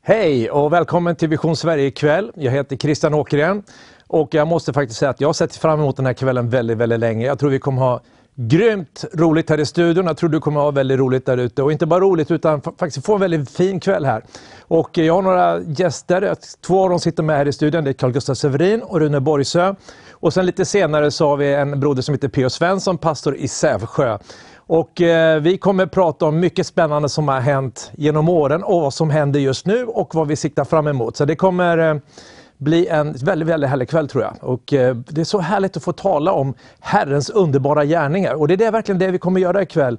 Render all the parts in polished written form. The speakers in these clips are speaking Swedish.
Hej och välkommen till Vision Sverige ikväll. Jag heter Christian Åkerén och jag måste faktiskt säga att jag har sett fram emot den här kvällen väldigt, väldigt länge. Jag tror vi kommer ha grymt roligt här i studion. Jag tror du kommer ha väldigt roligt där ute. Och inte bara roligt utan faktiskt få en väldigt fin kväll här. Och jag har några gäster. 2 av dem sitter med här i studion. Det är Carl Gustaf Severin och Rune Borgsö. Och sen lite senare så har vi en broder som heter P.O. Svensson, pastor i Sävsjö. Och vi kommer prata om mycket spännande som har hänt genom åren och vad som händer just nu och vad vi siktar fram emot. Så det kommer bli en väldigt, väldigt härlig kväll tror jag. Och det är så härligt att få tala om Herrens underbara gärningar. Och det är verkligen det vi kommer göra ikväll.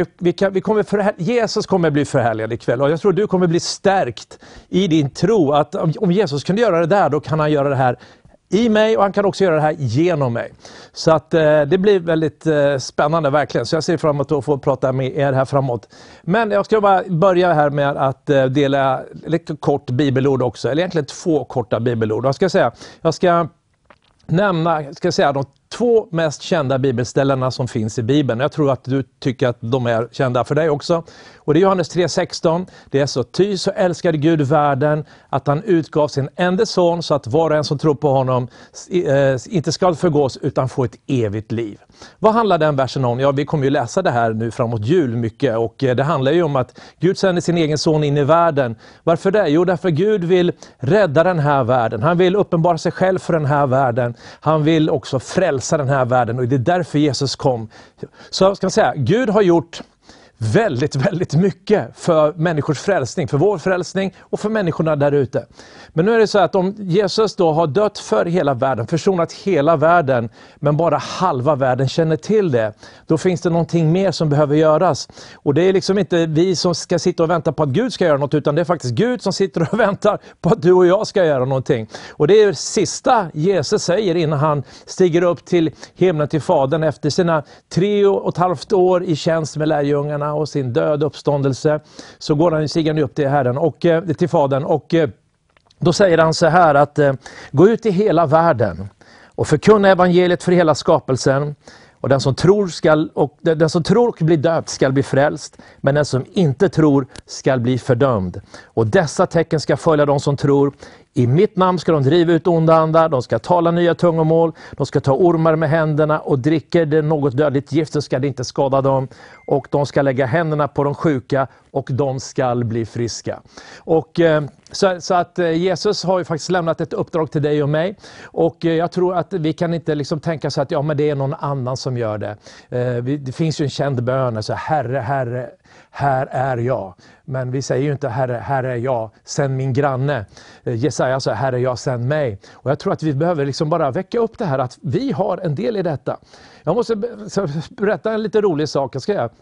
Jesus kommer bli förhärligad ikväll. Och jag tror du kommer bli stärkt i din tro att om Jesus kunde göra det där, då kan han göra det här i mig och han kan också göra det här genom mig. Så att det blir väldigt spännande verkligen. Så jag ser fram emot att få prata med er här framåt. Men jag ska bara börja här med att dela lite kort bibelord också. Eller egentligen 2 korta bibelord. Jag ska nämna de 2 mest kända bibelställena som finns i Bibeln. Jag tror att du tycker att de är kända för dig också. Och det är Johannes 3:16. Det är så: ty så älskade Gud världen att han utgav sin enda son så att var och en som tror på honom inte ska förgås utan få ett evigt liv. Vad handlar den versen om? Ja, vi kommer ju läsa det här nu framåt jul mycket. Och det handlar ju om att Gud sänder sin egen son in i världen. Varför det? Jo, därför Gud vill rädda den här världen. Han vill uppenbara sig själv för den här världen. Han vill också frälsa den här världen och det är därför Jesus kom. Så ska jag säga, Gud har gjort väldigt, väldigt mycket för människors frälsning, för vår frälsning och för människorna där ute. Men nu är det så att om Jesus då har dött för hela världen, försonat hela världen, men bara halva världen känner till det, då finns det någonting mer som behöver göras. Och det är liksom inte vi som ska sitta och vänta på att Gud ska göra något, utan det är faktiskt Gud som sitter och väntar på att du och jag ska göra någonting. Och det är det sista Jesus säger innan han stiger upp till himlen till Fadern efter sina 3,5 år i tjänst med lärjungarna och sin död uppståndelse, så går han stiger upp till Herren och till Fadern och då säger han så här att gå ut i hela världen och förkunna evangeliet för hela skapelsen. Och den som tror och blir döpt ska bli frälst, men den som inte tror ska bli fördömd. Och dessa tecken ska följa de som tror. I mitt namn ska de driva ut onda andar, de ska tala nya tungomål, de ska ta ormar med händerna och dricker det något dödligt gift så ska det inte skada dem. Och de ska lägga händerna på de sjuka och de ska bli friska. Och så att Jesus har ju faktiskt lämnat ett uppdrag till dig och mig. Och jag tror att vi kan inte liksom tänka så att men det är någon annan som gör det. Det finns ju en känd bön, så Herre, Herre, här är jag. Men vi säger ju inte Herre, här är jag, sänd min granne. Jesaja sa Herre, jag sänd mig. Och jag tror att vi behöver liksom bara väcka upp det här att vi har en del i detta. Jag måste berätta en lite rolig sak.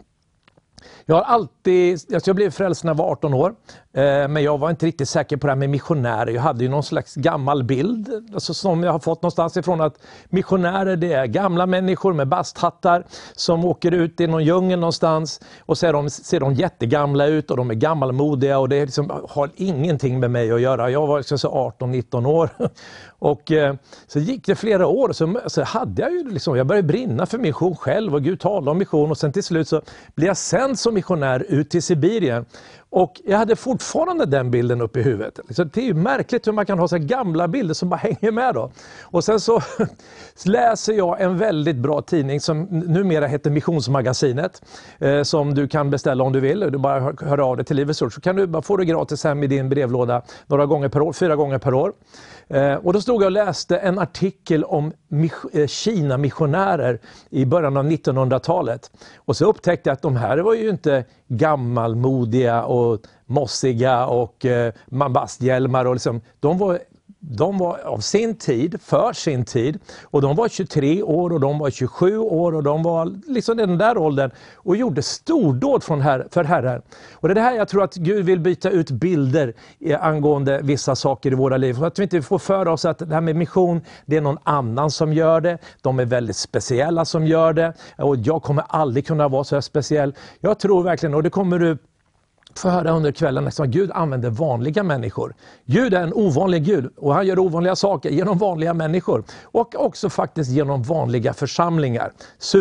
Jag blev frälst när jag var 18 år. Men jag var inte riktigt säker på det här med missionärer. Jag hade ju någon slags gammal bild som jag har fått någonstans ifrån, att missionärer, det är gamla människor med basthattar som åker ut i någon djungel någonstans och ser de jättegamla ut och de är gammalmodiga och det liksom har ingenting med mig att göra. Jag var 18-19 år och så gick det flera år så hade jag ju jag började brinna för mission själv och Gud talade om mission och sen till slut så blev jag sänd som missionär ut till Sibirien. Och jag hade fortfarande den bilden uppe i huvudet. Så det är ju märkligt hur man kan ha så gamla bilder som bara hänger med då. Och sen så läser jag en väldigt bra tidning som numera heter Missionsmagasinet. Som du kan beställa om du vill. Du bara hör av dig till Livets Ord. Så kan du bara få det gratis hem i din brevlåda 4 gånger per år. Och då stod jag och läste en artikel om Kina-missionärer i början av 1900-talet. Och så upptäckte jag att de här var ju inte gammalmodiga och mossiga och mambasthjälmar. Och de var av sin tid, för sin tid. Och de var 23 år och de var 27 år och de var liksom den där åldern. Och gjorde stordåd för Herren. Och det är det här jag tror att Gud vill byta ut bilder angående vissa saker i våra liv. För att vi inte får för oss att det här med mission, det är någon annan som gör det. De är väldigt speciella som gör det. Och jag kommer aldrig kunna vara så här speciell. Jag tror verkligen, och det kommer du få höra under kvällen, att Gud använder vanliga människor. Gud är en ovanlig Gud och han gör ovanliga saker genom vanliga människor. Och också faktiskt genom vanliga församlingar.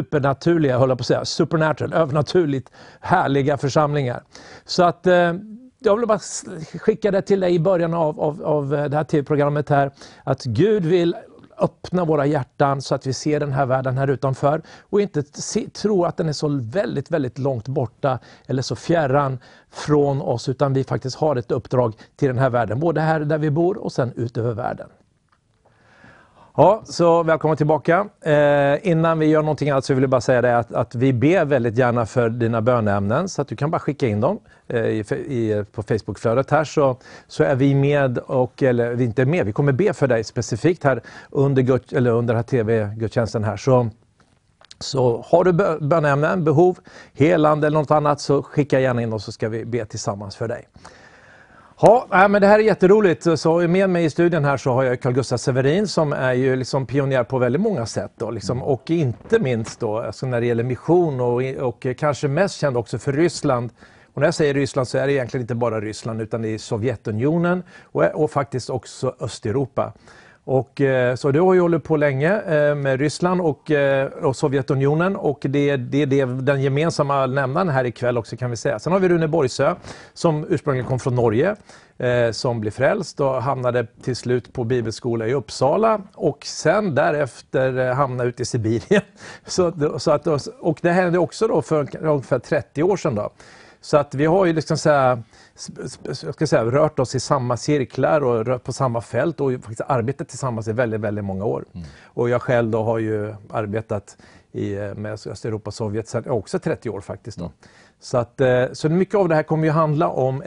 Supernaturliga, höll jag på att säga. Supernatural, övernaturligt härliga församlingar. Så att jag vill bara skicka det till dig i början av det här tv-programmet här. Att Gud vill öppna våra hjärtan så att vi ser den här världen här utanför. Och inte tro att den är så väldigt, väldigt långt borta eller så fjärran från oss. Utan vi faktiskt har ett uppdrag till den här världen. Både här där vi bor och sen ut över världen. Ja, så välkomna tillbaka. Innan vi gör någonting annat så vill jag bara säga det att vi ber väldigt gärna för dina böneämnen. Så att du kan bara skicka in dem på Facebookflödet här så är vi med eller vi inte är med. Vi kommer be för dig specifikt här under den här tv-gudstjänsten här. Så har du böneämnen, behov, helande eller något annat så skicka gärna in och så ska vi be tillsammans för dig. Ja, men det här är jätteroligt. Så med mig i studien här så har jag Carl Gustaf Severin som är ju liksom pionjär på väldigt många sätt då, liksom, och inte minst då alltså när det gäller mission och kanske mest känd också för Ryssland. Och när jag säger Ryssland så är det egentligen inte bara Ryssland utan det är Sovjetunionen och faktiskt också Östeuropa. Och så du har ju hållit på länge med Ryssland och Sovjetunionen och det är den gemensamma nämnaren här ikväll också kan vi säga. Sen har vi Rune Borgsö som ursprungligen kom från Norge som blev frälst och hamnade till slut på bibelskola i Uppsala och sen därefter hamnade ut i Sibirien. Och det hände också då för ungefär 30 år sedan då. Så att vi har ju liksom rört oss i samma cirklar och rört på samma fält och faktiskt arbetat tillsammans i väldigt, väldigt många år. Och jag själv då har ju arbetat med Östeuropa och Sovjet sedan också 30 år faktiskt då. Så mycket av det här kommer ju handla om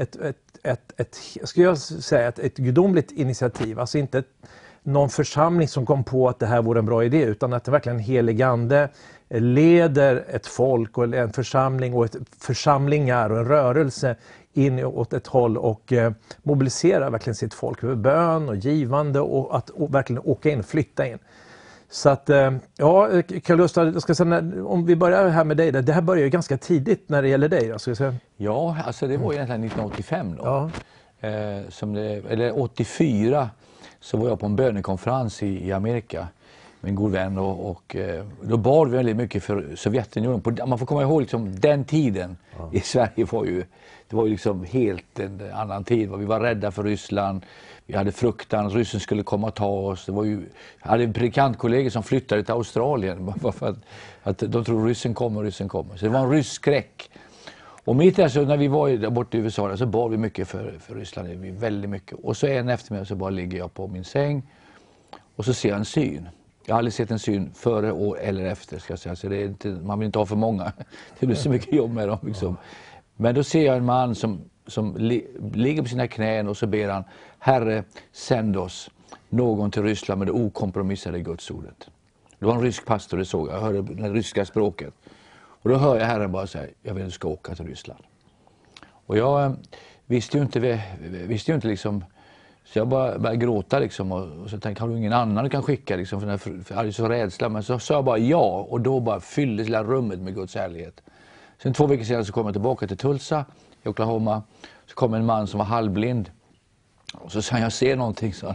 ett gudomligt initiativ. Alltså inte någon församling som kom på att det här vore en bra idé utan att det verkligen en helig ande leder ett folk och en församling och församlingar och en rörelse in åt ett håll och mobiliserar verkligen sitt folk med bön och givande och att verkligen åka in och flytta in. Så att, ja, Carl Gustaf, jag ska säga, om vi börjar här med dig, det här börjar ju ganska tidigt när det gäller dig. Då, ska jag säga. Ja, alltså det var egentligen 1985 då. Ja. Eller 84 så var jag på en bönekonferens i Amerika med en god vän och då bad vi väldigt mycket för Sovjetunionen. Man får komma ihåg liksom, den tiden i Sverige var ju liksom helt en annan tid. Vi var rädda för Ryssland, vi hade fruktan att ryssen skulle komma och ta oss. Jag hade en predikantkollega som flyttade till Australien för att de tror ryssen kommer. Så det var en rysk skräck. Och mitt alltså, när vi var där borta i USA så bad vi mycket för Ryssland, väldigt mycket. Och så en eftermiddag så bara ligger jag på min säng och så ser jag en syn. Jag har aldrig sett en syn före eller efter ska jag säga. Så det är inte, man vill inte ha för många. Det blir så mycket jobb med dem. Liksom. Men då ser jag en man som ligger på sina knän och så ber han: Herre, sänd oss någon till Ryssland med det okompromissade gudsordet. Det var en rysk pastor, det såg jag. Jag hörde det ryska språket. Och då hör jag Herren bara säga: jag vill att du ska åka till Ryssland. Och jag visste ju inte liksom. Så jag bara började gråta liksom och så tänkte, har du ingen annan du kan skicka liksom, för jag hade så rädsla. Men så sa jag bara ja och då bara fylldes hela rummet med Guds härlighet. Sen 2 veckor senare så kom jag tillbaka till Tulsa i Oklahoma. Så kom en man som var halvblind. Och så sa han, jag ser någonting, så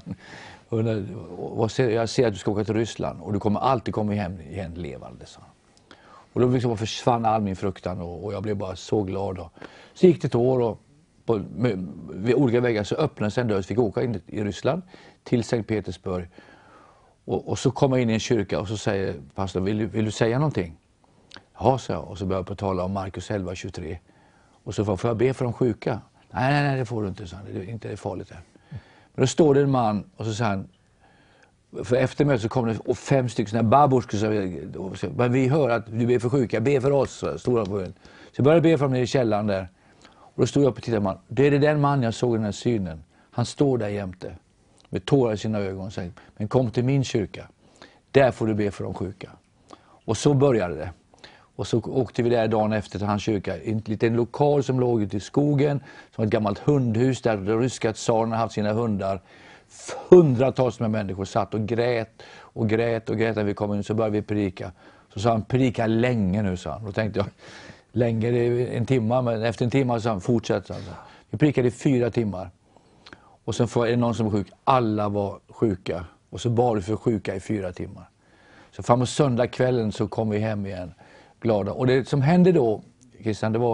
jag ser att du ska åka till Ryssland och du kommer alltid komma hem igen levande, så. Och då liksom försvann all min fruktan och jag blev bara så glad. Så gick det ett år och vid olika vägar så öppnades en dörr, så fick åka in i Ryssland till Sankt Petersburg. Och så kom jag in i en kyrka och så säger pastorn, vill du säga någonting? Ja, så jag. Och så började jag tala om Markus 11:23. Och så får jag be för de sjuka? Nej, det får du inte, så det är inte farligt här. Men då står det en man och så säger han, för efter mötet så kom det 5 stycken sådana här baborskor. Men vi hör att du ber för sjuka, be för oss. Så jag började be för dem i källaren där. Och då stod jag upp och tittade, man. Det är den man jag såg i den här synen. Han står där jämte med tårar i sina ögon och säger, men kom till min kyrka. Där får du be för de sjuka. Och så började det. Och så åkte vi där dagen efter till hans kyrka. En liten lokal som låg ute i skogen. Som ett gammalt hundhus där de ryska tsarerna haft sina hundar. Hundratals med människor satt och grät. När vi kom in så började vi predika. Så sa han, predika länge nu, sa han. Då tänkte jag, länge, det är en timme. Men efter en timme sa han, fortsätt. Alltså. Vi predikade i 4 timmar. Och sen var det någon som var sjuk. Alla var sjuka. Och så bad vi för sjuka i 4 timmar. Så framåt söndagskvällen så kom vi hem igen. Glada. Och det som hände då, Christian, det var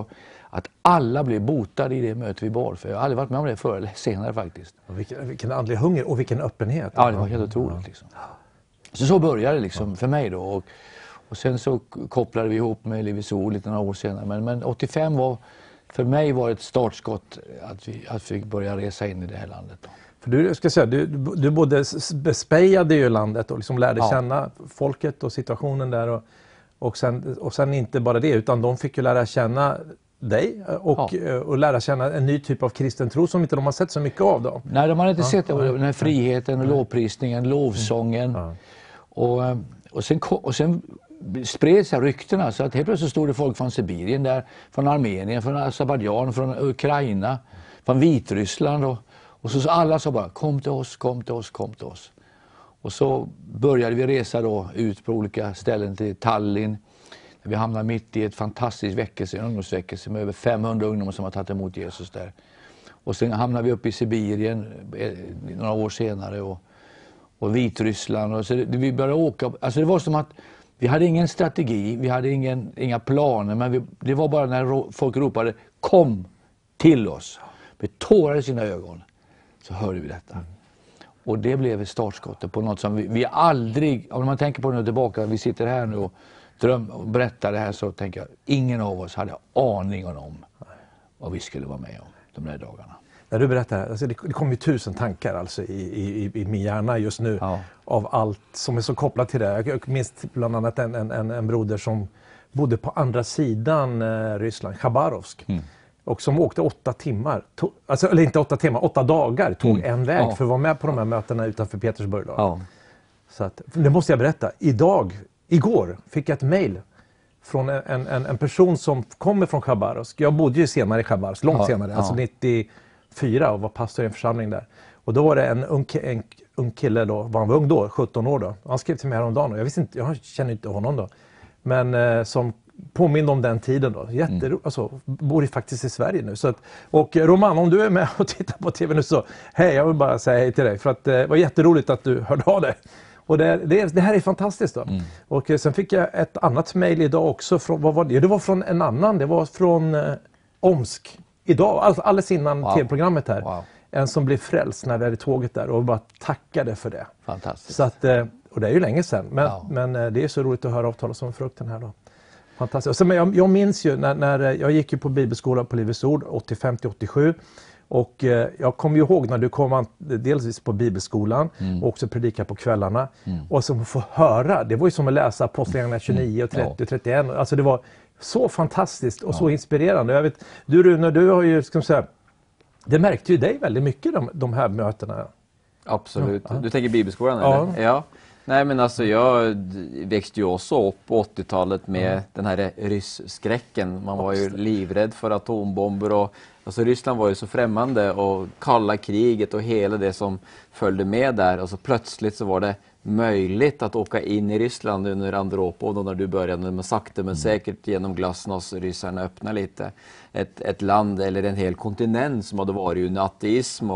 att alla blev botade i det mötet vi bar för. Jag har aldrig varit med om det förr eller senare faktiskt. Och vilken andlig hunger och vilken öppenhet. Ja, det var helt otroligt liksom. Så började det liksom för mig då. Och sen så kopplade vi ihop med Livets Ord lite några år senare. Men 85 var för mig var ett startskott att vi börja resa in i det här landet då. För du ska säga, du både bespejade ju landet och liksom lärde känna folket och situationen där och sen inte bara det, utan de fick ju lära känna dig och lära känna en ny typ av kristen tro som inte de har sett så mycket av då. Nej, de har inte sett den här friheten och lovprisningen, lovsången. Och sen spreds här ryktena, så att helt plötsligt stod det folk från Sibirien där, från Armenien, från Azerbajdzjan, från Ukraina, från Vitryssland och så alla sa bara kom till oss, kom till oss, kom till oss. Och så började vi resa då ut på olika ställen till Tallinn. Vi hamnade mitt i ett fantastiskt väckelse, en ungdomsväckelse med över 500 ungdomar som har tagit emot Jesus där. Och sen hamnade vi uppe i Sibirien några år senare och Vitryssland. Och så vi började åka. Alltså det var som att vi hade ingen strategi, vi hade inga planer, men det var bara när folk ropade kom till oss. Med tårar i sina ögon så hörde vi detta. Och det blev ett startskott på något som vi aldrig, om man tänker på det nu tillbaka, vi sitter här nu och berättar det här, så tänker jag, ingen av oss hade aning om vad vi skulle vara med om de där dagarna. När du berättar, alltså det kom ju 1000 tankar alltså i min hjärna just nu av allt som är så kopplat till det. Jag minns bland annat en broder som bodde på andra sidan Ryssland, Khabarovsk. Och som åkte 8 timmar, eller inte 8 timmar, 8 dagar tog en väg för att vara med på de här mötena utanför Petersburg. Så att, det måste jag berätta, igår fick jag ett mejl från en person som kommer från Khabarovsk. Jag bodde ju senare i Khabarovsk, långt senare, alltså 94 och var pastor i en församling där. Och då var det en ung kille då, han var ung då, 17 år då. Han skrev till mig häromdagen och jag känner inte honom då. Men som påminner om den tiden då. Alltså, bor faktiskt i Sverige nu. Så att, och Roman, om du är med och tittar på tv nu så, hej, jag vill bara säga hej till dig. För att det var jätteroligt att du hörde av dig. Och det här är fantastiskt då. Och sen fick jag ett annat mejl idag också. Vad var det? Det var från en annan. Det var från Omsk. Idag, alltså alldeles innan tv-programmet här. En som blev frälst när vi hade tåget där och bara tackade för det. Fantastiskt. Så att, och det är ju länge sedan. Men det är så roligt att höra avtalas om frukten här då. Fantastiskt. Så, men jag minns ju när jag gick ju på bibelskola på Livets Ord 85-87. Och jag kommer ju ihåg när du kom dels på bibelskolan och också predika på kvällarna. Och som få höra, det var ju som att läsa Apostlagärningarna 29 och 30 och 31. Alltså det var så fantastiskt och så inspirerande. Jag vet, du Rune, du har ju, ska man säga, det märkte ju dig väldigt mycket de här mötena. Absolut. Du tänker bibelskolan eller? Ja. Nej, men alltså jag växte ju också upp på 80-talet med den här rysskräcken. Man var ju livrädd för atombomber och alltså Ryssland var ju så främmande och kalla kriget och hela det som följde med där. Och så plötsligt så var det möjligt att åka in i Ryssland under Andropov och när du började med sakta men säkert genom glasnost ryssarna öppna lite. Ett land eller en hel kontinent som hade varit under ateism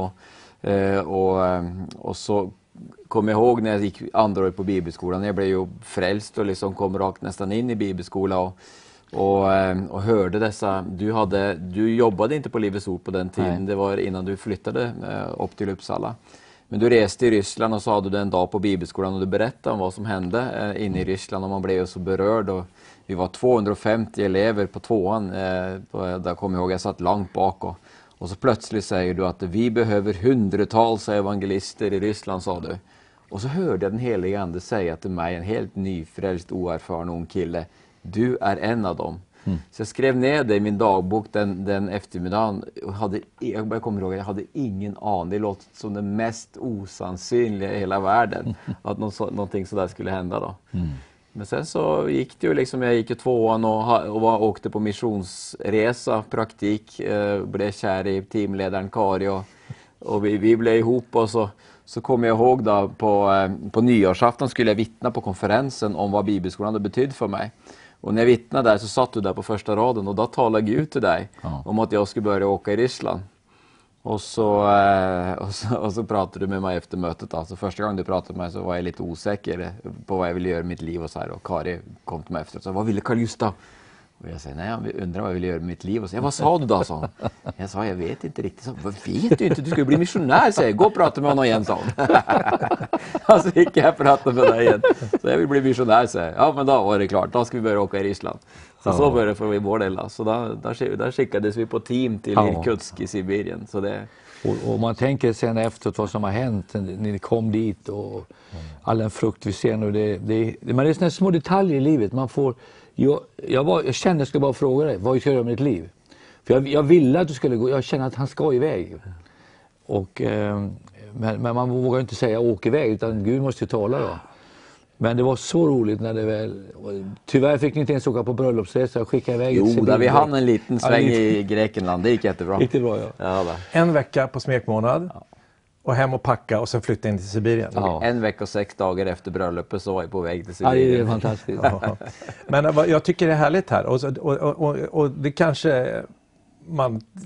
och så kommer jag ihåg när jag gick andra året på bibelskolan. Jag blev ju frälst och liksom kom rakt nästan in i bibelskolan och hörde dessa. Du jobbade inte på Livets Ord på den tiden. Nej. Det var innan du flyttade upp till Uppsala. Men du reste i Ryssland och så hade du en dag på bibelskolan och du berättade om vad som hände inne i Ryssland och man blev så berörd. Och vi var 250 elever på 2:an. Där kommer jag ihåg jag satt långt bak och så plötsligt säger du att vi behöver hundratals evangelister i Ryssland, sa du. Och så hörde jag den helige ande säga till mig, en helt nyfrälst, oerfaren ung kille, du är en av dem. Så jag skrev ner det i min dagbok den eftermiddagen. Jag kommer ihåg att jag hade ingen aning. Det låter som det mest osannolika i hela världen att någonting sådär skulle hända då. Men sen så gick det ju liksom, jag gick i 2:an och åkte på missionsresa, praktik, blev kär i teamledaren Kari och vi blev ihop och så kommer jag ihåg då på nyårsafton skulle jag vittna på konferensen om vad bibelskolan hade betytt för mig. Och när jag vittnade där så satt du där på första raden och då talade Gud till dig om att jag skulle börja åka i Ryssland. Och så pratade du med mig efter mötet. Alltså första gången du pratade med mig så var jag lite osäker på vad jag ville göra i mitt liv och så här. Och Kari kom till mig efter och sa, vad ville Carl Gustaf? Och jag säger, nej, han undrar vad jag vill göra med mitt liv. Och så, vad sa du då, sa han. Jag sa, jag vet inte riktigt. Så, vad vet du inte? Du ska ju bli missionär, säger jag. Gå och prata med honom igen, sa han. Alltså gick jag och pratade med dig igen. Så jag vill bli missionär, säger jag. Ja, men då var det klart. Då ska vi börja åka i Ryssland. Så började det för vår del. Så där skickades vi på team till Irkutsk i Sibirien. Så det... Och man tänker sen efteråt vad som har hänt när ni kom dit och all den frukt vi ser nu. Men det är sådana små detaljer i livet. Man får, jag kände att jag skulle bara fråga dig, vad ska jag göra med ditt liv? För jag ville att du skulle gå, jag känner att han ska iväg. Men man vågar inte säga åk iväg, utan Gud måste ju tala då. Men det var så roligt när det väl... Tyvärr fick ni inte ens åka på bröllopsresa och skicka iväg. Jo, där vi hann en liten sväng i Grekland. Det gick jättebra. Gick det bra, ja. En vecka på smekmånad och hem och packa och sen flytta in till Sibirien. Ja. En vecka och 6 dagar efter bröllopet så var jag på väg till Sibirien. Ja, det är fantastiskt. Ja. Men jag tycker det är härligt här. Och det kanske... om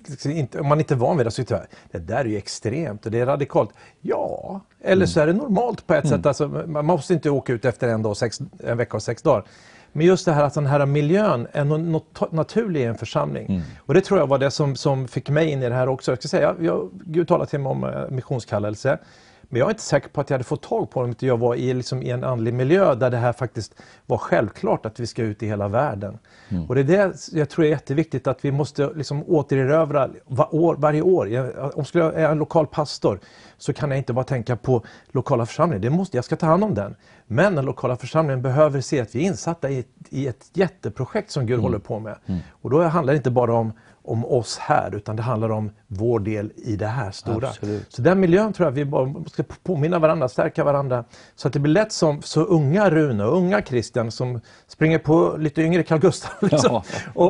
man inte är van vid det så tycker jag, det där är ju extremt och det är radikalt. Ja, eller så är det normalt på ett sätt. Alltså, man måste inte åka ut efter en vecka och 6 dagar. Men just det här att den här miljön är något naturligt i en församling. Och det tror jag var det som fick mig in i det här också. Jag ska säga, Gud talade till mig om missionskallelse. Men jag är inte säker på att jag hade fått tag på det om inte jag var i en andlig miljö där det här faktiskt var självklart att vi ska ut i hela världen. Och det är det jag tror är jätteviktigt, att vi måste liksom återerövra varje år. Om jag skulle vara en lokal pastor så kan jag inte bara tänka på lokala församlingen. Jag ska ta hand om den. Men den lokala församlingen behöver se att vi är insatta i ett jätteprojekt som Gud håller på med. Och då handlar det inte bara om oss här, utan det handlar om vår del i det här stora. Absolut. Så den miljön tror jag vi bara ska påminna varandra, stärka varandra. Så att det blir lätt som så unga Rune och unga Christian som springer på lite yngre Carl Gustaf. Liksom.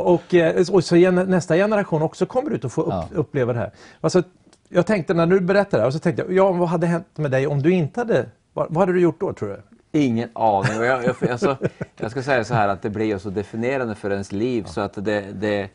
Och så nästa generation också kommer ut och får uppleva det här. Alltså, jag tänkte när du berättade det här, så tänkte jag, vad hade hänt med dig om du inte hade... Vad hade du gjort då, tror du? Ingen aning. Jag ska säga så här att det blir så definierande för ens liv så att det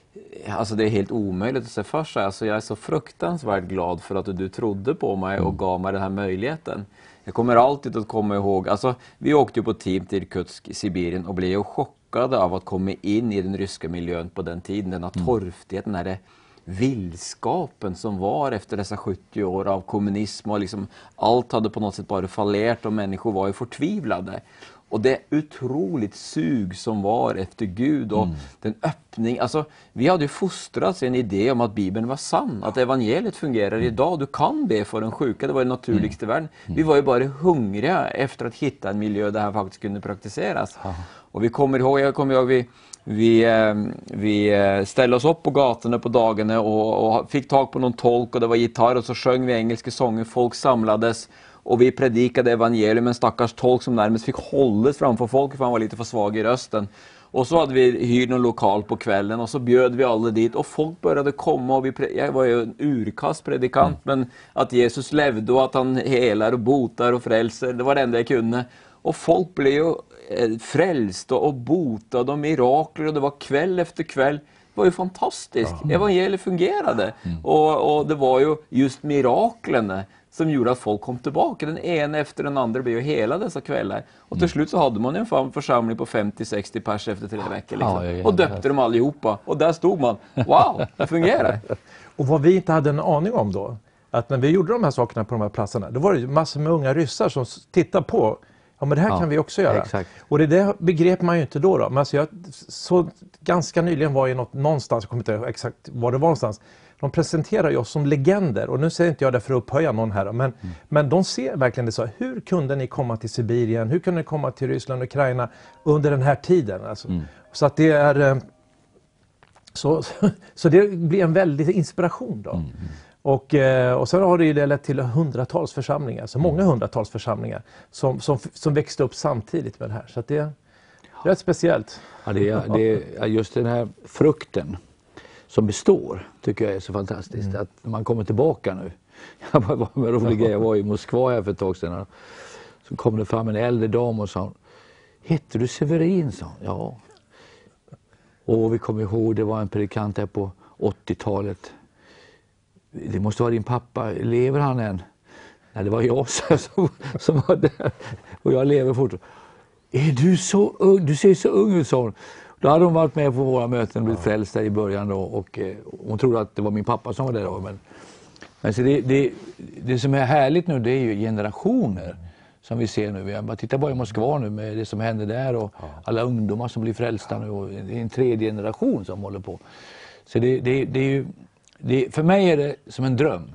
är helt omöjligt att se för sig. Alltså jag är så fruktansvärt glad för att du trodde på mig och gav mig den här möjligheten. Jag kommer alltid att komma ihåg, alltså vi åkte ju på team till Irkutsk i Sibirien och blev ju chockade av att komma in i den ryska miljön på den tiden. Den här torftigheten, den här villskapen som var efter dessa 70 år av kommunism och liksom allt hade på något sätt bara fallerat och människor var ju förtvivlade. Och det otroligt sug som var efter Gud och den öppning. Alltså, vi hade ju fostrats en idé om att Bibeln var sann. Att evangeliet fungerar idag. Du kan be för den sjuka. Det var det naturligaste i världen. Vi var ju bara hungriga efter att hitta en miljö där det här faktiskt kunde praktiseras. Och jag kommer ihåg vi ställde oss upp på gatorna på dagarna och fick tag på någon tolk och det var gitarr och så sjöng vi engelska sånger. Folk samlades. Och vi predikade evangelium, en stackars tolk som närmast fick hållas framför folk för han var lite för svag i rösten. Och så hade vi hyrt någon lokal på kvällen och så bjöd vi alla dit och folk började komma och jag var ju en urkast predikant men att Jesus levde och att han helar och botar och frälser, det var det enda jag kunde. Och folk blev ju frälst och botade och mirakler och det var kväll efter kväll. Det var ju fantastiskt. Evangeliet fungerade. Och det var ju just miraklerna som gjorde att folk kom tillbaka. Den ena efter den andra blev ju hela dessa kvällar. Och till slut så hade man en församling på 50-60 pers efter 3 veckor. Liksom. Och döpte dem allihopa. Och där stod man. Wow, det fungerar. Och vad vi inte hade en aning om då, att när vi gjorde de här sakerna på de här platserna, då var det massor med unga ryssar som tittade på. Ja, men det här kan vi också göra. Exakt. Och det begrep man ju inte då. Men alltså jag så ganska nyligen var jag någonstans, jag kommer inte ihåg exakt var det var någonstans. De presenterar ju oss som legender. Och nu säger inte jag det för att upphöja någon här. Men de ser verkligen det så. Hur kunde ni komma till Sibirien? Hur kunde ni komma till Ryssland och Ukraina under den här tiden? Alltså. Så att det är... Så det blir en väldig inspiration då. Och sen har det ju lett till hundratals församlingar, så många hundratals församlingar som växte upp samtidigt med det här. Så att det är rätt speciellt. Ja, det är just den här frukten som består tycker jag är så fantastiskt. Att man kommer tillbaka nu. Jag var med rolig grej, jag var i Moskva här för ett tag sedan. Så kom det fram en äldre dam och sa, heter du Severin? Sa hon. Ja. Och vi kommer ihåg, det var en predikant här på 80-talet. Det måste vara din pappa. Lever han än? Nej, det var jag som var där. Och jag lever fortfarande. Är du så ung? Du ser så ung ut, sa hon. Då hade hon varit med på våra möten och blivit frälst i början då, och hon trodde att det var min pappa som var där då. Men så det som är härligt nu, det är ju generationer som vi ser nu. Vi bara titta bara i Moskva nu med det som händer där och alla ungdomar som blir frälsta nu, och det är en tredje generation som håller på. Så det är ju, för mig är det som en dröm.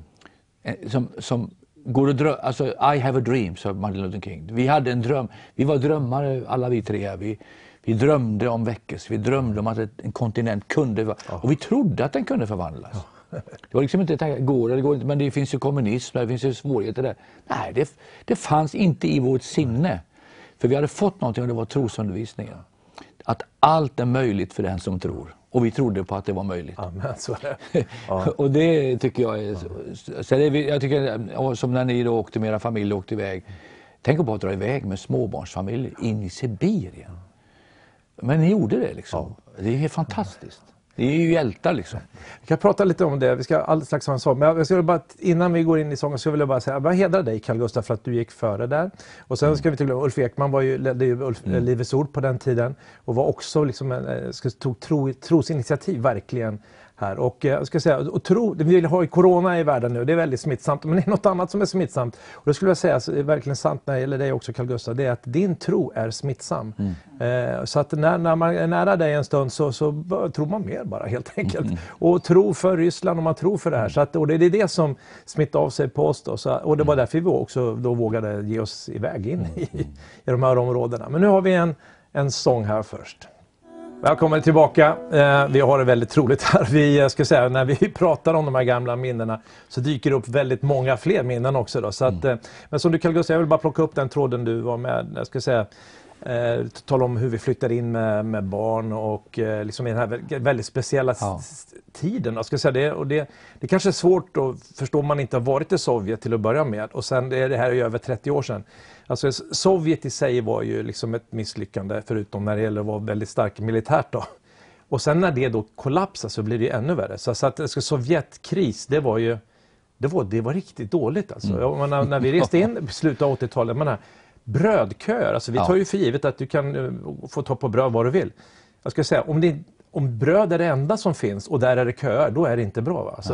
Som går att drömma, alltså I have a dream, sa Martin Luther King. Vi hade en dröm, vi var drömmare alla vi tre här. Vi drömde om väckelse, vi drömde om att en kontinent kunde, och vi trodde att den kunde förvandlas. Det var liksom inte att går inte, men det finns ju kommunism, det finns ju svårigheter där. Nej, det fanns inte i vårt sinne. För vi hade fått någonting, och det var trosundervisningen. Att allt är möjligt för den som tror. Och vi trodde på att det var möjligt. Amen, så är det. Och det tycker jag är... Så det, jag tycker, som när ni då åkte med era familj, åkte iväg. Tänk på att dra iväg med småbarnsfamiljer in i Sibirien. Men ni gjorde det liksom. Det är helt fantastiskt. Det är ju hjältar liksom. Vi kan prata lite om det. Vi ska alldeles strax ha en sång. Men jag skulle bara, innan vi går in i sången så vill jag bara säga, vad hedrar dig Carl Gustaf för att du gick före där. Och sen ska vi till Ulf Ekman ledde ju Livets Ord på den tiden. Och var också liksom tog trosinitiativ verkligen här. Och jag ska säga, vi vill ha corona i världen nu, det är väldigt smittsamt. Men det är något annat som är smittsamt. Och det skulle jag säga, så är verkligen sant när det gäller dig också Carl Gustaf, det är att din tro är smittsam. Så att när man är nära dig en stund så tror man mer bara helt enkelt. Och tro för Ryssland och man tror för det här. Så att, och det är det som smittar av sig på oss då. Så, och det var därför vi också då vågade ge oss iväg in i de här områdena. Men nu har vi en sång här först. Välkommen tillbaka. Vi har det väldigt roligt här. Jag ska säga, när vi pratar om de här gamla minnena så dyker det upp väldigt många fler minnen också. Då. Så att, men som du Carl Gustaf, jag vill bara plocka upp den tråden du var med. Jag ska säga, tala om hur vi flyttade in med barn och liksom i den här väldigt speciella tiden. Jag ska säga det kanske är svårt att förstå om man inte har varit i Sovjet till att börja med. Och sen är det här över 30 år sedan. Alltså Sovjet i sig var ju liksom ett misslyckande förutom när det gäller att vara väldigt stark militärt då. Och sen när det då kollapsar så blir det ju ännu värre. Så att Sovjetkris, det var riktigt dåligt alltså. När vi reste in i slutet av 80-talet, brödköer, alltså vi tar ju för givet att du kan få ta på bröd vad du vill. Jag ska säga, om bröd är det enda som finns och där är det köer, då är det inte bra va? Alltså,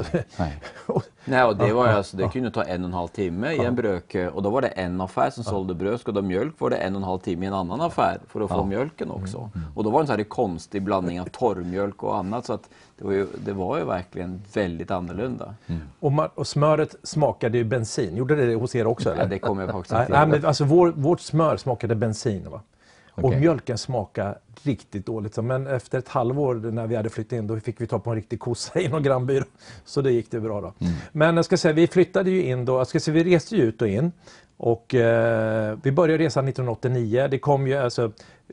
Nej, och det var alltså, det kunde ta 1,5 timme i en brödkö, och då var det en affär som sålde bröd. Ska du ha mjölk var det 1,5 timme i en annan affär för att få mjölken också. Och då var det en sån här konstig blandning av torrmjölk och annat, så att det var ju verkligen väldigt annorlunda. Och smöret smakade ju bensin. Gjorde det hos er också eller? Ja, det kommer jag faktiskt inte ihåg. Men alltså vårt smör smakade bensin va? Och mjölken smakade riktigt dåligt. Men efter ett halvår när vi hade flyttat in, då fick vi ta på en riktig kossa i någon grannbyrå. Så det gick det bra då. Men jag ska säga, vi flyttade ju in då. Vi reste ju ut och in. Och vi började resa 1989. Det kom ju alltså...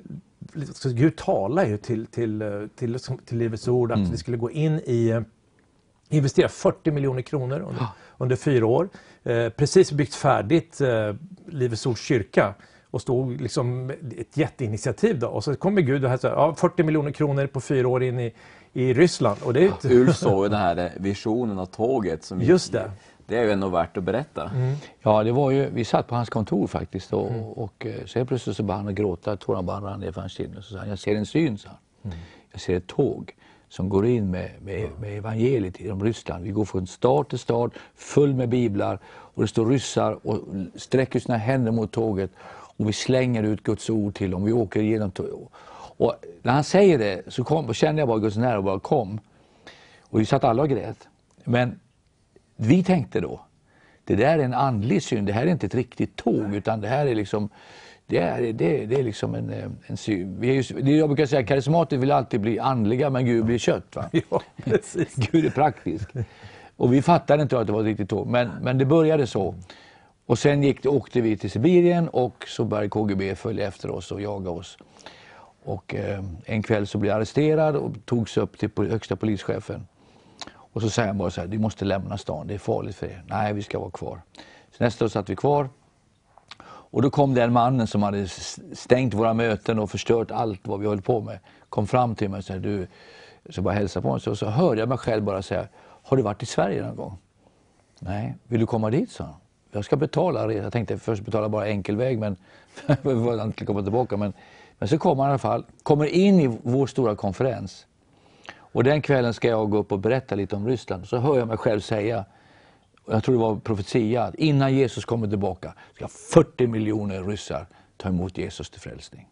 Gud talade ju till Livets Ord att vi skulle gå in i... investera 40 miljoner kronor under 4 år. Precis byggt färdigt Livets Ords kyrka. Och stod liksom ett jätteinitiativ då. Och så kommer Gud och här så 40 miljoner kronor på 4 år in i Ryssland. Och det är Ulf såg ju den här visionen av tåget. Som just det. Det är ju ändå värt att berätta. Ja, det var ju, vi satt på hans kontor faktiskt. Och så helt plötsligt så började han att gråta. Tårarna bara rann ner för hans kind. Och så sa han, jag ser en syn, sa han. Jag ser ett tåg som går in med evangeliet i Ryssland. Vi går från stad till stad, full med biblar. Och det står ryssar och sträcker sina händer mot tåget. Och vi slänger ut Guds ord till dem. Vi åker igenom tåget. Och när han säger det så kände jag bara Guds närvaro kom. Och vi satt alla och grät. Men vi tänkte då, det där är en andlig syn. Det här är inte ett riktigt tåg, utan det här är liksom... Det är liksom en syn. Jag brukar säga att karismater vill alltid bli andliga, men Gud blir kött. Va? Ja, precis. Gud är praktisk. Och vi fattade inte att det var ett riktigt tåg. Men det började så. Och sen åkte vi till Sibirien och så började KGB följa efter oss och jaga oss. Och en kväll så blev jag arresterad och togs upp till högsta polischefen. Och så säger han bara så här, du måste lämna stan, det är farligt för er. Nej, vi ska vara kvar. Så nästa år satt vi kvar. Och då kom den mannen som hade stängt våra möten och förstört allt vad vi höll på med. Kom fram till mig och sa, så bara hälsa på mig. Så hörde jag mig själv bara säga, har du varit i Sverige någon gång? Nej, vill du komma dit, sa han. Jag ska betala. Jag tänkte först betala bara enkelväg, men jag får inte komma tillbaka. Men Men så kommer han i alla fall, kommer in i vår stora konferens. Och den kvällen ska jag gå upp och berätta lite om Ryssland. Så hör jag mig själv säga, och jag tror det var profetia, att innan Jesus kommer tillbaka ska 40 miljoner ryssar ta emot Jesus till frälsning.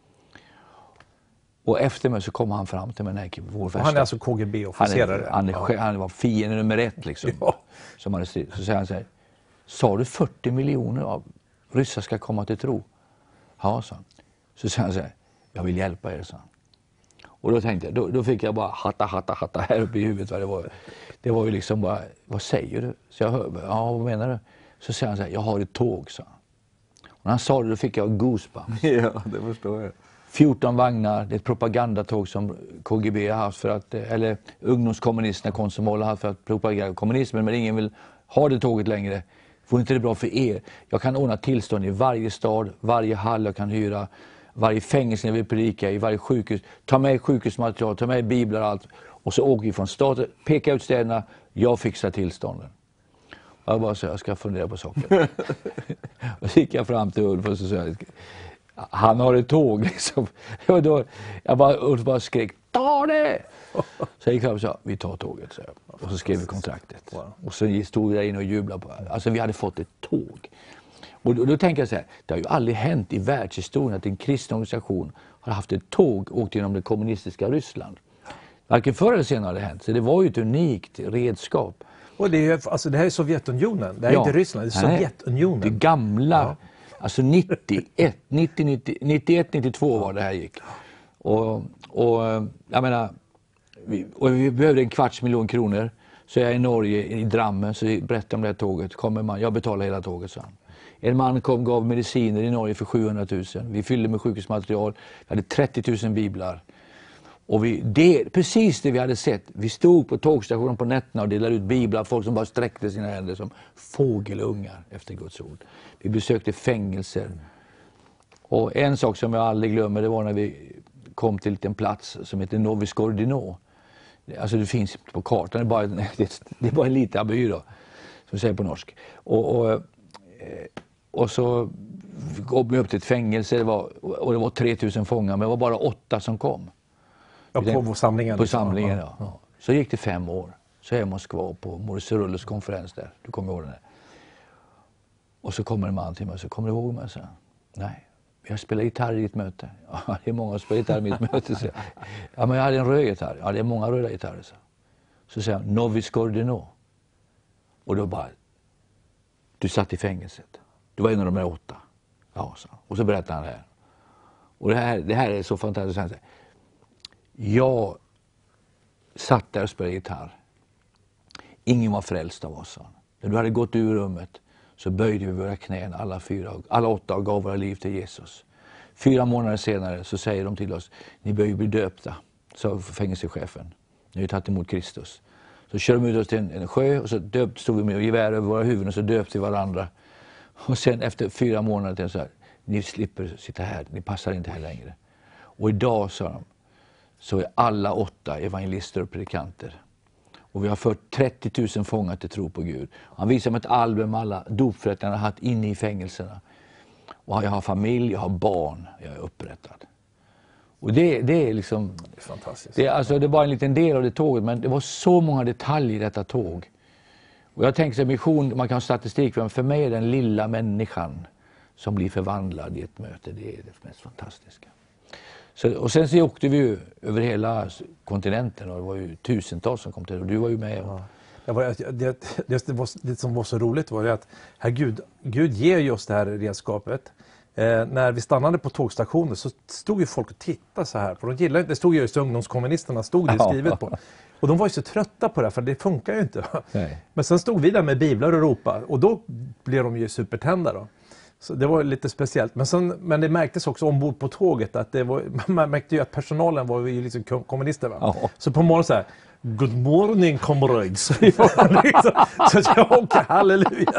Och efter mig så kommer han fram till mig. Han är alltså KGB-officerare. Han var fiende nummer 1 liksom. Ja. Som hade strid. Så säger han så här, sa du 40 miljoner av ryssar ska komma till tro? Ja, sa han. Så säger han så här, jag vill hjälpa er, sa han. Och då tänkte jag, då fick jag bara hatta här uppe i huvudet. Det var ju liksom bara, vad säger du? Så jag hör, ja, vad menar du? Så säger han så här, jag har ett tåg, sa han. Och när han sa det, då fick jag goosebumps. Ja, det förstår jag. 14 vagnar, det är ett propagandatåg som KGB har haft för att, eller ungdomskommunisterna, Konsumol har haft för att propagera kommunismen, men ingen vill ha det tåget längre. Får inte det bra för er? Jag kan ordna tillstånd i varje stad, varje hall jag kan hyra, varje fängelse jag vill predika i, varje sjukhus. Ta med sjukhusmaterial, ta med biblar och allt. Och så åker vi från staten, peka ut städerna, jag fixar tillstånden. Och jag bara så, jag ska fundera på saker. Och så gick jag fram till Ulf och så sa jag, han har ett tåg liksom. Jag bara skrek, ta det! Så jag gick fram och sa, vi tar tåget, så jag. Och så skrev vi kontraktet. Wow. Och så stod vi där inne och jublade på. Alltså vi hade fått ett tåg. Och då tänker jag så här, det har ju aldrig hänt i världshistorien att en kristen organisation har haft ett tåg och åkt genom det kommunistiska Ryssland. Varken förr eller senare har det hänt. Så det var ju ett unikt redskap. Och det är ju, alltså det här är Sovjetunionen, det här är inte Ryssland, det är Sovjetunionen. Det gamla, alltså 91, 92 var det här gick. Och jag menar, vi behövde 250 000 kronor. Så jag är i Norge, i Drammen, så berättade om det här tåget. Kommer man, jag betalar hela tåget, så han. En man kom gav mediciner i Norge för 700 000. Vi fyllde med sjukhusmaterial. Vi hade 30 000 biblar. Och precis det vi hade sett. Vi stod på tågstationen på nätterna och delade ut biblar. Folk som bara sträckte sina händer som fågelungar efter Guds ord. Vi besökte fängelser. Och en sak som jag aldrig glömmer, det var när vi kom till en plats som heter Novi Skordino. Alltså det finns på kartan, det är bara en liten by då, som säger på norsk. Och så kom vi upp till ett fängelse, det var 3000 fångar, men det var bara 8 som kom. Ja, på samlingen. På samlingen, ja. Så gick det 5 år. Så är jag i Moskva på Maurice Rulles konferens där. Du kommer ihåg den där. Och så kommer en man till mig och så, kommer du ihåg mig? Så, nej, jag spelar gitarr i ett möte. Ja, det är många som spelar gitarr i mitt möte. Så, ja, men jag hade en röd gitarr. Ja, det är många röda gitarrer. Så säger han, Novi Skordino. Och då bara, du satt i fängelset. Du var en av de här 8. Ja, så. Och så berättade han det här. Och det här är så fantastiskt. Jag satt där och spelade gitarr. Ingen var frälst av oss. När du hade gått ur rummet så böjde vi våra knän alla 8 och gav våra liv till Jesus. 4 månader senare så säger de till oss, ni bör ju bli döpta, sa fängelsechefen. Ni har ju tagit emot Kristus. Så körde de ut oss till en sjö och så stod vi med gevär över våra huvuden och så döpte vi varandra. Och sen efter 4 månader till så här, ni slipper sitta här, ni passar inte här längre. Och idag, sa de, så är alla 8 evangelister och predikanter. Och vi har fört 30 000 fångar till tro på Gud. Han visar mig ett album alla dopförrättningar han har haft inne i fängelserna. Och jag har familj, jag har barn, jag är upprättad. Och det är liksom... Det är fantastiskt. Det är bara en liten del av det tåget, men det var så många detaljer i detta tåg. Och jag tänker sig mission, man kan ha statistik, men för mig är den lilla människan som blir förvandlad i ett möte, det är det mest fantastiska. Och sen så åkte vi ju över hela kontinenten och det var ju tusentals som kom till och du var ju med. Och... Det som var så roligt var att Gud ger just det här redskapet. När vi stannade på tågstationen så stod ju folk och tittade så här. För de gillade, det stod ju just ungdomskommunisterna stod det skrivet på. Och de var ju så trötta på det för det funkar ju inte. Nej. Men sen stod vi där med biblar och ropade och då blev de ju supertända då. Så det var lite speciellt. Men det märktes också ombord på tåget att man märkte ju att personalen var ju liksom kommunister. Va? Ja. Så på morgonen så här, good morning comrades. Så jag åker halleluja.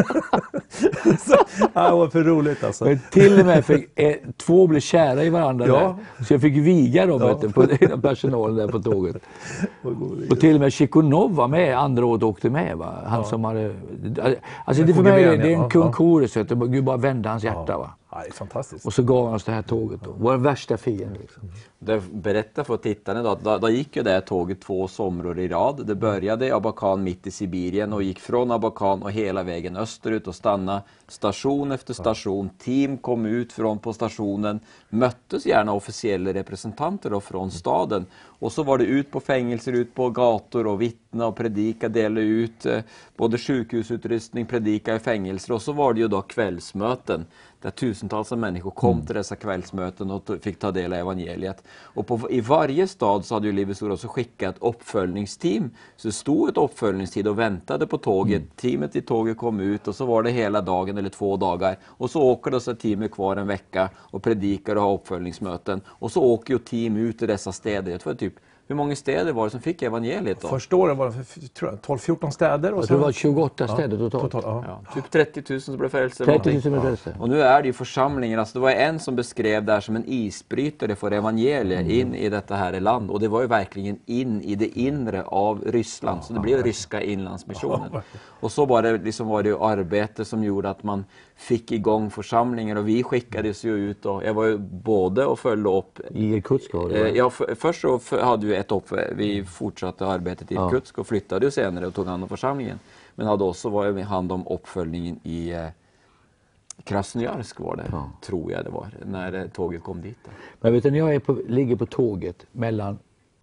Så, det var för roligt alltså. Men till och med fick 2 blev kära i varandra där. Så jag fick viga dem på personalen där på tåget. Och till och med Chikonov var med, andra året åkte med. Va? Han som hade... Alltså det för mig det är en kung Kores, Gud bara vände hans hjärta. Va? Ja, det är fantastiskt. Och så gav han oss det här tåget då. Vår värsta fiende liksom. Berätta för tittarna då gick ju det här tåget 2 somrar i rad. Det började i Abakan mitt i Sibirien och gick från Abakan och hela vägen österut och stanna station efter station. Team kom ut på stationen, möttes gärna officiella representanter då från staden. Och så var det ut på fängelser, ut på gator och vittna och predika, dela ut både sjukhusutrustning, predika i fängelser. Och så var det ju då kvällsmöten där tusentals människor kom till dessa kvällsmöten och fick ta del av evangeliet. Och i varje stad så hade ju Livets Ord också skickat ett uppföljningsteam. Så det stod ett uppföljningstid och väntade på tåget. Teamet i tåget kom ut och så var det hela dagen eller 2 dagar. Och så åker det så teamet kvar en vecka och predikar och har uppföljningsmöten. Och så åker ju team ut i dessa städer. Jag tror typ, hur många städer var det som fick evangeliet då? Första året var det 12-14 städer. Och Jag tror det var 28 städer totalt. Ja. Typ 30 000 som blev frälsta. 30 000 blev frälsta. Och nu är det ju församlingen, alltså det var en som beskrev det här som en isbrytare för evangeliet in i detta här land. Och det var ju verkligen in i det inre av Ryssland, så det blev ryska inlandsmissionen. Och så var det ju arbete som gjorde att man fick igång församlingar och vi skickades ju ut och jag var ju både och följde upp I Irkutsk var det? Ja, först så hade vi vi fortsatte arbetet i Irkutsk och flyttade ju senare och tog hand om församlingen. Men hade också varit hand om uppföljningen i Krasnojarsk var det, tror jag det var, när tåget kom dit. Då. Men vet du, när jag ligger på tåget mellan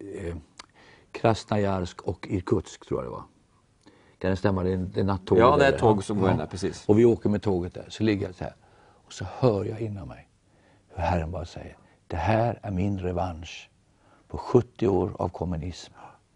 Krasnojarsk och Irkutsk, tror jag det var. Kan det stämma? Det är nattåget. Ja, det är ett tåg som går där, precis. Och vi åker med tåget där, så ligger jag så här. Och så hör jag inom mig hur Herren bara säger, det här är min revansch på 70 år av kommunism.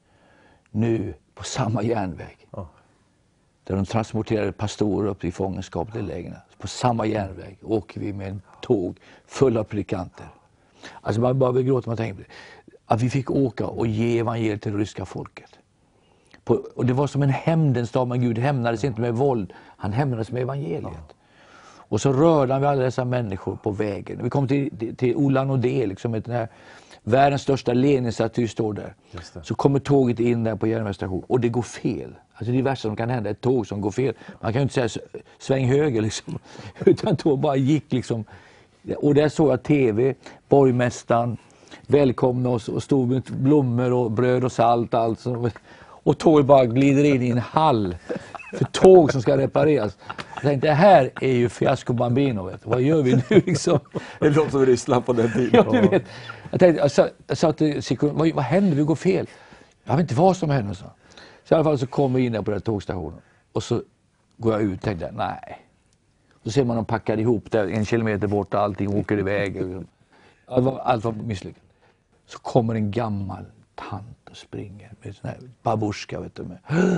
Nu på samma järnväg. Där de transporterade pastorer upp i fångenskap till lägena. På samma järnväg åker vi med en tåg full av predikanter. Alltså man bara vill gråta, man tänker på det. Att vi fick åka och ge evangeliet till det ryska folket. Och det var som en hämndens dag, men Gud hämnades inte med våld. Han hämnades med evangeliet. Och så rörde vi alla dessa människor på vägen. Vi kom till Ulan-Ude, liksom den här världens största Lenin-staty står där. Så kommer tåget in där på järnvägsstationen och det går fel. Alltså det är värsta som kan hända, ett tåg som går fel. Man kan ju inte säga sväng höger liksom. Utan tåg bara gick liksom. Och där såg jag tv, borgmästaren välkomna oss och stod med blommor och bröd och salt. Alltså. Och tåget bara glider in i en hall för tåg som ska repareras. Jag tänkte, det här är ju fiasko bambino. Vet du. Vad gör vi nu liksom? Det låter som Ryssland på den tiden. Ja, du vet. Jag tänkte, jag sa till Sikon, vad händer? Vi går fel. Jag vet inte vad som händer. Så i alla fall så kommer vi in där på den tågstationen. Och så går jag ut och tänkte, nej. Så ser man dem packade ihop där 1 kilometer bort och allting åker iväg. Allt var misslyckat. Så kommer en gammal tant och springer med sån här babushka, vet du.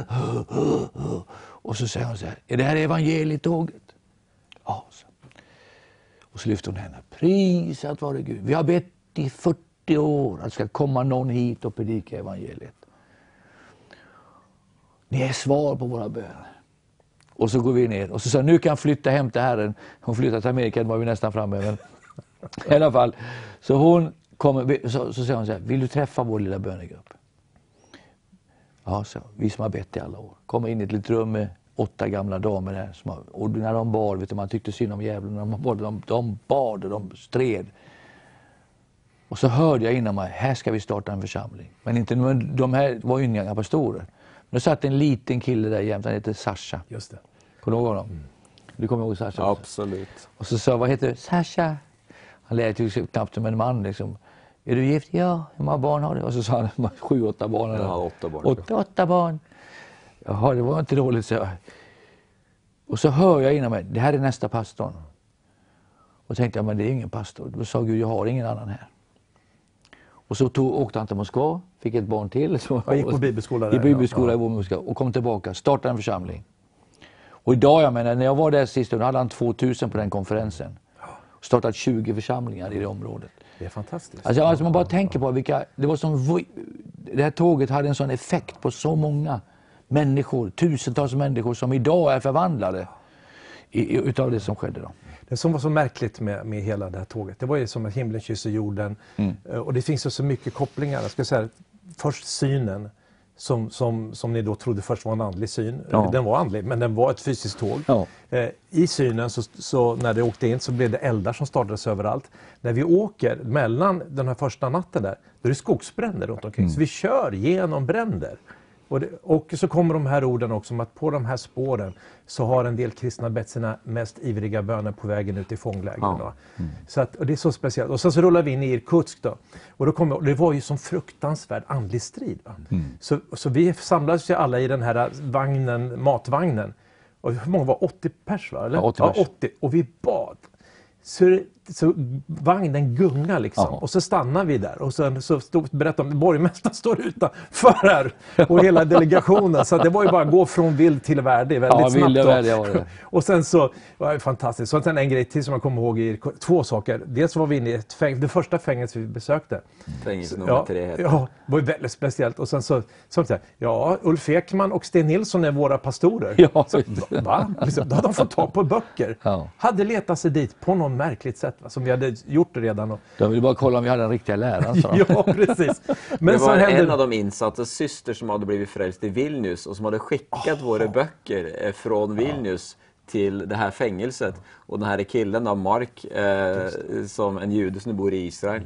Och så säger hon så här, är det här evangelietåget? Ja, så. Och så lyfter hon henne. Prisat vare Gud. Vi har bett i 40 år att det ska komma någon hit och predika evangeliet. Ni är svar på våra böner. Och så går vi ner. Och så sa nu kan jag flytta hem till Herren. Hon flyttade till Amerika, det var vi nästan framme. Men i alla fall. Så hon kommer, så säger hon så här, vill du träffa vår lilla bönegrupp? Ja, så vi som har bett i alla år. Kommer in i ett litet rum med 8 gamla damer där. Och när de bad, vet du, man tyckte synd om djävulen. De bad och de stred. Och så hörde jag inom mig, här ska vi starta en församling. Men inte, de här var ju inga pastorer. Men då satt en liten kille där jämt, han heter Sasha. Just det. Kommer du ihåg honom? Du kommer ihåg Sasha? Absolut. Och så sa, vad heter du? Sasha. Han lät ju knappt som en man liksom. Är du gift? Ja. Hur många barn har du? Och så sa han 7-8 barn. Jag har 8 barn. 8 barn. Jaha, det var inte dåligt, så. Och så hör jag inom mig, det här är nästa pastorn. Och tänkte jag, men det är ingen pastor. Då sa Gud, jag har ingen annan här. Och så åkte han till Moskva, fick ett barn till. Jag gick på bibelskola där. I bibelskola i Moskva och kom tillbaka, startade en församling. Och idag, jag menar, när jag var där sist, då hade han 2000 på den konferensen. Startat 20 församlingar i det området. Det är fantastiskt. Alltså man bara tänker på vilka, det var som, det här tåget hade en sån effekt på så många människor, tusentals människor som idag är förvandlade utav det som skedde då. Det som var så märkligt med hela det här tåget, det var ju som att himlen kysser jorden. Och det finns ju så mycket kopplingar. Jag ska säga, först synen. som ni då trodde först var en andlig syn. Ja. Den var andlig, men den var ett fysiskt tåg. Ja. I synen så när det åkte in så blev det eldar som startades överallt. När vi åker mellan den här första natten där, då är det skogsbränder runt omkring. Så vi kör genom bränder. Och så kommer de här orden också om att på de här spåren så har en del kristna bett sina mest ivriga böner på vägen ut i fånglägren. Ja. Så att, och det är så speciellt. Och sen så rullar vi in i Irkutsk då. Och det var ju som fruktansvärd andlig strid. Va? Så vi samlades ju alla i den här matvagnen. Och hur många var 80 pers va? Eller? Ja, 80 pers. Ja, 80. Och vi bad. Så vagnen gungar liksom. Ja. Och så stannar vi där. Och sen så berättar de, borgmästaren står utanför här. Och hela delegationen. Så det var ju bara att gå från vild till värdig väldigt snabbt. Vild och värdig var det. Och sen så var det fantastiskt. Så sen en grej till som jag kommer ihåg. Två saker. Dels var vi inne i det första fängelset vi besökte. Fängelse nummer 3 heter. Ja, det var ju väldigt speciellt. Och sen så ja, Ulf Ekman och Sten Nilsson är våra pastorer. Ja, så, va? Då hade de fått ta på böcker. Ja. Hade letat sig dit på något märkligt sätt. Va? Som vi hade gjort det redan. Och... De ville bara kolla om vi hade den riktiga läraren. Ja, precis. Men Det var sen en av de insatta syster som hade blivit frälst i Vilnius och som hade skickat våra böcker från Vilnius till det här fängelset. Och den här killen av Mark, som en jude som bor i Israel,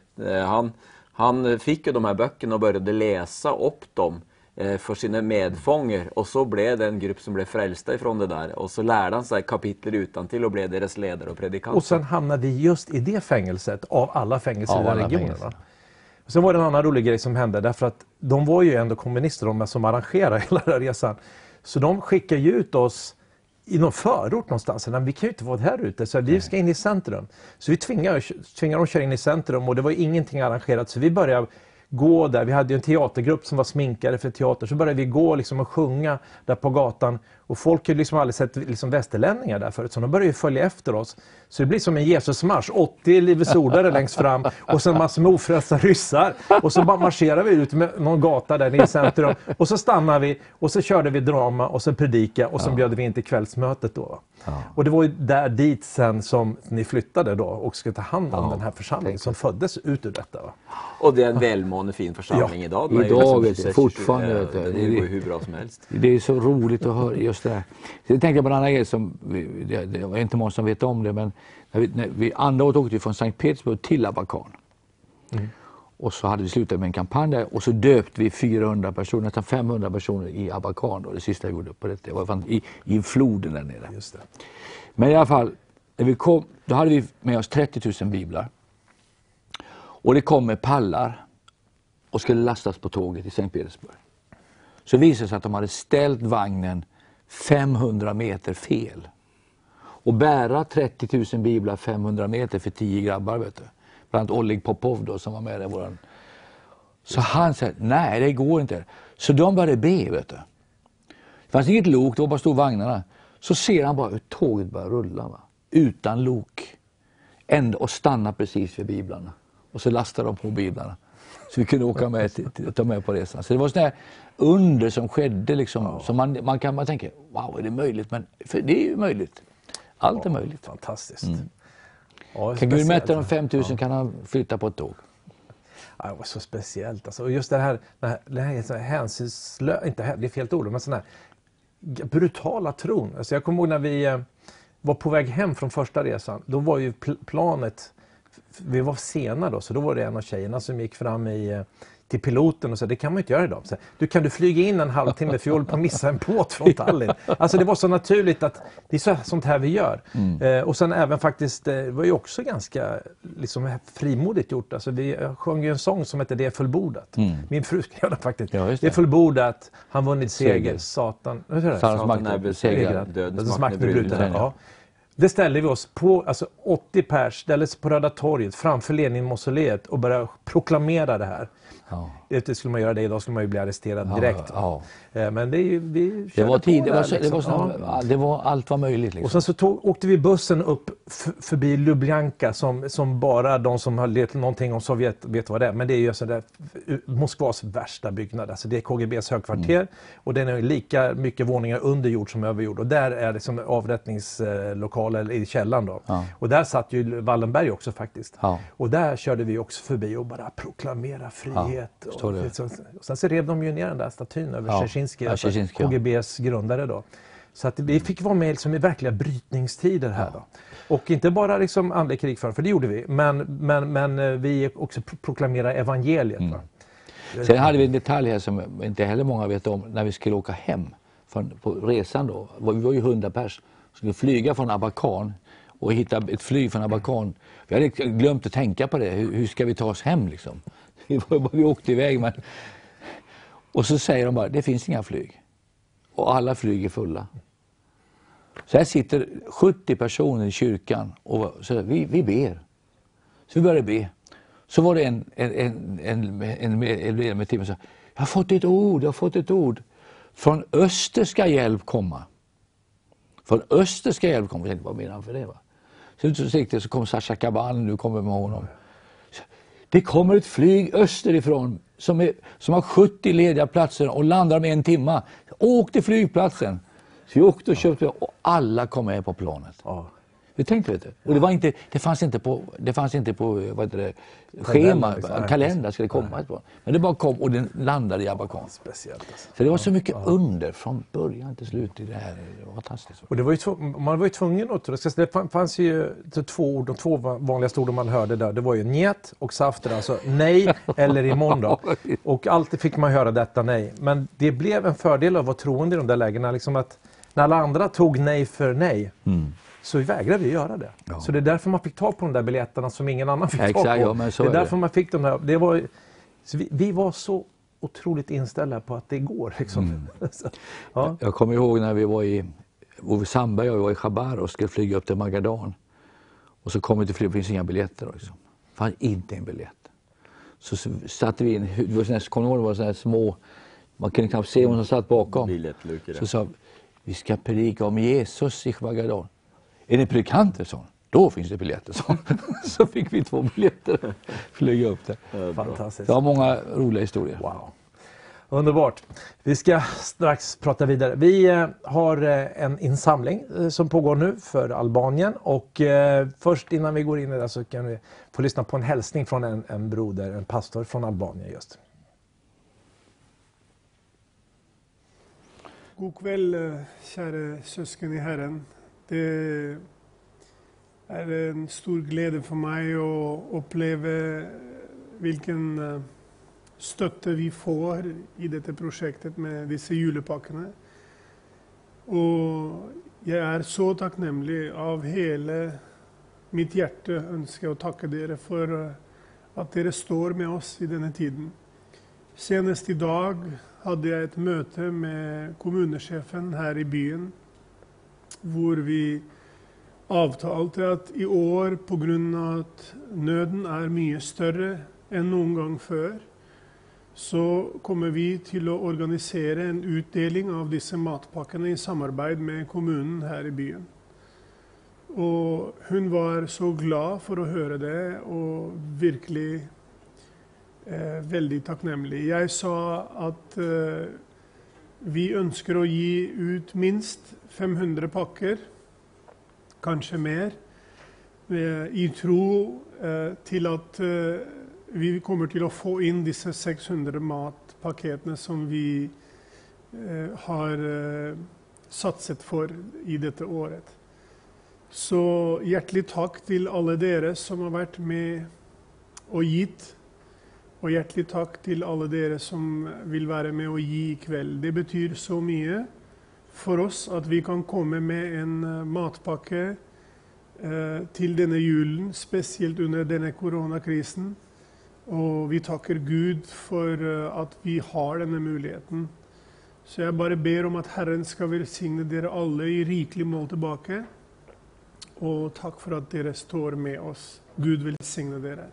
han fick ju de här böckerna och började läsa upp dem för sina medfånger. Och så blev det en grupp som blev frälsta ifrån det där. Och så lärde han sig kapitler utantill och blev deras ledare och predikant. Och sen hamnade vi just i det fängelset av alla fängelser i den regionen. Va? Sen var det en annan rolig grej som hände. Därför att de var ju ändå kommunister, de som arrangerade hela den här resan. Så de skickade ju ut oss i någon förort någonstans. Men vi kan ju inte vara här ute, så vi ska in i centrum. Så vi tvingade dem att köra in i centrum och det var ingenting arrangerat. Så vi började gå där. Vi hade ju en teatergrupp som var sminkare för teater. Så började vi gå liksom och sjunga där på gatan. Och folk har liksom aldrig sett liksom västerlänningar där förut. Så de började ju följa efter oss. Så det blir som en Jesusmarsch. 80 Livets Ordare längst fram. Och sen massor med ofrälsta ryssar. Och så bara marscherade vi ut med någon gata där i centrum. Och så stannade vi. Och så körde vi drama och så predika. Och så bjöd vi in till kvällsmötet då. Ja. Och det var ju där dit sen som ni flyttade då. Och skulle ta hand om den här församlingen som föddes ut ur detta. Va? Och det är en välmående fin församling idag. Idag vet du, fortfarande. Det går hur bra som helst. Det är så roligt att höra just det här. Jag tänkte på en annan grej som, det var inte många som vet om det, men när vi andra året åkte vi från Sankt Petersburg till Abakan. Och så hade vi slutat med en kampanj där och så döpte vi 400 personer, nästan 500 personer i Abakan då, det sista jag gjorde på det. Det var i floden där nere. Just det. Men i alla fall, när vi kom, då hade vi med oss 30 000 biblar. Och det kom med pallar och skulle lastas på tåget i Sankt Petersburg. Så visade det sig att de hade ställt vagnen 500 meter fel. Och bära 30 000 biblar 500 meter för 10 grabbar, vet du. Bland annat Oleg Popov då, som var med där. Så han sa, nej det går inte. Så de började be, vet du. Det fanns inget lok, det var bara stod vagnarna. Så ser han bara hur tåget börjar rulla, va? Utan lok. Och stanna precis vid biblarna. Och så lastade de på biblarna. Så vi kunde åka med ta med på resan. Så det var sådana här under som skedde liksom. Så man tänker, wow, är det möjligt? Men för det är ju möjligt. Allt är möjligt. Fantastiskt. Ja, kan Gud mäta de 5 000 kan han flytta på ett tåg. Ja, det var så speciellt. Alltså, och just det här hänsynslösa, inte det är fel ord, men sån här brutala tron. Alltså, jag kommer ihåg när vi var på väg hem från första resan. Då var ju planet, vi var sena då, så då var det en av tjejerna som gick fram till piloten och sa, det kan man inte göra idag. Så, kan du flyga in en halvtimme för jag håller på att missa en båt från Tallinn. Alltså det var så naturligt att det är sånt här vi gör. Och sen även faktiskt, det var ju också ganska liksom, frimodigt gjort. Alltså vi sjöng ju en sång som heter Det är fullbordat. Min fru skrev den faktiskt. Ja, det är fullbordat, han vunnit seger. Satan, Satans makt är besegrad, dödens makt är bruten. Ja. Det ställde vi oss på, alltså 80 pers ställdes på Röda torget framför Lenin-mausoleet och började proklamera det här. Ja. Det skulle man göra det idag, skulle man ju bli arresterad direkt. Ja. Men det är ju, det var tid, det var allt var möjligt. Liksom. Och sen så åkte vi bussen upp förbi Lubjanka som bara de som har lärt någonting om Sovjet vet vad det är. Men det är ju så där, Moskvas värsta byggnad. Alltså det är KGBs högkvarter och den är lika mycket våningar under jord som över jord. Och där är det som avrättningslokaler i källaren då. Ja. Och där satt ju Wallenberg också faktiskt. Ja. Och där körde vi också förbi och bara proklamera frihet. Ja, och sen så rev de ju ner den där statyn över Dzerzjinskij, alltså Dzerzjinskij, KGBs grundare då. Så att vi fick vara med liksom i verkliga brytningstider här då. Och inte bara liksom andlig krigföring, för det gjorde vi, men vi också proklamerade evangeliet. Va? Sen hade vi en detalj här som inte heller många vet om, när vi skulle åka hem på resan då. Vi var ju 100 pers, skulle flyga från Abakan och hitta ett flyg från Abakan. Vi hade glömt att tänka på det, hur ska vi ta oss hem liksom? Vi åkte iväg, men... Och så säger de bara, det finns inga flyg. Och alla flyg är fulla. Så här sitter 70 personer i kyrkan och så vi ber. Så vi började be. Så var det en med timmen som sa, jag har fått ett ord. Från öster ska hjälp komma. Från öster ska hjälp komma. Jag tänkte, vad menar han för det, va? Så kom Sasha Kaban, nu kommer med honom. Det kommer ett flyg österifrån som har 70 lediga platser och landar om 1 timme. Åk till flygplatsen. Så vi åkte och köpte och alla kom med på planet. Ja. Vi tänkte, vet du. Och det fanns inte på vad heter det, schema, kalender skulle komma ett plan. Men det bara kom och den landade i Abakan. Speciellt alltså. Så det var så mycket under från början till slut i det här. Det var fantastiskt. Och det var ju man var ju tvungen att, det fanns ju de två vanligaste orden man hörde där. Det var ju njet och safter, alltså nej eller imorgon då. Och alltid fick man höra detta nej. Men det blev en fördel av att vara troende i de där lägena, liksom att när alla andra tog nej för nej. Så vägrade vi göra det. Ja. Så det är därför man fick ta på de där biljetterna som ingen annan fick ta på. Ja, men så det är därför man fick de här. Vi var så otroligt inställda på att det går. Liksom. Så, ja. Jag kommer ihåg när vi var i Ove Sandberg och vi var i Chabar och skulle flyga upp till Magadan. Och så kom vi till flyget, det finns inga biljetter. Liksom. Det fanns inte en biljett. Så satte vi in, det var sådana här små, man kunde knappt se vem som satt bakom. Så sa vi ska predika om Jesus i Magadan. Är ni predikanter, så? Då finns det biljetter, så. Så fick vi 2 biljetter flyga upp där. Fantastiskt. Det var många roliga historier. Wow. Underbart. Vi ska strax prata vidare. Vi har en insamling som pågår nu för Albanien. Och först innan vi går in i det så kan vi få lyssna på en hälsning från en broder, en pastor från Albanien just. God kväll, kära syskon i Herren. Det är en stor glädje för mig att uppleva vilken stötte vi får i detta projektet med dessa julepackerna. Och jag är så tacknämlig av hela mitt hjärta önskar och tacka er för att ni står med oss i denna tiden. Senast idag hade jag ett möte med kommunchefen här i byn, hvor vi avtalte att i år, på grund av att nöden är mycket större än någon gång förr, så kommer vi till att organisera en utdelning av dessa matpackarna i samarbete med kommunen här i byn. Och hon var så glad för att höra det och verkligen väldigt tacknämlig. Jag sa att vi önskar att ge ut minst 500 packer, kanske mer, i tro till att vi kommer till att få in dessa 600 matpaketen som vi har satsat för i detta året. Så hjärtligt tack till alla er som har varit med och gett. Och hjärtligt tack till alla er som vill vara med och ge ikväll. Det betyder så mycket för oss att vi kan komma med en matpacke till denna julen, speciellt under denna coronakrisen. Och vi tackar Gud för att vi har denna möjligheten. Så jag bara ber om att Herren ska välsigna er alla i riklig mål tillbaka. Och tack för att ni står med oss. Gud välsigna er.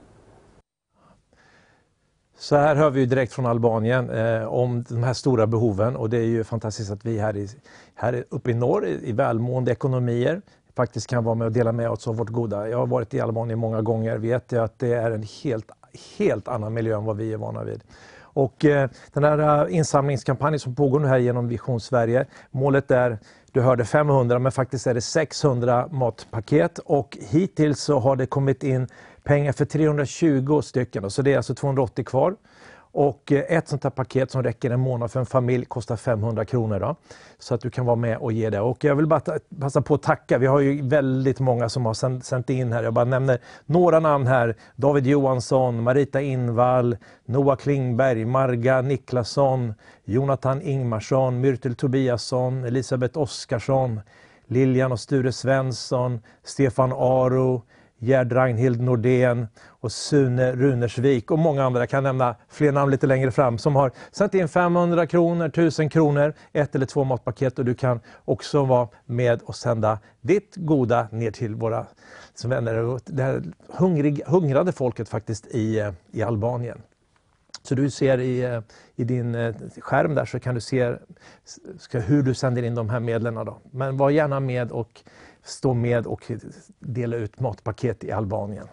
Så här hör vi ju direkt från Albanien om de här stora behoven, och det är ju fantastiskt att vi här uppe i norr i välmående ekonomier faktiskt kan vara med och dela med oss av vårt goda. Jag har varit i Albanien många gånger, vet jag att det är en helt annan miljö än vad vi är vana vid. Och den här insamlingskampanjen som pågår nu här genom Vision Sverige, målet är, du hörde 500, men faktiskt är det 600 matpaket, och hittills så har det kommit in pengar för 320 stycken, så det är alltså 280 kvar. Och ett sånt här paket som räcker en månad för en familj kostar 500 kronor då. Så att du kan vara med och ge det. Och jag vill bara passa på att tacka. Vi har ju väldigt många som har sänt in här. Jag bara nämner några namn här. David Johansson, Marita Invall, Noah Klingberg, Marga Niklasson, Jonathan Ingmarsson, Myrtil Tobiasson, Elisabeth Oskarsson, Lilian och Sture Svensson, Stefan Aro, Gerd Ragnhild Nordén och Sune Runersvik och många andra. Jag kan nämna fler namn lite längre fram som har sänt in 500 kronor, 1000 kronor, 1 eller 2 matpaket, och du kan också vara med och sända ditt goda ner till våra vänner, det här hungrade folket faktiskt i Albanien. Så du ser i din skärm där, så kan du se hur du sänder in de här medlen då. Men var gärna med och stå med och dela ut matpaket i Albanien.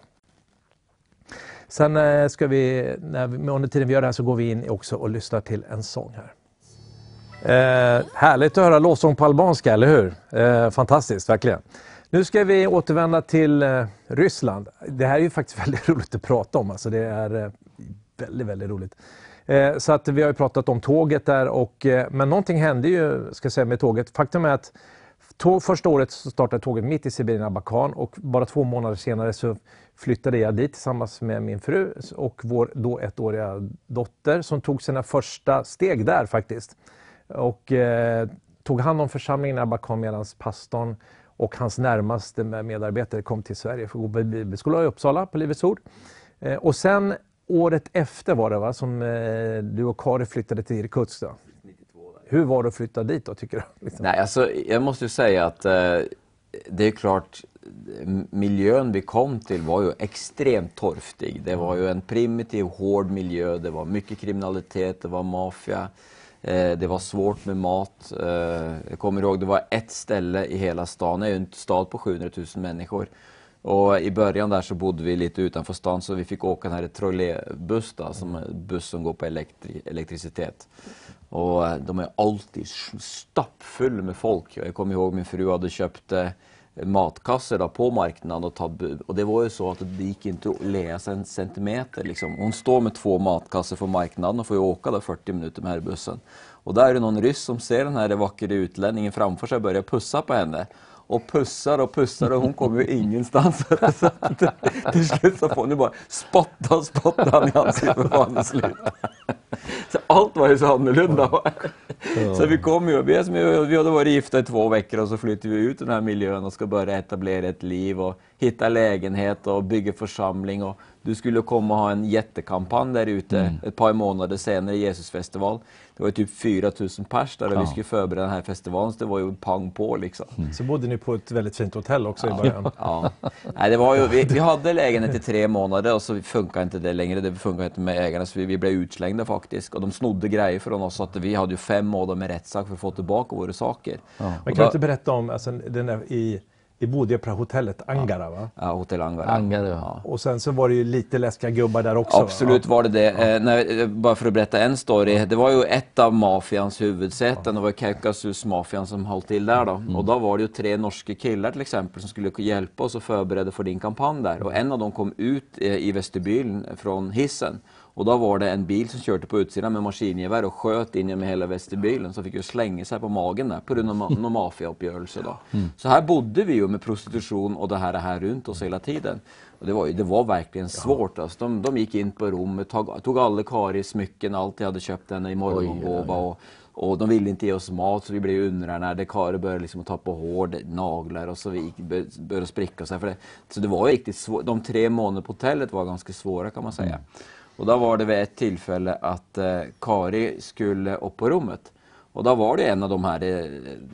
Sen ska vi, under tiden vi gör det här, så går vi in också och lyssnar till en sång här. Härligt att höra lovsång på albanska, eller hur? Fantastiskt, verkligen. Nu ska vi återvända till Ryssland. Det här är ju faktiskt väldigt roligt att prata om. Alltså det är väldigt, väldigt roligt. Så att vi har ju pratat om tåget där, men någonting hände ju, ska jag säga, med tåget. Faktum är att första året så startade tåget mitt i Sibirien, Abakan, och bara 2 månader senare så flyttade jag dit tillsammans med min fru och vår då 1-åriga dotter, som tog sina första steg där faktiskt. Och tog hand om församlingen i Abakan medan pastorn och hans närmaste medarbetare kom till Sverige för att gå på bibelskola i Uppsala på Livets Ord. Och sen året efter var det, som du och Kari flyttade till Irkutsk då. Hur var det att flytta dit då, tycker du? Liksom? Nej, alltså, jag måste ju säga att det är klart, miljön vi kom till var ju extremt torftig. Det var ju en primitiv, hård miljö, det var mycket kriminalitet, det var maffia, det var svårt med mat. Jag kommer ihåg, det var ett ställe i hela stan, det är ju en stad på 700 000 människor. Och i början där så bodde vi lite utanför stan, så vi fick åka den här trolleybuss då, som är buss som går på elektricitet. Och de är alltid stappfulla med folk. Jag kommer ihåg min fru hade köpt matkassar då på marknaden och det var ju så att det gick inte att läsa en centimeter liksom. Hon står med 2 matkassar på marknaden och får ju åka då 40 minuter med här bussen. Och där är det någon ryss som ser den här vackra utlänningen framför sig och börjar pussa på henne. Och pussar och hon kommer ju ingenstans. Så till slut så får hon bara spotta han i ansiktet för fan och slut. Så allt var ju så annorlunda. Så vi kom ju, vi hade varit gifta i 2 veckor och så flyttade vi ut i den här miljön och ska börja etablera ett liv och hitta lägenhet och bygga församling. Och du skulle komma och ha en jättekampanj där ute ett par månader senare i Jesusfestival. Det var typ 4000 pers där och vi skulle förbereda den här festivalen, så det var ju pang på liksom. Så bodde ni på ett väldigt fint hotell också i början? Ja. Nej, det var ju, vi hade lägenhet i 3 månader och så funkar inte det längre. Det funkar inte med ägarna, så vi blev utslängda faktiskt. Och de snodde grejer från oss, så att vi hade ju 5 månader med rättssak för att få tillbaka våra saker. Ja. Men kan du inte berätta om den där i bodde på hotellet Angara, va? Ja, hotell Angara. Ja. Och sen så var det ju lite läskiga gubbar där också. Absolut var det. Bara för att berätta en story. Det var ju ett av mafians huvudsäten. Det var Kaukasus-mafian som höll till där då. Och då var det ju 3 norska killar till exempel som skulle hjälpa oss och förbereda för din kampanj där. Och en av dem kom ut i vestibylen från hissen. Och då var det en bil som körde på utsidan med maskingevär och sköt in med hela vestibylen, så fick ju slänga sig på magen där på grund av någon maffiauppgörelse då. Så här bodde vi ju med prostitution och det här runt oss hela tiden. Och det var verkligen svårt. Alltså. De gick in på rummet, tog alla Karis smycken, allt jag hade köpt henne i morgongåva och de ville inte ge oss mat, så vi blev undrar när Kari började liksom ta på hård naglar och så vi började spricka sig för det. Så det var riktigt svårt. De 3 månader på hotellet var ganska svåra, kan man säga. Och då var det vid ett tillfälle att Kari skulle upp på rummet. Och då var det en av de här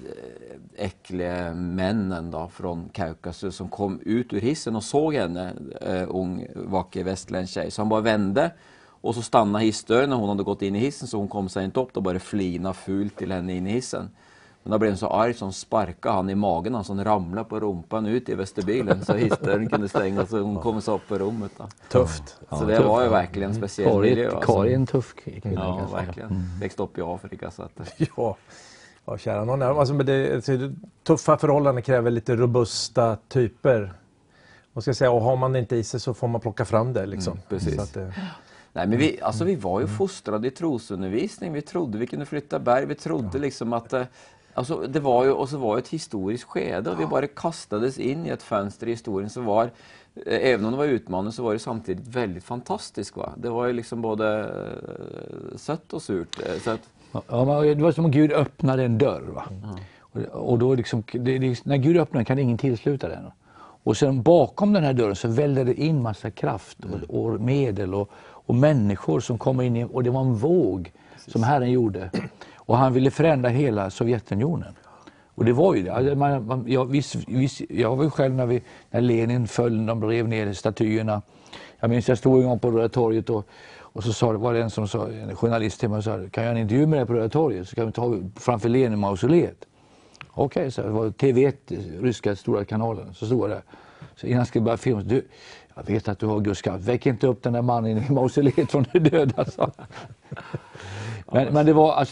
äckliga männen då, från Kaukasus som kom ut ur hissen och såg henne, ung, vacker västländsk tjej. Så han bara vände och så stannade hissdörren när hon hade gått in i hissen, så hon kom sig inte upp och började flina fult till henne in i hissen. Men då blev han så arg som sparkade han i magen, han som ramlade på rumpan ut i vestibylen så hissdörren kunde stängas och hon kom så upp på rummet. Då. Tufft. Så det var ju verkligen en speciell miljö. Karin är en tuff kvinna. Ja, verkligen. Växte upp i Afrika. Så att... Ja, kära någon. Alltså, tuffa förhållanden kräver lite robusta typer. Och ska säga, och har man det inte i sig så får man plocka fram det. Liksom. Precis. Så att, Nej, men vi var ju fostrade i trosundervisning. Vi trodde vi kunde flytta berg. Vi trodde liksom att... Alltså, det var ju, och så var det ett historiskt skede och vi bara kastades in i ett fönster i historien som var, även om det var utmanande så var det samtidigt väldigt fantastiskt. Va? Det var ju liksom både sött och surt. Så att... Ja, det var som om Gud öppnade en dörr. Va? Och då liksom, när Gud öppnar kan ingen tillsluta den. Och sen bakom den här dörren så vällde det in massa kraft och medel och människor som kom in i, och det var en våg som Herren gjorde. Och han ville förändra hela Sovjetunionen. Och det var ju det. Alltså jag var ju själv när Lenin föll, de rev ner statyerna. Jag minns jag stod en gång på Röda torget och så var det en journalist till mig och sa, kan jag ha en intervju med dig på Röda torget så kan vi ta framför Lenin-mausoleet. Okej, så det var TV1, ryska stora kanalen, så stod jag där. Så innan jag skulle börja filma, jag vet att du har Guds kraft, väck inte upp den där mannen i mausoleet från de döda. Men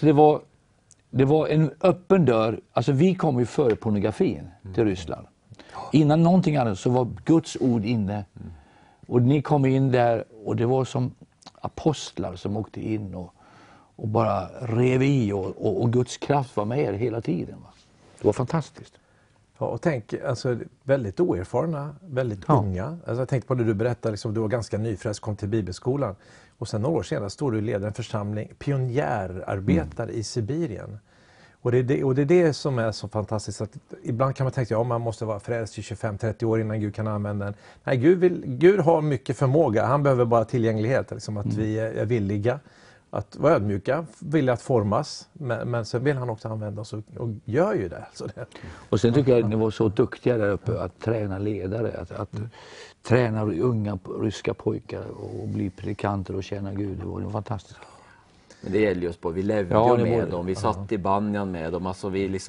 det var en öppen dörr. Alltså vi kom ju före pornografin till Ryssland. Innan någonting annat så var Guds ord inne. Och ni kom in där och det var som apostlar som åkte in och bara rev i och Guds kraft var med er hela tiden. Va? Det var fantastiskt. Ja, och tänk, alltså väldigt oerfarna, väldigt unga. Alltså, jag tänkte på det du berättade, liksom, du var ganska nyfrälst, kom till bibelskolan. Och sen några år senare stod du och ledde en församling, pionjärarbetare i Sibirien. Och det är det som är så fantastiskt. Att ibland kan man tänka att man måste vara frälst i 25-30 år innan Gud kan använda den. Nej, Gud har mycket förmåga. Han behöver bara tillgänglighet. Liksom, att vi är villiga att vara ödmjuka, vilja att formas. Men sen vill han också använda oss och gör ju det. Så det. Och sen tycker jag att ni var så duktiga där uppe att träna ledare. Att träna unga ryska pojkar och bli predikanter och tjäna Gud. Det var fantastiskt. Men det gäller just på, vi levde med dem, vi satt i Banjan med dem, alltså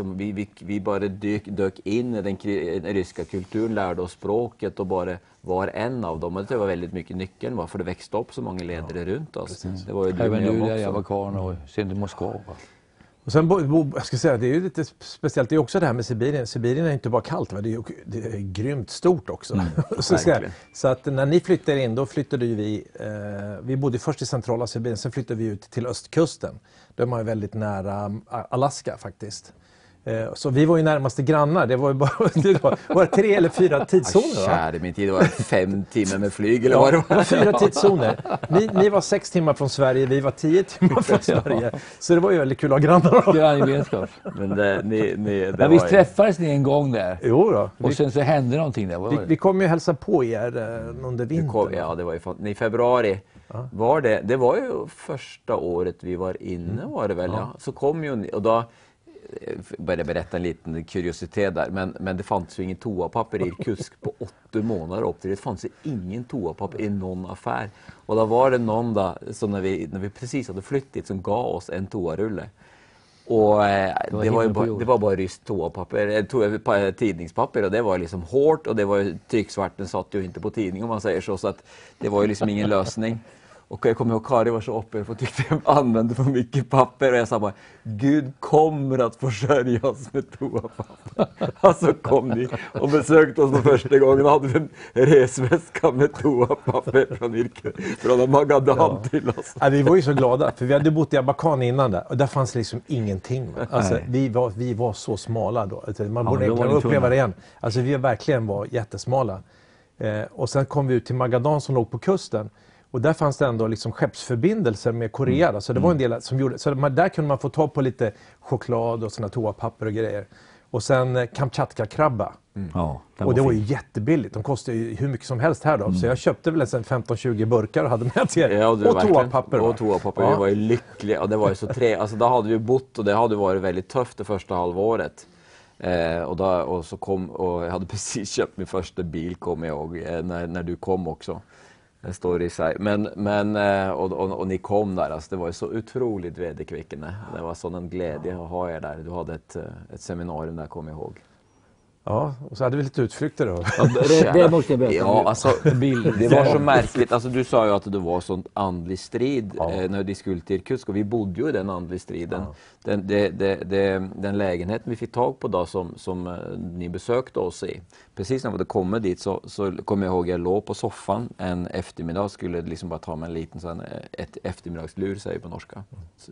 vi bara dök in i den ryska kulturen, lärde oss språket och bara var en av dem. Och det var väldigt mycket nyckeln, varför det växte upp så många ledare runt oss. Det var ju även du där jag var kvar och sen till Moskva. Och sen, jag ska säga, det är ju lite speciellt, det är också det här med Sibirien. Sibirien är inte bara kallt, det är grymt stort också. Så att när ni flyttade in, då flyttade vi bodde först i centrala Sibirien, sen flyttade vi ut till östkusten. Då är man ju väldigt nära Alaska faktiskt. Så vi var ju närmaste grannar, det var ju bara var det 3 eller 4 tidszoner. Kär i min tid, det var 5 timmar med flyg eller vad det var. 4 tidszoner. Ni var 6 timmar från Sverige, vi var 10 timmar från Sverige. Så det var ju väldigt kul att ha grannar. Men vi träffades ni en gång där. Jo då. Och sen så hände någonting där. Vi kom ju hälsa på er under vintern. Ja, det var ju i februari. Det var ju första året vi var inne var det väl. Ja. Så kom ju och då började berätta en liten kuriositet där, men det fanns ju ingen toapapper i Irkutsk på 8 månader upp till det fanns ju ingen toapapper i någon affär. Och då var det någon då, så när vi precis hade flyttat som gav oss en toarulle. Och det var bara ryskt toapapper, tidningspapper och det var liksom hårt och det var trycksvarten satt ju inte på tidning om man säger så att det var ju liksom ingen lösning. Och jag kommer ihåg Kari var så uppe och tyckte jag använde för mycket papper och jag sa bara, Gud kommer att försörja oss med toapapper. Alltså kom ni och besökte oss för första gången och hade en resväska med toapapper från Magadan till oss. Ja, vi var ju så glada för vi hade bott i Abakan innan där och där fanns liksom ingenting. Alltså, vi var så smala då. Man borde uppleva det igen. Alltså vi verkligen var jättesmala. Och sen kom vi ut till Magadan som låg på kusten. Och där fanns det ändå liksom skeppsförbindelser med Korea. Så det var en del som gjorde... Så där kunde man få ta på lite choklad och såna toapapper och grejer. Och sen Kamchatka-krabba. Ja, och det var ju jättebilligt. De kostade ju hur mycket som helst här då. Så jag köpte väl 15-20 burkar och hade med till er. Ja, och toapapper. Och toapapper. Vi var ju lyckliga. Och det var ju så alltså då hade vi bott och det hade varit väldigt tufft det första halvåret. Och jag hade precis köpt min första bil, kommer jag ihåg, när du kom också. Det står i sig. Och ni kom där, alltså det var ju så otroligt vederkvickande. Det var sån en glädje att ha er där. Du hade ett seminarium där, kommer jag ihåg. Ja, och så hade vi lite utflykter då. Ja, det måste jag berätta. Ja, alltså, det var så märkligt. Alltså, du sa ju att det var sån andlig strid när vi skulle till Irkutsk, och vi bodde ju i den andlig striden. Ja. Den lägenheten vi fick tag på då, som ni besökte oss i. Precis när vi hade kommit dit så kommer jag ihåg, jag låg på soffan en eftermiddag, skulle liksom bara ta mig en liten ett eftermiddagslur, säger på norska.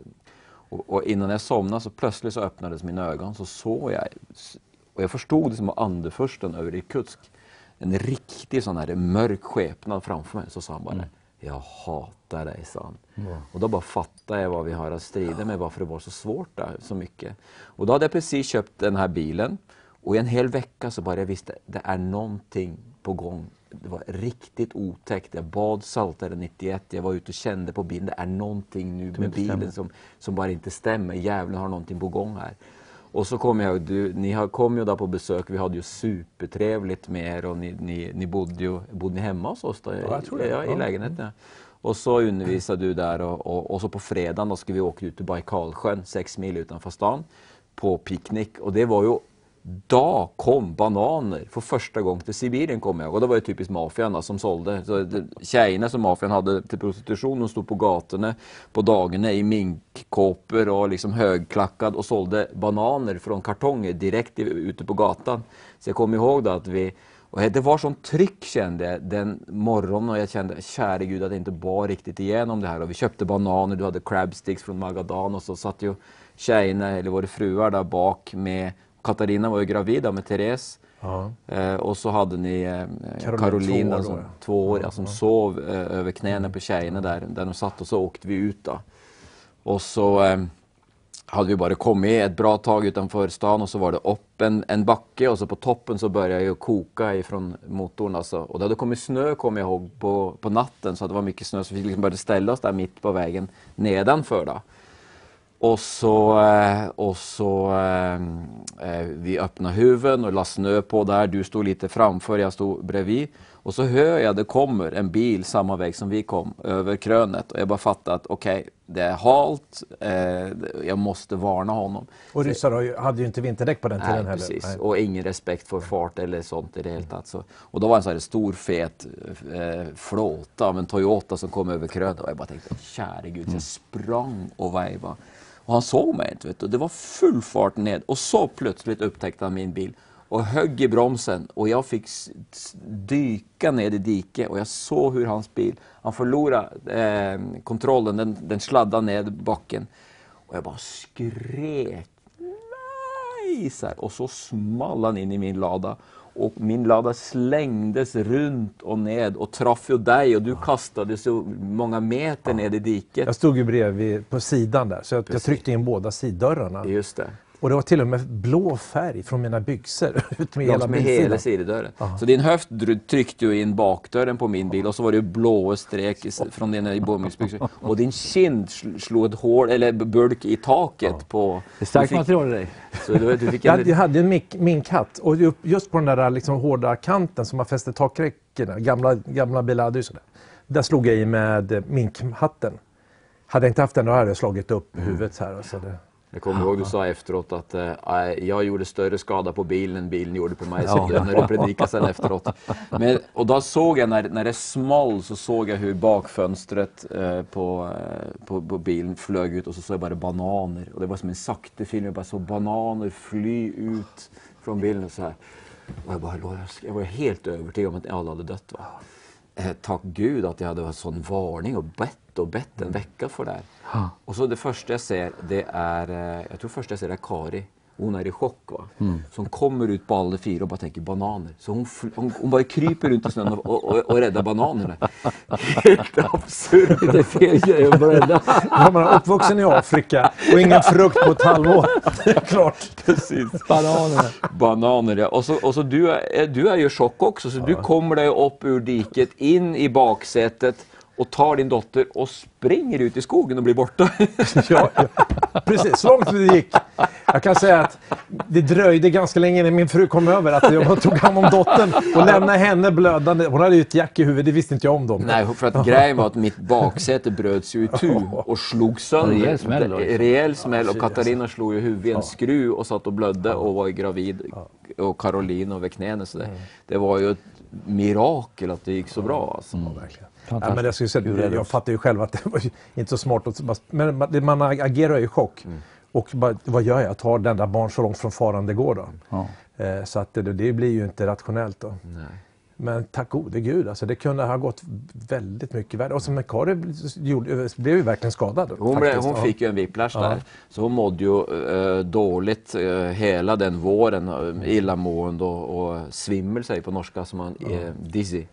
Och innan jag somnade så plötsligt så öppnades mina ögon, så såg jag. Och jag förstod det som andeförsten över Irkutsk. En riktig sån här mörk skepnad framför mig. Så sa han bara, jag hatar dig, sa han. Och då bara fattade jag vad vi har att strida med, varför det var så svårt där, så mycket. Och då hade jag precis köpt den här bilen. Och i en hel vecka så bara jag visste, det är någonting på gång. Det var riktigt otäckt. Jag bad Psaltaren 91. Jag var ute och kände på bilen. Det är någonting nu med bilen som bara inte stämmer. Djävulen har någonting på gång här. Och så kom jag, ni kom ju där på besök, vi hade ju supertrevligt med er, och ni bodde ni hemma hos oss då? Ja, jag tror det. I lägenheten. Och så undervisade du där, och så på fredagen då skulle vi åka ut till Baikalsjön, 6 mil utanför stan, på picknick. Och det var ju, då kom bananer för första gången till Sibirien, kommer jag. Och det var ju typiskt maffian som sålde. Så tjejerna som maffian hade till prostitution, de stod på gatorna på dagarna i minkkåpor och liksom högklackad och sålde bananer från kartonger direkt ute på gatan. Så jag kommer ihåg då att och det var sån tryck, kände jag den morgonen, och jag kände, käre Gud, att det inte bar riktigt igenom det här. Och vi köpte bananer, du hade crab sticks från Magadan, och så satt ju tjejerna, eller våra fruar där bak med, Katarina var ju gravida med Therese. Ja. Och så hade ni Carolina som 2 år, som sov över knäna på tjejerna där de satt, och så åkte vi ut då. Och så hade vi bara kommit ett bra tag utanför stan, och så var det upp en backe, och så på toppen så började jag koka ifrån motorn alltså. Och det hade kommit snö, kommer jag ihåg, på natten, så det var mycket snö, så vi liksom började ställa oss där mitt på vägen nedanför då. Och så vi öppnade huven och la snö på där. Du stod lite framför, jag stod bredvid. Och så hör jag, det kommer en bil samma väg som vi kom, över krönet. Och jag bara fattade att okej, det är halt. Jag måste varna honom. Och ryssar hade ju inte vinterdäck på den tiden heller. Precis. Nej. Och ingen respekt för fart eller sånt i det hela tatt. Och då var en sån här stor fet flåta av en Toyota som kom över krönet. Och jag bara tänkte, käre Gud, jag sprang och vajvade. Och han såg mig inte, vet du. Det var full fart ned. Och så plötsligt upptäckte han min bil. Och högg i bromsen. Och jag fick dyka ned i diket. Och jag såg hur hans bil, han förlorade kontrollen. Den sladdade ned backen. Och jag bara skrek. Nej! Och så small han in i min lada. Och min lada slängdes runt och ned och träff ju dig, och du kastade så många meter ned i diket. Jag stod ju bredvid på sidan där, så jag tryckte in båda siddörrarna. Just det. Och det var till och med blå färg från mina byxor ut med hela sidodörren. Så din höft tryckte ju in bakdörren på min bil, och så var det blå streck från dina bomullsbyxor. Och din kind slog ett hål, eller bulk i taket på... Det är starkt material i dig. Så du fick jag hade en minkhatt, och just på den där liksom hårda kanten som man fäste takräckena, gamla bilar hade ju sådär. Där slog jag i med minkhatten. Hade jag inte haft den, då hade jag slagit upp huvudet så här. Och så det... Jag kommer ihåg du sa efteråt att jag gjorde större skada på bilen än bilen gjorde på mig, när du predikade sen efteråt. Och då såg jag, när det small, så såg jag hur bakfönstret på bilen flög ut, och så såg jag bara bananer. Och det var som en sakte film, jag bara såg bananer fly ut från bilen och så här. Och jag var helt övertygad om att alla hade dött. Va? Tack Gud att jag hade en sån varning och bett en vecka för det här. Och så det första jag ser, det är, jag tror första jag ser är Kari. Hon är i chock, va? Så hon kommer ut på alla 4 och bara tänker bananer. Så hon bara kryper runt i snön och räddar bananerna. Helt absurt. Det är fel grej att rädda. Man är uppvuxen i Afrika och ingen frukt på ett halvår. Klart. Precis. Bananer, ja. Och så du är ju i chock också. Så du kommer dig upp ur diket, in i baksätet och tar din dotter och springer ut i skogen och blir borta. Ja, precis. Så långt det gick. Jag kan säga att det dröjde ganska länge innan min fru kom över att jag tog hand om dottern och lämnade henne blödande. Hon hade ju ett jack i huvudet, det visste inte jag om dem. Nej, för att grejen var att mitt baksäte bröts ju itu och slog sönder. Rejäl smäll och Katarina slog ju huvudet i en skruv och satt och blödde och var gravid. Och Caroline och Veknäne. Så det var ju ett mirakel att det gick så bra. Alltså. Verkligen. Ja, men jag, jag fattar ju själv att det var inte så smart. Men man agerar ju i chock. Och vad gör jag? Jag tar den där barn så långt från faran det går då. Så att det blir ju inte rationellt då. Nej. Men tack gode Gud, alltså det kunde ha gått väldigt mycket värre. Och som Kari blev ju verkligen skadad. Hon fick ju en whiplash där. Så hon mådde ju dåligt hela den våren. Illamående och svimmel säger på norska som man dizzy.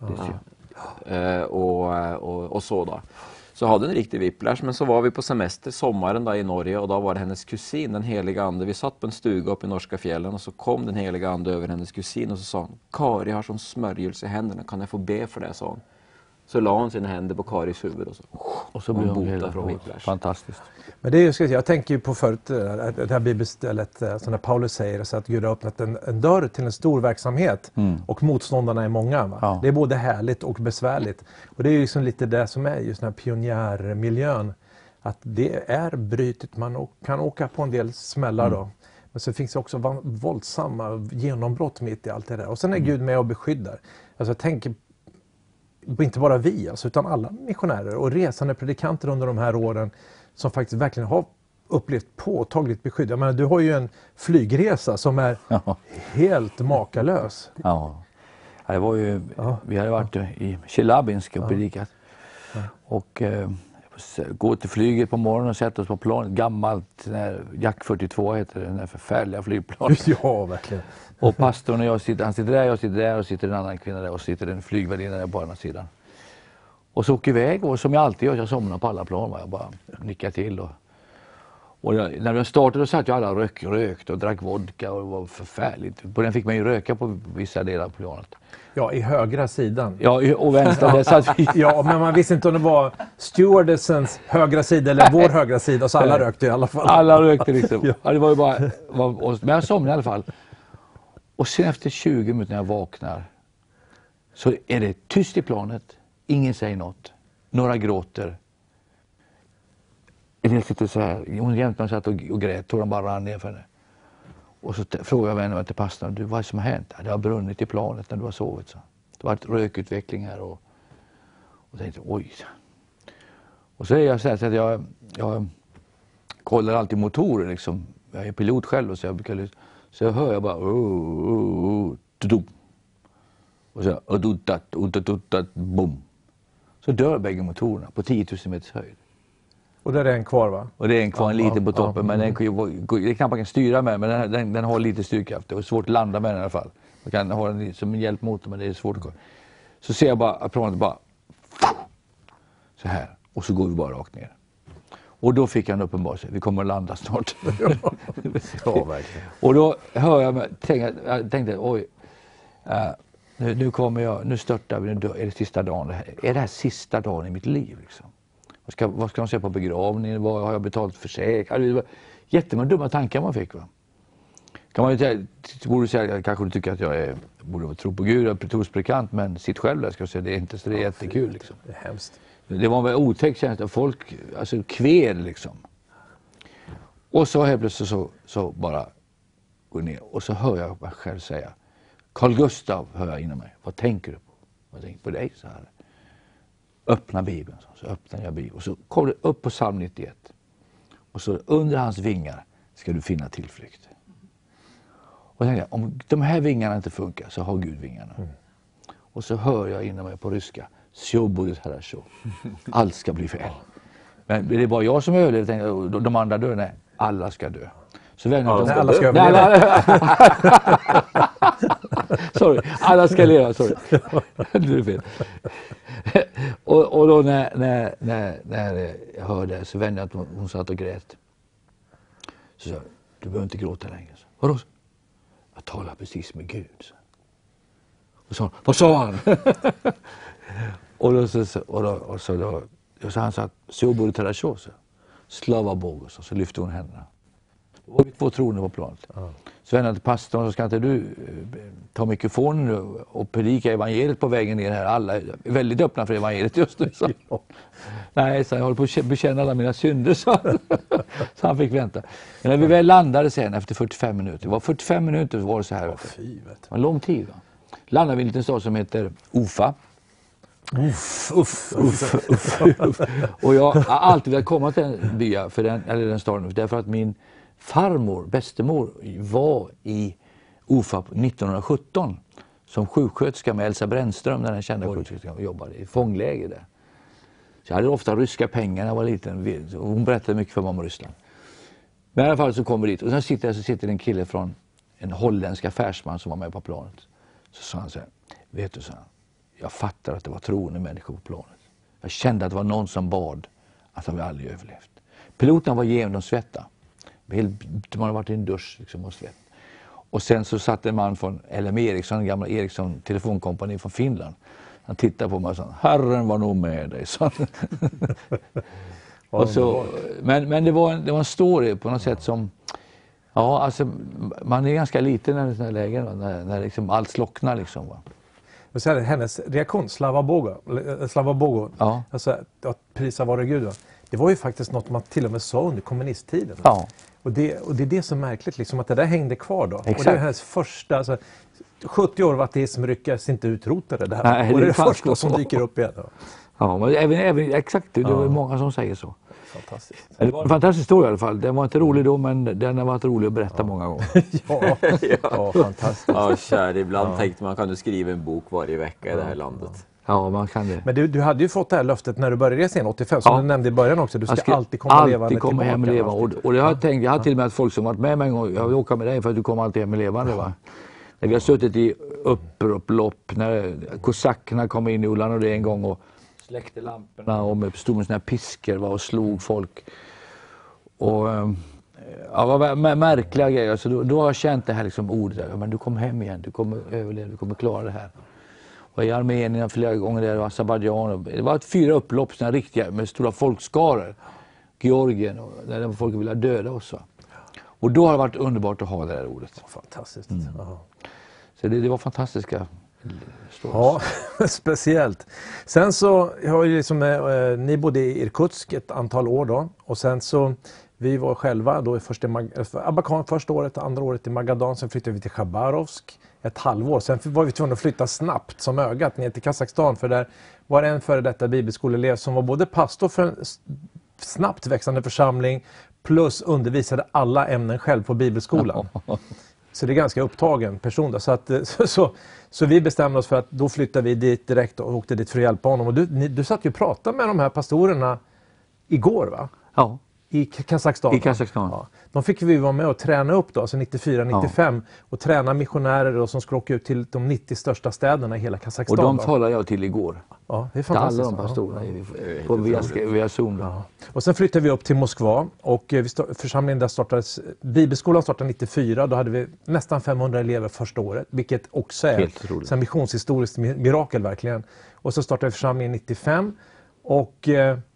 Och så då. Så hade en riktig whiplash, men så var vi på semester sommaren då i Norge och då var det hennes kusin, den heliga ande. Vi satt på en stuga uppe i norska fjällen och så kom den heliga ande över hennes kusin och så sa hon: Kari har sån smörjelse i händerna, kan jag få be för det, sa hon. Så la hon sina händer på Karis huvud och så blev hon botad från whiplash. Fantastiskt. Men det är ju, jag tänker ju på förut, det här bibelstället som när Paulus säger så att Gud har öppnat en dörr till en stor verksamhet och motståndarna är många. Va? Ja. Det är både härligt och besvärligt. Och det är ju liksom lite det som är just den här pionjärmiljön. Att det är brytigt, man kan åka på en del smällar då. Men så finns det också våldsamma genombrott mitt i allt det där. Och sen är Gud med och beskyddar. Alltså jag tänker inte bara vi, alltså, utan alla missionärer och resande predikanter under de här åren som faktiskt verkligen har upplevt påtagligt beskydd. Jag menar, du har ju en flygresa som är helt makalös. Ja, det var ju, vi hade varit i Tjelabinsk och predikat. Och gå till flyget på morgonen och sätta oss på planet. Gammalt, Jack 42 heter det, den där förfärliga flygplanet. Ja, verkligen. Och pastorn och jag sitter, han sitter där, jag sitter där och sitter en annan kvinna där och sitter en flygvärdinna där på andra sidan. Och så åker iväg och som jag alltid gör, jag somnar på alla plan. Jag bara nickar till. Och när jag startade så satt jag alla rökte och drack vodka och det var förfärligt. På den fick man ju röka på vissa delar av planet. Ja, i högra sidan. Ja, och vänstra. Där satt vi. Ja, men man visste inte om det var stewardessens högra sida eller vår högra sida, så alla rökte i alla fall. Alla rökte liksom. Ja, det var ju bara, men jag somnade i alla fall. Och sen efter 20 minuter när jag vaknar så är det tyst i planet. Ingen säger något. Några gråter. En del sitter så här. Hon jämt satt och grät. Tårarna bara rann ner för henne. Och så frågar jag vännen till pastorn: vad är det som har hänt? Det har brunnit i planet när du har sovit. Så. Det har varit rökutveckling här. Och tänkte, oj. Och så är jag så här att jag kollar alltid motorer liksom. Jag är pilot själv och så jag brukar... Så jag hör bara och så bom. Så dör bägge motorerna på 10 000 meters höjd. Och där är en kvar, va? Och det är en kvar, en liten på toppen, men det är knappt man kan styra med, men den har lite styrkraft. Det är svårt att landa med den i alla fall. Man kan ha den som en hjälpmotor, men det är svårt att gå. Så ser jag bara att planet bara så här, och så går vi bara rakt ner. Och då fick jag en uppenbarelse. Vi kommer att landa snart. Ja, verkligen. Och då hör jag tänkte oj, nu kommer jag, nu störtar vi, nu är det sista dagen. Är det här sista dagen i mitt liv liksom? Vad ska man säga på begravningen? Vad har jag betalt för sig? Jättemånga dumma tankar man fick, va? Kan man ju borde säga, kanske du tycker att jag borde tro på Gud, jag är trosbekant, men sitt själv där ska jag säga, det är inte så det är jättekul liksom. Det är hemskt. Det var en väldigt otäck känsla. Folk alltså kved liksom. Och så helt plötsligt så bara går ner. Och så hör jag mig själv säga: Carl Gustav, hör jag inom mig. Vad tänker du på? Jag tänker på dig så här. Öppna Bibeln. Så öppnar jag Bibeln. Och så kommer det upp på psalm 91. Och så under hans vingar ska du finna tillflykt. Och jag tänkte, om de här vingarna inte funkar så har Gud vingarna. Och så hör jag inom mig på ryska: allt ska bli fel. Men det är bara jag som överlever. De andra dör, nej, alla ska dö. Så alla ska överleva. Sorry, alla ska leva, sorry. Det är fel. Och då när jag hörde så vände jag att hon satt och grät. Så sa jag: du behöver inte gråta längre. Vadå? Jag talar precis med Gud. Och så, vad sa han? Och så han sa: så borde det så. Slava Bog, så lyfte hon händerna. Då var vi 2 troende på planet. Så vände jag till pastorn och ska inte du ta mikrofonen nu och predika evangeliet på vägen ner här. Alla är väldigt öppna för evangeliet just nu. Så. Nej, så jag håller på att bekänna alla mina synder. Så han fick vänta. Men när vi väl landade sen efter 45 minuter. Det var 45 minuter var det så här. Det var en lång tid. Va? Landade vi i en liten stad som heter Ufa. Och jag har alltid velat komma till den byn, den staden, därför att min farmor, bästemor, var i Ufa 1917 som sjuksköterska med Elsa Brännström, den kända sjuksköterskan, och jobbade i fångläger där. Så jag hade ofta ryska pengar när jag var liten. Hon berättade mycket för mamma om Ryssland. Men i alla fall så kommer vi dit och sen sitter en kille från en holländsk affärsman som var med på planet. Så sa han så här, vet du, så här, jag fattar att det var troende människor på planet. Jag kände att det var någon som bad att de aldrig överlevt. Piloterna var genomsvettade. De hade varit i en dusch liksom, och svett. Och sen så satt en man från LM Ericsson, en gamla Ericsson telefonkompani från Finland. Han tittade på mig och sa, Herren var nog med dig. Och så, men det var en story på något sätt som, ja alltså man är ganska liten när det är sådana här lägen, när liksom allt slocknar liksom. Va? Och så hennes reaktion, Slava Bogo, ja. Alltså att prisa vare Gud. Va? Det var ju faktiskt något man till och med sa under kommunisttiden. Ja. Och det är det som är märkligt, liksom, att det där hängde kvar då. Exakt. Och det är hennes första, alltså, 70 år av ateism lyckas inte utrota det där. Nej, och det är det fanns första som dyker upp igen. Då. Ja, men även exakt, det var många som säger så. Fantastiskt. Det var en fantastisk historia i alla fall. Den var inte rolig då, men den har varit rolig att berätta många gånger. ja, fantastiskt. Ja, kär, ibland tänkte man, kan du skriva en bok varje vecka i det här landet? Ja, man kan det. Men du hade ju fått det här löftet när du började resa 85, som du nämnde i början också. Du ska alltid komma levande tillbaka. Alltid komma hem levande. Och det har jag tänkt, jag har till och med att folk som varit med mig en gång, jag vill åka med dig för att du kommer alltid hem levande. Va? När vi har suttit i upplopp, när kosackerna kom in i Ulan och det en gång och släckte lamporna och stod med såna här piskor, va, och slog folk. Och ja, var märkliga grejer. Så då har jag känt det här liksom ordet, men du kommer hem igen, du kommer överleva, du kommer klara det här. Och i Armenien flera gånger där, och Azerbaijan. Det var 4 upplopp, såna riktiga med stora folkskaror. Georgien, och där folk ville döda oss. Va? Och då har det varit underbart att ha det här ordet. Fantastiskt. Så det var fantastiska Ja, speciellt. Sen så har ju liksom, ni bodde i Irkutsk ett antal år då. Och sen så, vi var själva då först i Abakan första året, andra året i Magadan. Sen flyttade vi till Khabarovsk ett halvår. Sen var vi tvungna att flytta snabbt som ögat ner till Kazakstan. För där var en före detta bibelskoleelev som var både pastor för en snabbt växande församling plus undervisade alla ämnen själv på bibelskolan. Så det är ganska upptagen person då. Så vi bestämde oss för att då flyttade vi dit direkt och åkte dit för att hjälpa honom. Och du satt ju och pratade med de här pastorerna igår, va? Ja. I Kazakstan. I Kazakstan. Ja. De fick vi vara med och träna upp då, alltså 94-95. Och träna missionärer då, som skulle åka ut till de 90 största städerna i hela Kazakstan. Och de då. talade jag till igår. Ja, det är till fantastiskt. alla de pastorerna via Zoom. Ja. Och sen flyttade vi upp till Moskva och församlingen där startades, bibelskolan startade 94, då hade vi nästan 500 elever första året, vilket också är ett missionshistoriskt mirakel verkligen. Och så startade församlingen 95 och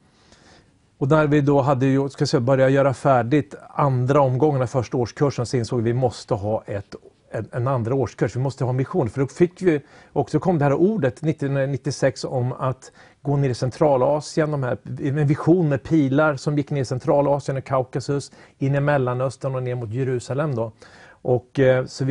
när vi då hade börjat göra färdigt andra omgången av första årskursen så insåg vi att vi måste ha en andra årskurs. Vi måste ha mission. För då fick vi också, kom det här ordet 1996 om att gå ner i Centralasien. De här, en vision med pilar som gick ner i Centralasien och Kaukasus, in i Mellanöstern och ner mot Jerusalem då. Och så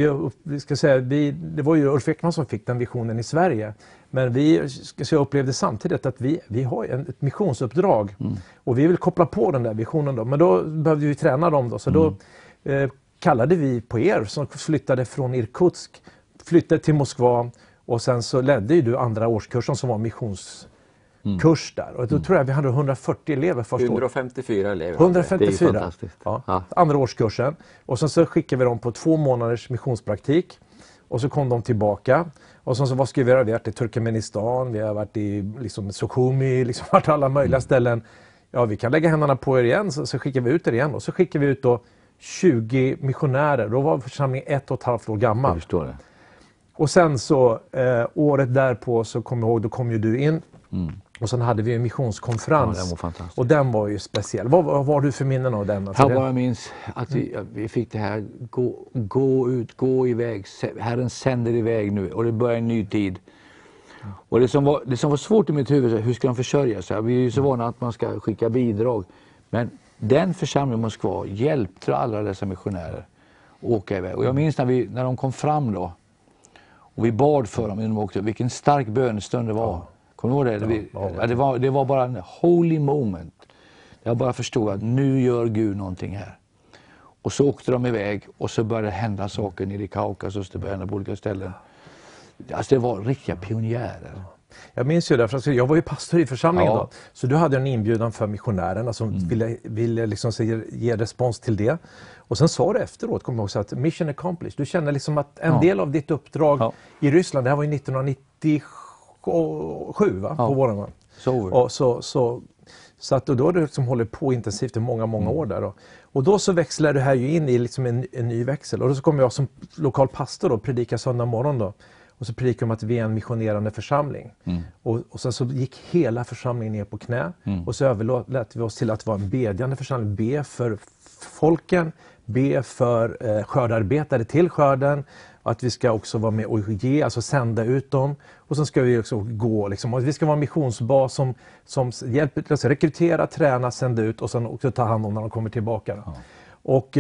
det var ju Ulf Ekman som fick den visionen i Sverige. Men vi upplevde samtidigt att vi har ett missionsuppdrag. Och vi vill koppla på den där visionen då. Men då behövde vi träna dem då. Så då kallade vi på er som flyttade från Irkutsk, flyttade till Moskva. Och sen så ledde ju du andra årskursen som var missionskurs där. Och då tror jag vi hade 140 elever första året. 154 elever. 154. Det är fantastiskt. Ja. Andra årskursen. Och sen så skickade vi dem på 2 månaders missionspraktik. Och så kom de tillbaka. Och sen så vad ska vi göra? Vi har varit i Turkmenistan, vi har varit i liksom Sukhumi, liksom varit alla möjliga ställen. Ja, vi kan lägga händerna på er igen, så skickar vi ut er igen. Och så skickar vi ut då 20 missionärer. Då var församlingen 1,5 år gammal. Jag förstår det. Och sen så året därpå så kommer jag ihåg, då kom ju du in. Och sen hade vi en missionskonferens. Ja, den var fantastisk. Och den var ju speciell. Vad har du för minnen av den? Alltså Jag bara minns att vi fick det här, gå ut, gå iväg. Herren sänder iväg nu och det börjar en ny tid. Och det som var svårt i mitt huvud, hur ska de försörja sig? Vi är ju så vana att man ska skicka bidrag. Men den församlingen i Moskva hjälpte alla dessa missionärer att åka iväg. Och jag minns när de kom fram då. Och vi bad för dem innan de åkte. Vilken stark bönestund det var. Kommer du ihåg det? Det var bara en holy moment. Jag bara förstod att nu gör Gud någonting här. Och så åkte de iväg och så började det hända saker nere i Kaukasus. Det började på olika ställen. Alltså det var riktiga pionjärer. Jag minns ju det, för jag var ju pastor i församlingen då. Så du hade en inbjudan för missionärerna som ville liksom ge respons till det. Och sen sa du efteråt, kommer jag också, att mission accomplished. Du kände liksom att en del av ditt uppdrag i Ryssland, det här var ju 1997 va? På våren va? Så att då har du liksom hållit på intensivt i många år där då. Och då så växlar det här ju in i liksom en ny växel. Och då så kommer jag som lokal pastor då, predika söndag morgon då. Och så predikade de att vi är en missionerande församling. Och sen så gick hela församlingen ner på knä. Och så överlät vi oss till att vara en bedjande församling. Be för folken, be för skördarbetare till skörden. Att vi ska också vara med och ge, alltså sända ut dem. Och sen ska vi också gå liksom. Och vi ska vara en missionsbas som hjälper till att rekrytera, träna, sända ut och sen också ta hand om när de kommer tillbaka. Och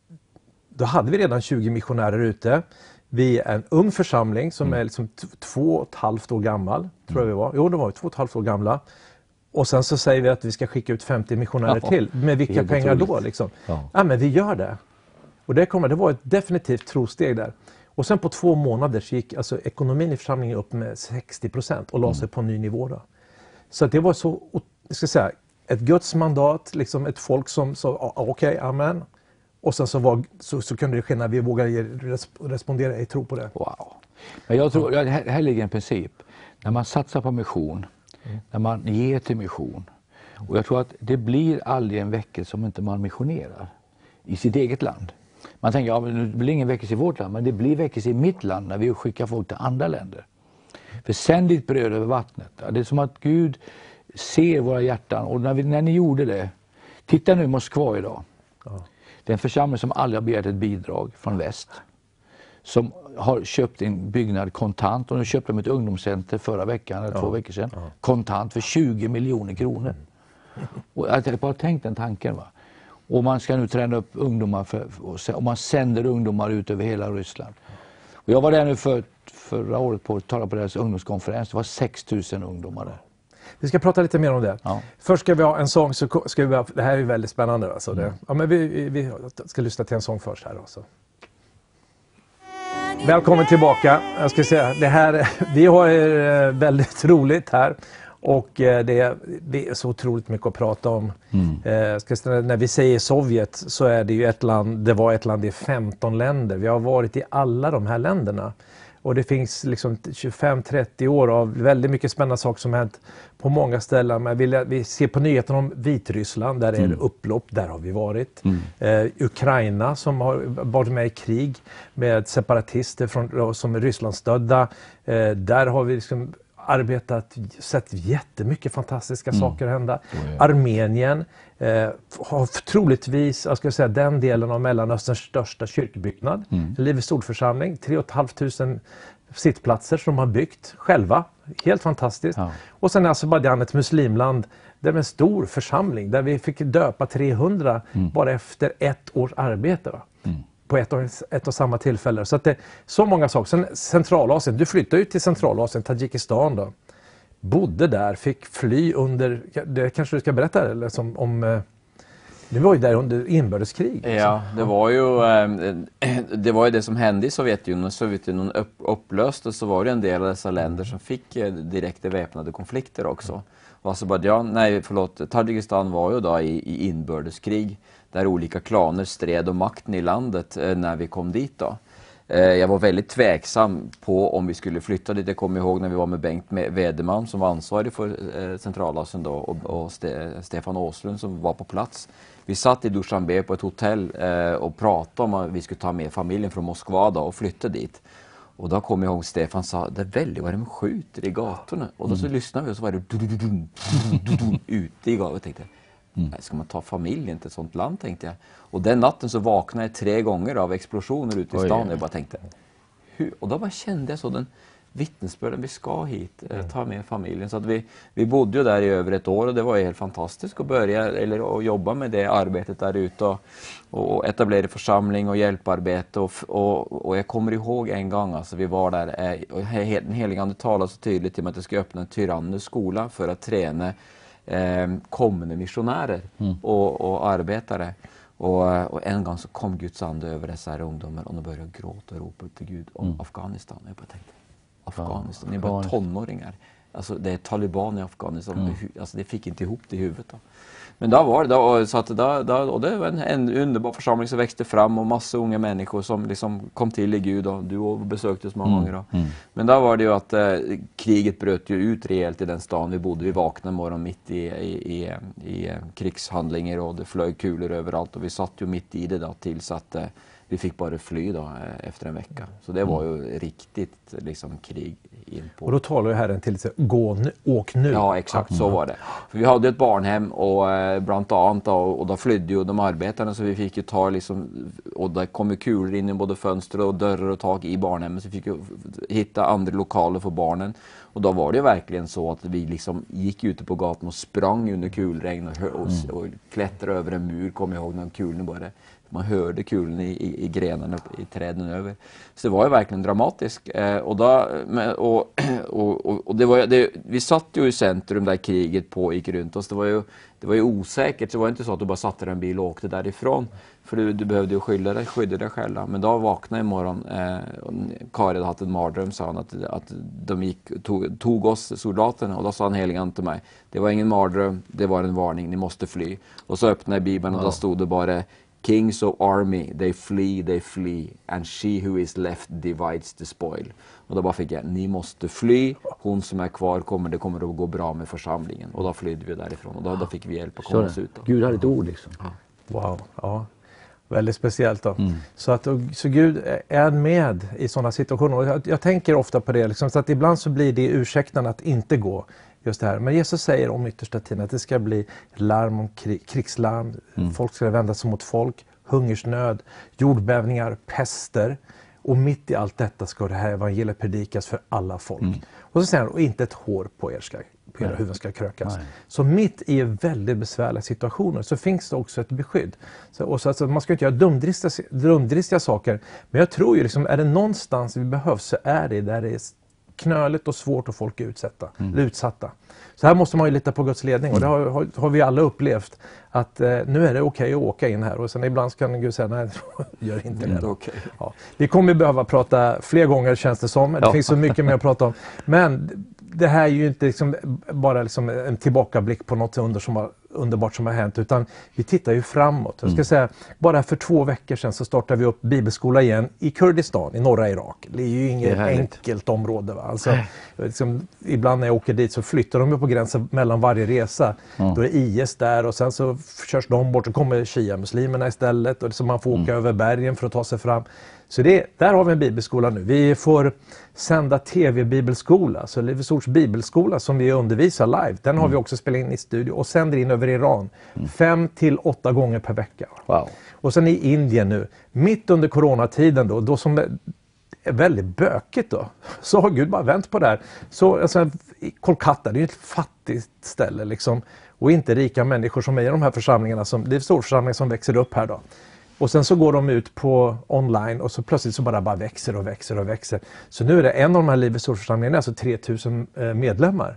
då hade vi redan 20 missionärer ute. Vi är en ung församling som är liksom 2,5 år gammal, tror jag vi var. Jo, det var 2,5 år gamla. Och sen så säger vi att vi ska skicka ut 50 missionärer till. Med vilka pengar då liksom? Ja, men vi gör det. Och det var ett definitivt trosteg där. Och sen på 2 månader så gick alltså ekonomin i församlingen upp med 60% och la sig på en ny nivå då. Så det var så, jag ska säga, ett Guds mandat, liksom ett folk som sa okej, amen. Och sen så kunde det ske när vi vågade respondera i tro på det. Wow. Men jag tror, här ligger en princip. När man satsar på mission, när man ger till mission. Och jag tror att det blir aldrig en väckelse som inte man missionerar i sitt eget land. Man tänker, det blir ingen väckelse i vårt land, men det blir väckelse i mitt land när vi skickar folk till andra länder. För sänd ditt bröd över vattnet. Det är som att Gud ser våra hjärtan. Och när ni gjorde det, titta nu i Moskva idag. Det är en församling som aldrig har begärt ett bidrag från väst. Som har köpt en byggnad kontant. Och nu köpte de ett ungdomscenter förra veckan, eller 2 veckor sedan. Kontant för 20 miljoner kronor. Och jag bara tänkt den tanken va. Och man ska nu träna upp ungdomar och man sänder ungdomar ut över hela Ryssland. Och jag var där nu förra året på att tala på deras ungdomskonferens. Det var 6 000 ungdomar där. Vi ska prata lite mer om det. Först ska vi ha en sång, så ska vi det här är ju väldigt spännande. Alltså men vi ska lyssna till en sång först här också. Välkommen tillbaka. Jag ska säga, vi har väldigt roligt här. Och det är så otroligt mycket att prata om. När vi säger Sovjet så är det ju det var ett land i 15 länder. Vi har varit i alla de här länderna. Och det finns liksom 25-30 år av väldigt mycket spännande saker som hänt på många ställen. Men vi ser på nyheterna om Vitryssland, där är det upplopp, där har vi varit. Ukraina som har varit med i krig med separatister som är Rysslandsstödda. Där har vi liksom sett jättemycket fantastiska saker hända. Armenien har troligtvis, jag ska säga, den delen av Mellanösterns största kyrkbyggnad. Livets ordförsamling, 3 500 sittplatser som de har byggt själva. Helt fantastiskt. Och sen Azerbajdzjan, ett muslimland, där med en stor församling där vi fick döpa 300 bara efter 1 års arbete. Va? På ett och samma tillfälle. Så att det är så många saker. Sen Centralasien, du flyttade ut till Centralasien, Tadzjikistan då. Bodde där, fick fly under, det kanske du ska berätta eller det var ju där under inbördeskrig. Ja, det var ju det som hände i Sovjetunionen. När Sovjetunionen upplöstes så var det en del av dessa länder som fick direkta väpnade konflikter också. Och Tadzjikistan var ju då i inbördeskrig där olika klaner stred om makten i landet när vi kom dit då. Jag var väldigt tveksam på om vi skulle flytta dit. Jag kommer ihåg när vi var med Bengt Wedeman som var ansvarig för Centralasien då och Stefan Åslund som var på plats. Vi satt i Dushanbe på ett hotell och pratade om att vi skulle ta med familjen från Moskva då och flytta dit. Och då kom jag ihåg Stefan sa, det är väldigt vad de skjuter i gatorna. Och då så lyssnade vi och så var det ute i gatorna. Jag tänkte, ska man ta familjen till ett sånt land, tänkte jag. Och den natten så vaknade jag 3 gånger av explosioner ute i stan. Jag bara tänkte, och då bara kände jag så den vittnesbörden, vi ska hit, ta med familjen. Så att vi bodde ju där i över ett år och det var ju helt fantastiskt att börja att jobba med det arbetet där ute och etablera församling och hjälparbete. Och jag kommer ihåg en gång, alltså vi var där och den helige Ande talade så tydligt till mig att jag skulle öppna en Tyrannus skola för att träna kommande missionärer och arbetare. Och en gång så kom Guds ande över dessa här ungdomar och de började gråta och ropa till Gud om Afghanistan. Jag bara tänkte, Afghanistan, ni är bara tonåringar. Alltså det är Taliban i Afghanistan. Alltså det fick inte ihop det i huvudet då. Men då var det och det var en underbar församling som växte fram och massa unga människor som liksom kom till i Gud och du besökte oss många gånger då. Men då var det ju att kriget bröt ju ut rejält i den stan vi bodde. Vi vaknade morgon mitt i krigshandlingar och det flög kulor överallt och vi satt ju mitt i det då tills att vi fick bara fly då efter en vecka. Så det var ju riktigt liksom krig in på. Och då talar ju Herren till sig, åk nu. Ja, exakt så var det. För vi hade ett barnhem och bland annat och då flydde ju de arbetarna så vi fick ju ta liksom, och där kom ju kulor in i både fönster och dörrar och tak i barnhemmet så vi fick ju hitta andra lokaler för barnen. Och då var det verkligen så att vi liksom gick ute på gatan och sprang under kulregn och klättrade över en mur, kommer jag ihåg när kulorna började. Man hörde kulen i grenarna i träden över. Så det var ju verkligen dramatiskt. Och det var, vi satt ju i centrum där kriget pågick runt oss. Det var ju osäkert. Så det var inte så att du bara satte en bil och åkte därifrån. För du behövde ju skydda dig själv. Men då vaknade jag imorgon. Karin hade haft en mardröm, sa han, att de tog oss soldaterna. Och då sa han heligande till mig, det var ingen mardröm, det var en varning, ni måste fly. Och så öppnade jag Bibeln och då stod det bara, Kings of army, they flee, and she who is left divides the spoil. Och då bara fick jag, ni måste fly, hon som är kvar det kommer att gå bra med församlingen. Och då flydde vi därifrån och då fick vi hjälp att komma oss ut. Då. Gud hade ett ord liksom. Wow, ja. Väldigt speciellt då. Så Gud är med i sådana situationer. Och jag tänker ofta på det, liksom, så att ibland så blir det ursäkten att inte gå. Just det här. Men Jesus säger om yttersta tiden att det ska bli larm om krigslarm. Folk ska vända sig mot folk, hungersnöd, jordbävningar, pester. Och mitt i allt detta ska det här evangeliet predikas för alla folk. Och så säger han, och inte ett hår på era huvuden ska krökas. Nej. Så mitt i väldigt besvärliga situationer så finns det också ett beskydd. Så man ska inte göra dumdristiga saker. Men jag tror ju liksom, är det någonstans vi behövs så är det där det är knöligt och svårt att folk är utsatta. Så här måste man ju lita på Guds ledning och det har vi alla upplevt att nu är det okej att åka in här och sen ibland kan Gud säga nej, gör inte det. Okay. Ja. Vi kommer behöva prata fler gånger känns det som. Det finns så mycket mer att prata om. Men det här är ju inte liksom bara liksom en tillbakablick på något underbart som har hänt utan vi tittar ju framåt. Jag ska säga, bara för 2 veckor sedan så startade vi upp bibelskola igen i Kurdistan, i norra Irak. Det är ju inget enkelt område. Va? Alltså, liksom, ibland när jag åker dit så flyttar de på gränsen mellan varje resa. Då är IS där och sen så körs de bort och kommer Shia-muslimerna istället. Och så man får åka över bergen för att ta sig fram. Så där har vi en bibelskola nu. Vi får sända tv-bibelskola, så Livets Ords bibelskola som vi undervisar live. Den har vi också spelat in i studio och sänder in över Iran 5 till 8 gånger per vecka. Wow. Och sen i Indien nu, mitt under coronatiden då som är väldigt bökigt då, så har Gud bara vänt på det här. Så alltså, Kolkata, det är ju ett fattigt ställe liksom, och inte rika människor som är i de här församlingarna, Livets Ords församlingar som växer upp här då. Och sen så går de ut på online och så plötsligt så bara växer och växer och växer. Så nu är det en av de här Livets Ords församlingarna, alltså 3000 medlemmar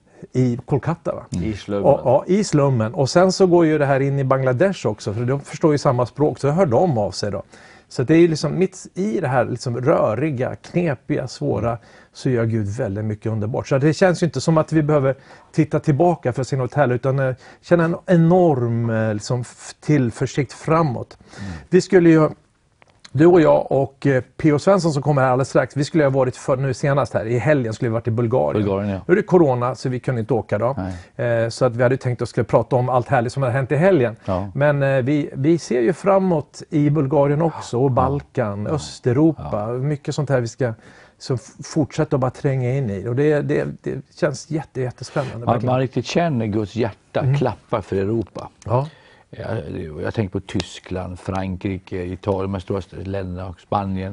i Kolkata. Va? I slummen. Ja, i slummen. Och sen så går ju det här in i Bangladesh också, för de förstår ju samma språk, så hör de av sig då. Så det är ju liksom mitt i det här liksom röriga, knepiga, svåra, så gör Gud väldigt mycket underbart. Så det känns ju inte som att vi behöver titta tillbaka för sin hotell, utan känna en enorm liksom, tillförsikt framåt. Vi skulle ju Du och jag och P.O. Svensson som kommer här alldeles strax, vi skulle ha varit för nu senast här, i helgen skulle vi varit i Bulgarien. Ja. Nu är det corona så vi kunde inte åka då. Så att vi hade tänkt att skulle prata om allt härligt som har hänt i helgen. Ja. Men vi ser ju framåt i Bulgarien också, och Balkan, Östeuropa, mycket sånt här vi ska fortsätta att bara tränga in i. Och det känns jättespännande. Man riktigt känner Guds hjärta klappa för Europa. Ja. Jag tänker på Tyskland, Frankrike, Italien, de stora länderna, och Spanien.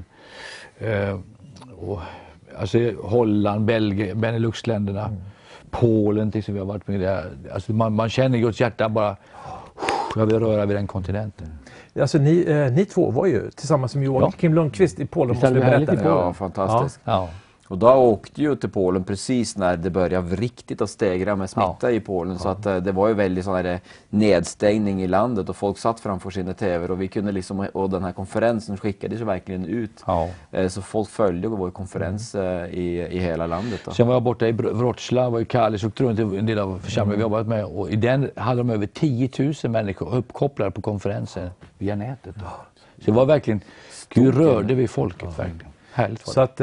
Alltså Holland, Belgien, Benelux-länderna, Polen till som vi har varit med där. Alltså man känner Guds hjärta bara, jag vill röra vid den kontinenten. Alltså ni två var ju tillsammans med Joakim Lundqvist i Polen. Måste berätta. Ja, fantastiskt. Ja. Och då åkte ju till Polen precis när det började riktigt att stegra med smitta i Polen. Så att det var ju väldigt sån här nedstängning i landet och folk satt framför sina tv och vi kunde liksom, och den här konferensen skickades ju verkligen ut. Ja. Så folk följde vår konferens i hela landet. Då. Sen var jag borta i Wroclaw och i Kalisz och runt en del av församlingen vi jobbat med, och i den hade de över 10 000 människor uppkopplade på konferensen via nätet. Då. Så det var verkligen, Gud rörde vid folket verkligen. Härligt. Så att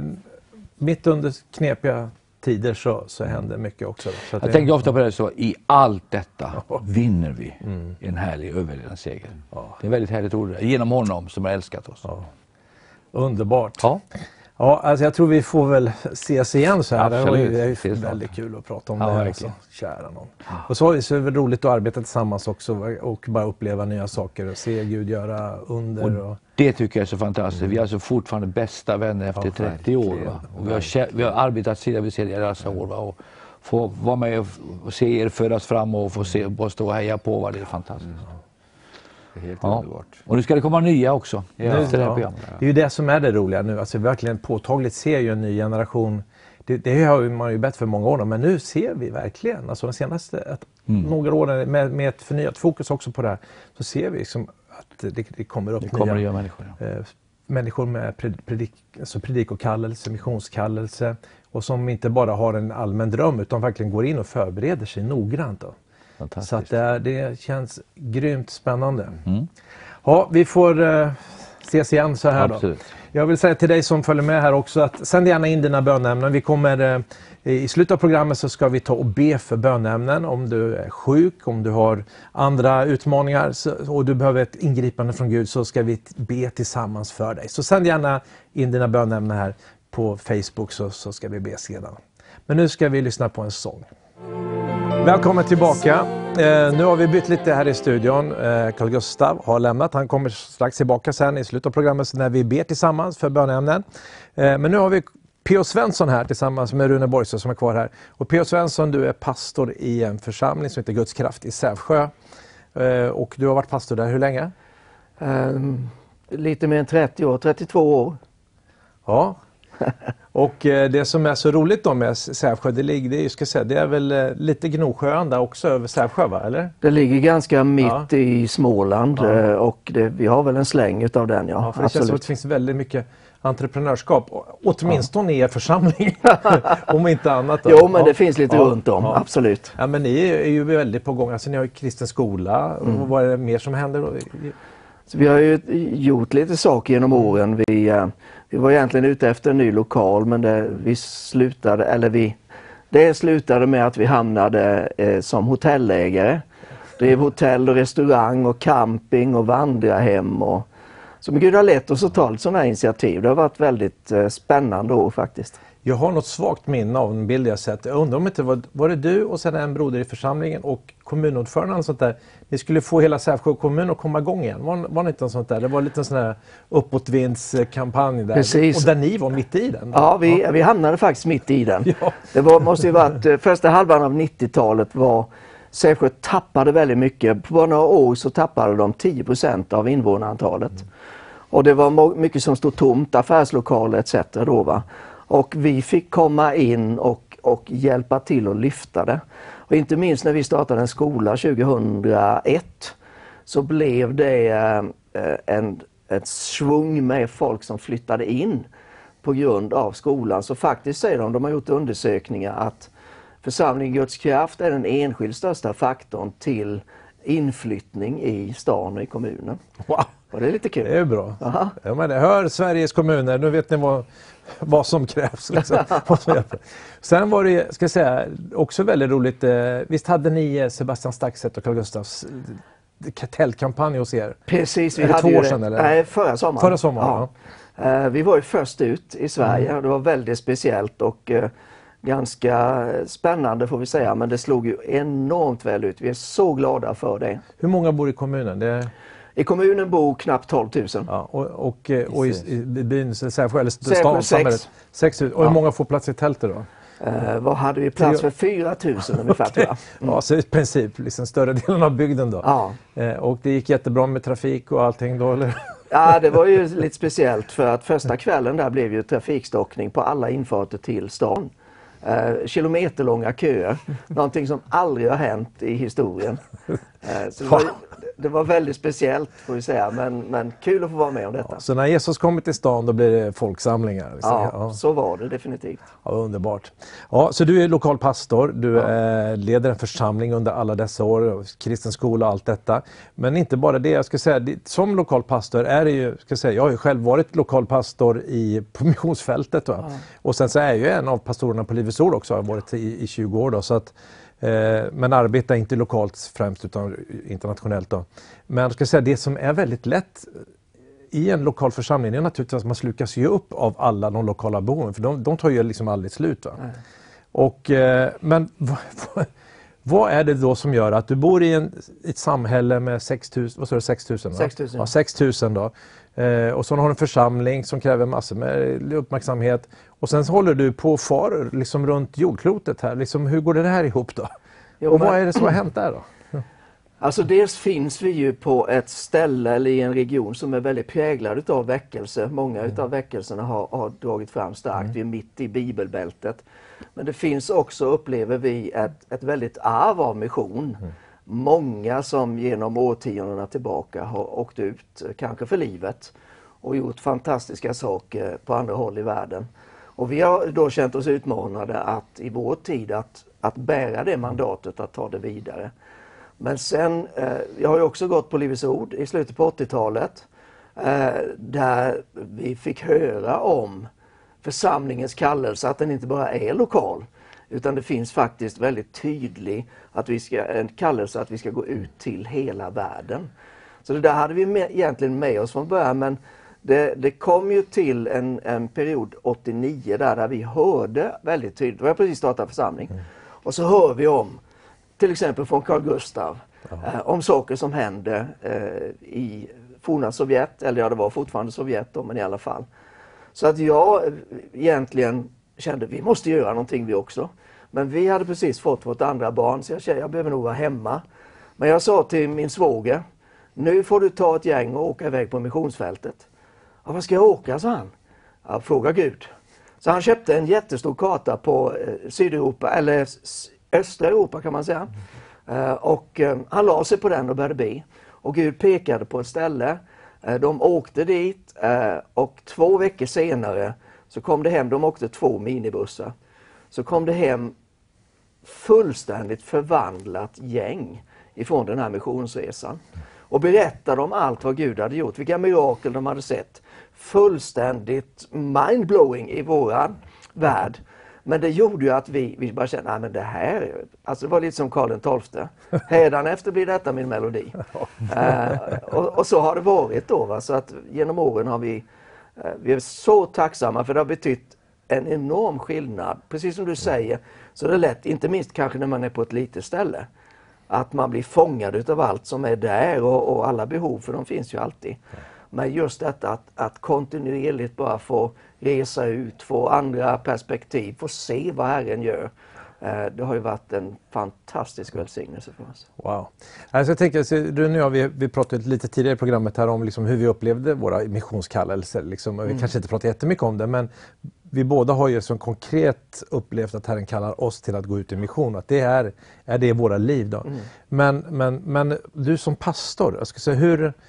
mitt under knepiga tider så händer mycket också. Så att jag tänker ofta på det så, i allt detta vinner vi en härlig överlevnadsseger. Det är väldigt härligt ord. Genom honom som har älskat oss. Ja. Underbart. Ja. Ja, alltså jag tror vi får väl ses igen så här. Absolut. Det är väldigt kul att prata om det här. Alltså. Kära någon. Ja. Och så är det väl roligt att arbeta tillsammans också och bara uppleva nya saker och se Gud göra under. Det tycker jag är så fantastiskt. Vi är alltså fortfarande bästa vänner efter 30 år. Va? Och vi har arbetat sida vid sida i dessa år. Va? Och få vara med och se er föras fram och få se och stå och heja på. Va? Det är fantastiskt. Det är helt underbart. Och nu ska det komma nya också. Det är ju det som är det roliga nu. Alltså verkligen påtagligt ser ju en ny generation. Det har man ju bett för många år, men nu ser vi verkligen, alltså de senaste några åren med ett förnyat fokus också på det här, så ser vi liksom att det kommer upp nya människor. Människor med predik och kallelse, missionskallelse, och som inte bara har en allmän dröm utan verkligen går in och förbereder sig noggrant. Då. Så att det känns grymt spännande. Ja, vi får ses igen så här. Absolut. Då. Jag vill säga till dig som följer med här också att sänd gärna in dina bönämnen. Vi kommer i slutet av programmet så ska vi ta och be för bönämnen. Om du är sjuk, om du har andra utmaningar och du behöver ett ingripande från Gud, så ska vi be tillsammans för dig. Så sänd gärna in dina bönämnen här på Facebook, så ska vi be sedan. Men nu ska vi lyssna på en sång. Välkommen tillbaka. Nu har vi bytt lite här i studion. Carl Gustav har lämnat. Han kommer strax tillbaka sen i slutet av programmet när vi ber tillsammans för bönämnen. Men nu har vi P.O. Svensson här tillsammans med Rune Borgström som är kvar här. Och P.O. Svensson, du är pastor i en församling som heter Guds kraft i Sävsjö. Och du har varit pastor där hur länge? Lite mer än 30 år, 32 år. Ja. Och det som är så roligt då med Sävsjö, det är väl lite Gnosjön där också över Sävsjö, va? Eller? Det ligger ganska mitt i Småland och vi har väl en släng utav den, ja för det känns som att det finns väldigt mycket entreprenörskap, åtminstone i er församling, om inte annat. Då. Jo, men det finns lite runt om, absolut. Ja, men ni är ju väldigt på gång, alltså ni har ju kristen skola, och vad är det mer som händer? Så vi har ju gjort lite saker genom åren. Vi var egentligen ute efter en ny lokal, men det slutade med att vi hamnade som hotellägare. Drev hotell och restaurang och camping och vandrarhem. Så Gud har lett oss att ta ett sådant här initiativ. Det har varit väldigt spännande år faktiskt. Jag har något svagt minne av en bild jag sett. Jag undrar om inte var det du och sen en broder i församlingen och kommunordföranden och sånt där. Ni skulle få hela Sävsjö kommun att komma igång igen. Var det inte sånt där? Det var lite en sån här uppåtvindskampanj där. Precis. Och där ni var mitt i den. Ja, vi hamnade faktiskt mitt i den. Ja. Det måste ju varit första halvan av 90-talet var Sävsjö tappade väldigt mycket. På några år så tappade de 10% av invånarantalet. Och det var mycket som stod tomt, affärslokaler etc. då, va. Och vi fick komma in och hjälpa till att lyfta det. Och inte minst när vi startade en skola 2001 så blev det ett svung med folk som flyttade in på grund av skolan. Så faktiskt säger de har gjort undersökningar att församlingen Guds kraft är den enskilt största faktorn till inflyttning i stan och i kommunen. Wow. Och det är lite kul. Det är bra. Aha. Ja, men hör Sveriges kommuner, nu vet ni vad som krävs. Liksom. Sen var det, ska jag säga, också väldigt roligt. Visst hade ni Sebastian Staxet och Carl Gustafs tältkampanj hos er? Precis, vi är det hade 2 år sedan? Eller? Nej, förra sommaren. Förra sommaren, ja. Vi var ju först ut i Sverige och det var väldigt speciellt och ganska spännande får vi säga, men det slog ju enormt väl ut. Vi är så glada för det. Hur många bor i kommunen? I kommunen bor knappt 12 000. Ja, och i byn, Sävsjö, eller Sävsjö, stan, 6 000. Och hur många får plats i tältet då? Vad hade vi plats för? 4 000 ungefär, tror jag. Ja, så i princip liksom större delen av bygden då. Ja. Och det gick jättebra med trafik och allting då, eller? Ja, det var ju lite speciellt för att första kvällen där blev ju trafikstockning på alla infarter till stan. Kilometerlånga köer, någonting som aldrig har hänt i historien. Så det var väldigt speciellt får vi säga, men kul att få vara med om detta. Ja, så när Jesus kommer till stan då blir det folksamlingar? Liksom. Ja, så var det definitivt. Ja, underbart. Ja, så du är lokal pastor, du leder en församling under alla dessa år, kristen skola och allt detta. Men inte bara det, jag ska säga, som lokal pastor är det ju, ska säga, jag har ju själv varit lokal pastor på missionsfältet. Ja. Och sen så är jag ju en av pastorerna på Livets Ord också, jag har varit i 20 år då, så att men arbetar inte lokalt främst utan internationellt då. Men jag ska säga, det som är väldigt lätt i en lokal församling är naturligtvis att man slukas ju upp av alla de lokala behoven, för de tar ju liksom aldrig slut. Va? Och, men vad är det då som gör att du bor i ett samhälle med 6 000, vad sa du, 6 000? 6 000. Ja, 6 000 då. Och så har du en församling som kräver massor med uppmärksamhet. Och sen så håller du på och far liksom runt jordklotet här. Liksom, hur går det här ihop då? Och vad är det som har hänt där då? Alltså dels finns vi ju på ett ställe eller i en region som är väldigt präglad av väckelse. Många utav väckelserna har dragit fram starkt. Vi är mitt i bibelbältet. Men det finns också, upplever vi, ett väldigt arv av mission. Många som genom årtiondena tillbaka har åkt ut, kanske för livet, och gjort fantastiska saker på andra håll i världen. Och vi har då känt oss utmanade att i vår tid att bära det mandatet, att ta det vidare. Men sen, jag har ju också gått på Livets Ord i slutet på 80-talet, där vi fick höra om församlingens kallelse, att den inte bara är lokal, utan det finns faktiskt väldigt tydlig en kallelse att vi ska gå ut till hela världen. Så det där hade vi egentligen med oss från början, men det kom ju till en period 89 där vi hörde väldigt tydligt, vi har precis startat församling, och så hör vi om, till exempel från Carl Gustav, om saker som hände i forna Sovjet, eller ja, det var fortfarande Sovjet då, men i alla fall. Så att jag egentligen kände vi måste göra någonting vi också. Men vi hade precis fått vårt andra barn, så jag behöver nog vara hemma. Men jag sa till min svåger, nu får du ta ett gäng och åka iväg på missionsfältet. Ja, vad ska jag åka, sa han. Ja, fråga Gud. Så han köpte en jättestor karta på Sydeuropa, eller östra Europa kan man säga. Och han la sig på den och började be. Och Gud pekade på ett ställe. De åkte dit och 2 veckor senare så kom det hem, de åkte 2 minibussar. Så kom det hem fullständigt förvandlat gäng ifrån den här missionsresan. Och berättade om allt vad Gud hade gjort, vilka mirakel de hade sett. Fullständigt mindblowing i våran värld. Men det gjorde ju att vi bara kände, men det här, alltså det var lite som Karl XII. Hädanefter blir detta min melodi. Och så har det varit då. Va? Så att genom åren har vi är så tacksamma, för det har betytt en enorm skillnad. Precis som du säger, så det är lätt, inte minst kanske när man är på ett litet ställe, att man blir fångad utav allt som är där och alla behov, för de finns ju alltid. Men just detta att kontinuerligt bara få resa ut, få andra perspektiv, få se vad Herren gör. Det har ju varit en fantastisk välsignelse för oss. Wow. Alltså jag tänker, nu har vi pratat lite tidigare i programmet här om liksom hur vi upplevde våra missionskallelser. Liksom. Vi kanske inte pratar jättemycket om det, men vi båda har ju så konkret upplevt att Herren kallar oss till att gå ut i mission. Att det är det i våra liv. Då. Men du som pastor, jag ska säga, hur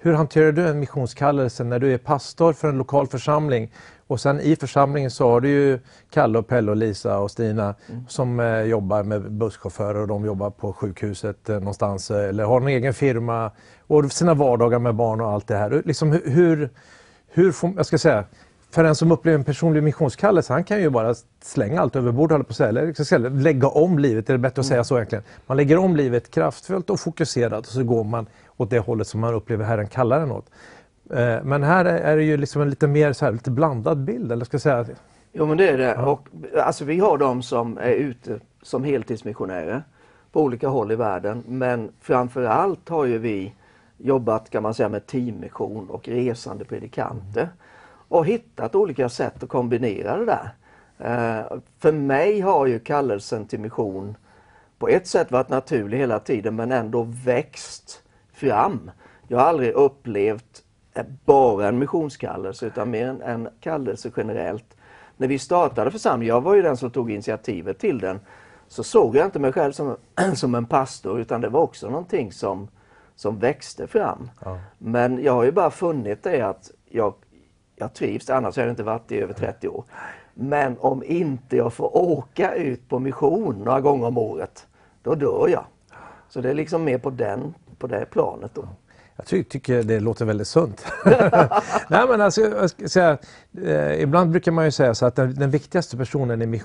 Hur hanterar du en missionskallelse när du är pastor för en lokal församling? Och sen i församlingen så har du ju Kalle och Pelle och Lisa och Stina som jobbar med busschaufförer och de jobbar på sjukhuset någonstans eller har en egen firma och sina vardagar med barn och allt det här. Liksom hur får, jag ska säga, för en som upplever en personlig missionskallelse, han kan ju bara slänga allt över bord, hålla på att säga, eller lägga om livet, är det bättre att säga så egentligen. Man lägger om livet kraftfullt och fokuserat och så går man åt det hållet som man upplever Herren kallar den åt. Men här är det ju liksom en lite mer så här, lite blandad bild, eller ska jag säga? Jo, men det är det. Ja. Och, alltså, vi har de som är ute som heltidsmissionärer på olika håll i världen. Men framförallt har ju vi jobbat, kan man säga, med teammission och resande predikanter. Och hittat olika sätt att kombinera det där. För mig har ju kallelsen till mission på ett sätt varit naturlig hela tiden, men ändå växt fram. Jag har aldrig upplevt bara en missionskallelse utan mer en kallelse generellt. När vi startade församlingen, jag var ju den som tog initiativet till den, så såg jag inte mig själv som en pastor, utan det var också någonting som växte fram. Ja. Men jag har ju bara funnit det att jag trivs, annars har jag inte varit i över 30 år. Men om inte jag får åka ut på mission några gånger om året, då dör jag. Så det är liksom mer på det planet då. Jag tycker det låter väldigt sunt. Nej, men alltså, jag ska säga, ibland brukar man ju säga så att den viktigaste personen i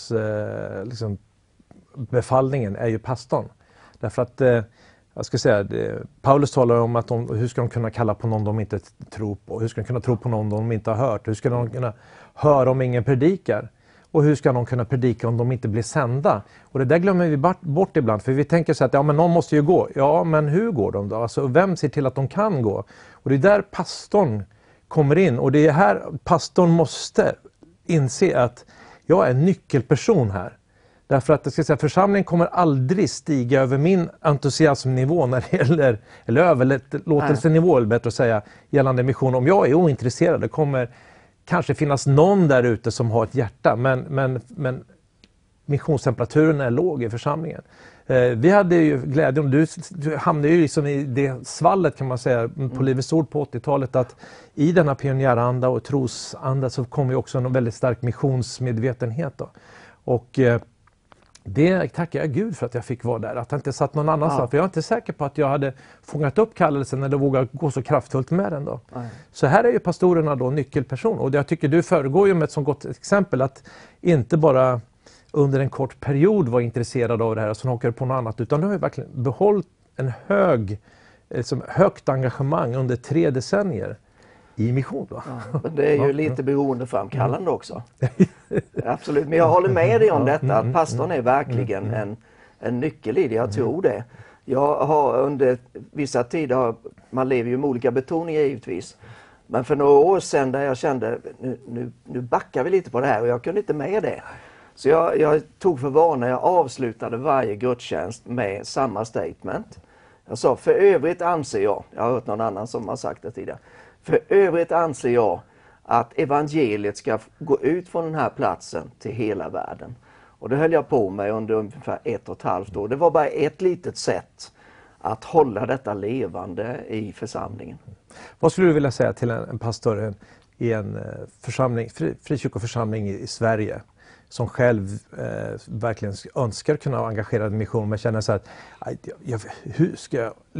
missionsbefallningen är ju pastorn. Därför att jag ska säga, Paulus talar om att hur ska de kunna kalla på någon de inte tror på? Hur ska de kunna tro på någon de inte har hört? Hur ska de kunna höra om ingen predikar? Och hur ska de kunna predika om de inte blir sända? Och det där glömmer vi bort ibland. För vi tänker så att ja, men någon måste ju gå. Ja, men hur går de då? Alltså, vem ser till att de kan gå? Och det är där pastorn kommer in. Och det är här pastorn måste inse att jag är en nyckelperson här. Därför att jag ska säga, församlingen kommer aldrig stiga över min entusiasmnivå när det gäller, eller överlåtelsenivå, eller bättre att säga, gällande mission. Om jag är ointresserad, det kommer kanske finnas någon där ute som har ett hjärta, men missionstemperaturen är låg i församlingen. Vi hade ju glädjen, du hamnade ju liksom i det svallet kan man säga på Livets Ord på 80-talet, att i denna pionjäranda och trosanda så kom ju också en väldigt stark missionsmedvetenhet då. Och det tackar jag Gud för att jag fick vara där, att jag inte satt någon annanstans. Ja. För jag är inte säker på att jag hade fångat upp kallelsen eller vågat gå så kraftfullt med den då. Nej. Så här är ju pastorerna då nyckelperson. Och jag tycker du föregår ju med ett så gott exempel att inte bara under en kort period vara intresserad av det här och så hakar på något annat. Utan du har ju verkligen behållit en högt engagemang under 3 decennier i mission då. Ja, men det är ju lite beroendeframkallande också. Absolut, men jag håller med dig om detta, att pastorn är verkligen en nyckel i det, jag tror det. Jag har under vissa tider, man lever ju med olika betoningar givetvis, men för några år sedan där jag kände, nu backar vi lite på det här och jag kunde inte med det. Så jag tog för vana, jag avslutade varje gudstjänst med samma statement. Jag sa, för övrigt anser jag har hört någon annan som har sagt det tidigare, för övrigt anser jag att evangeliet ska gå ut från den här platsen till hela världen. Och det höll jag på med under ungefär 1,5 år. Det var bara ett litet sätt att hålla detta levande i församlingen. Vad skulle du vilja säga till en pastor i en församling, frikyrkoförsamling i Sverige som själv verkligen önskar kunna engagera en mission, men känner så här, hur ska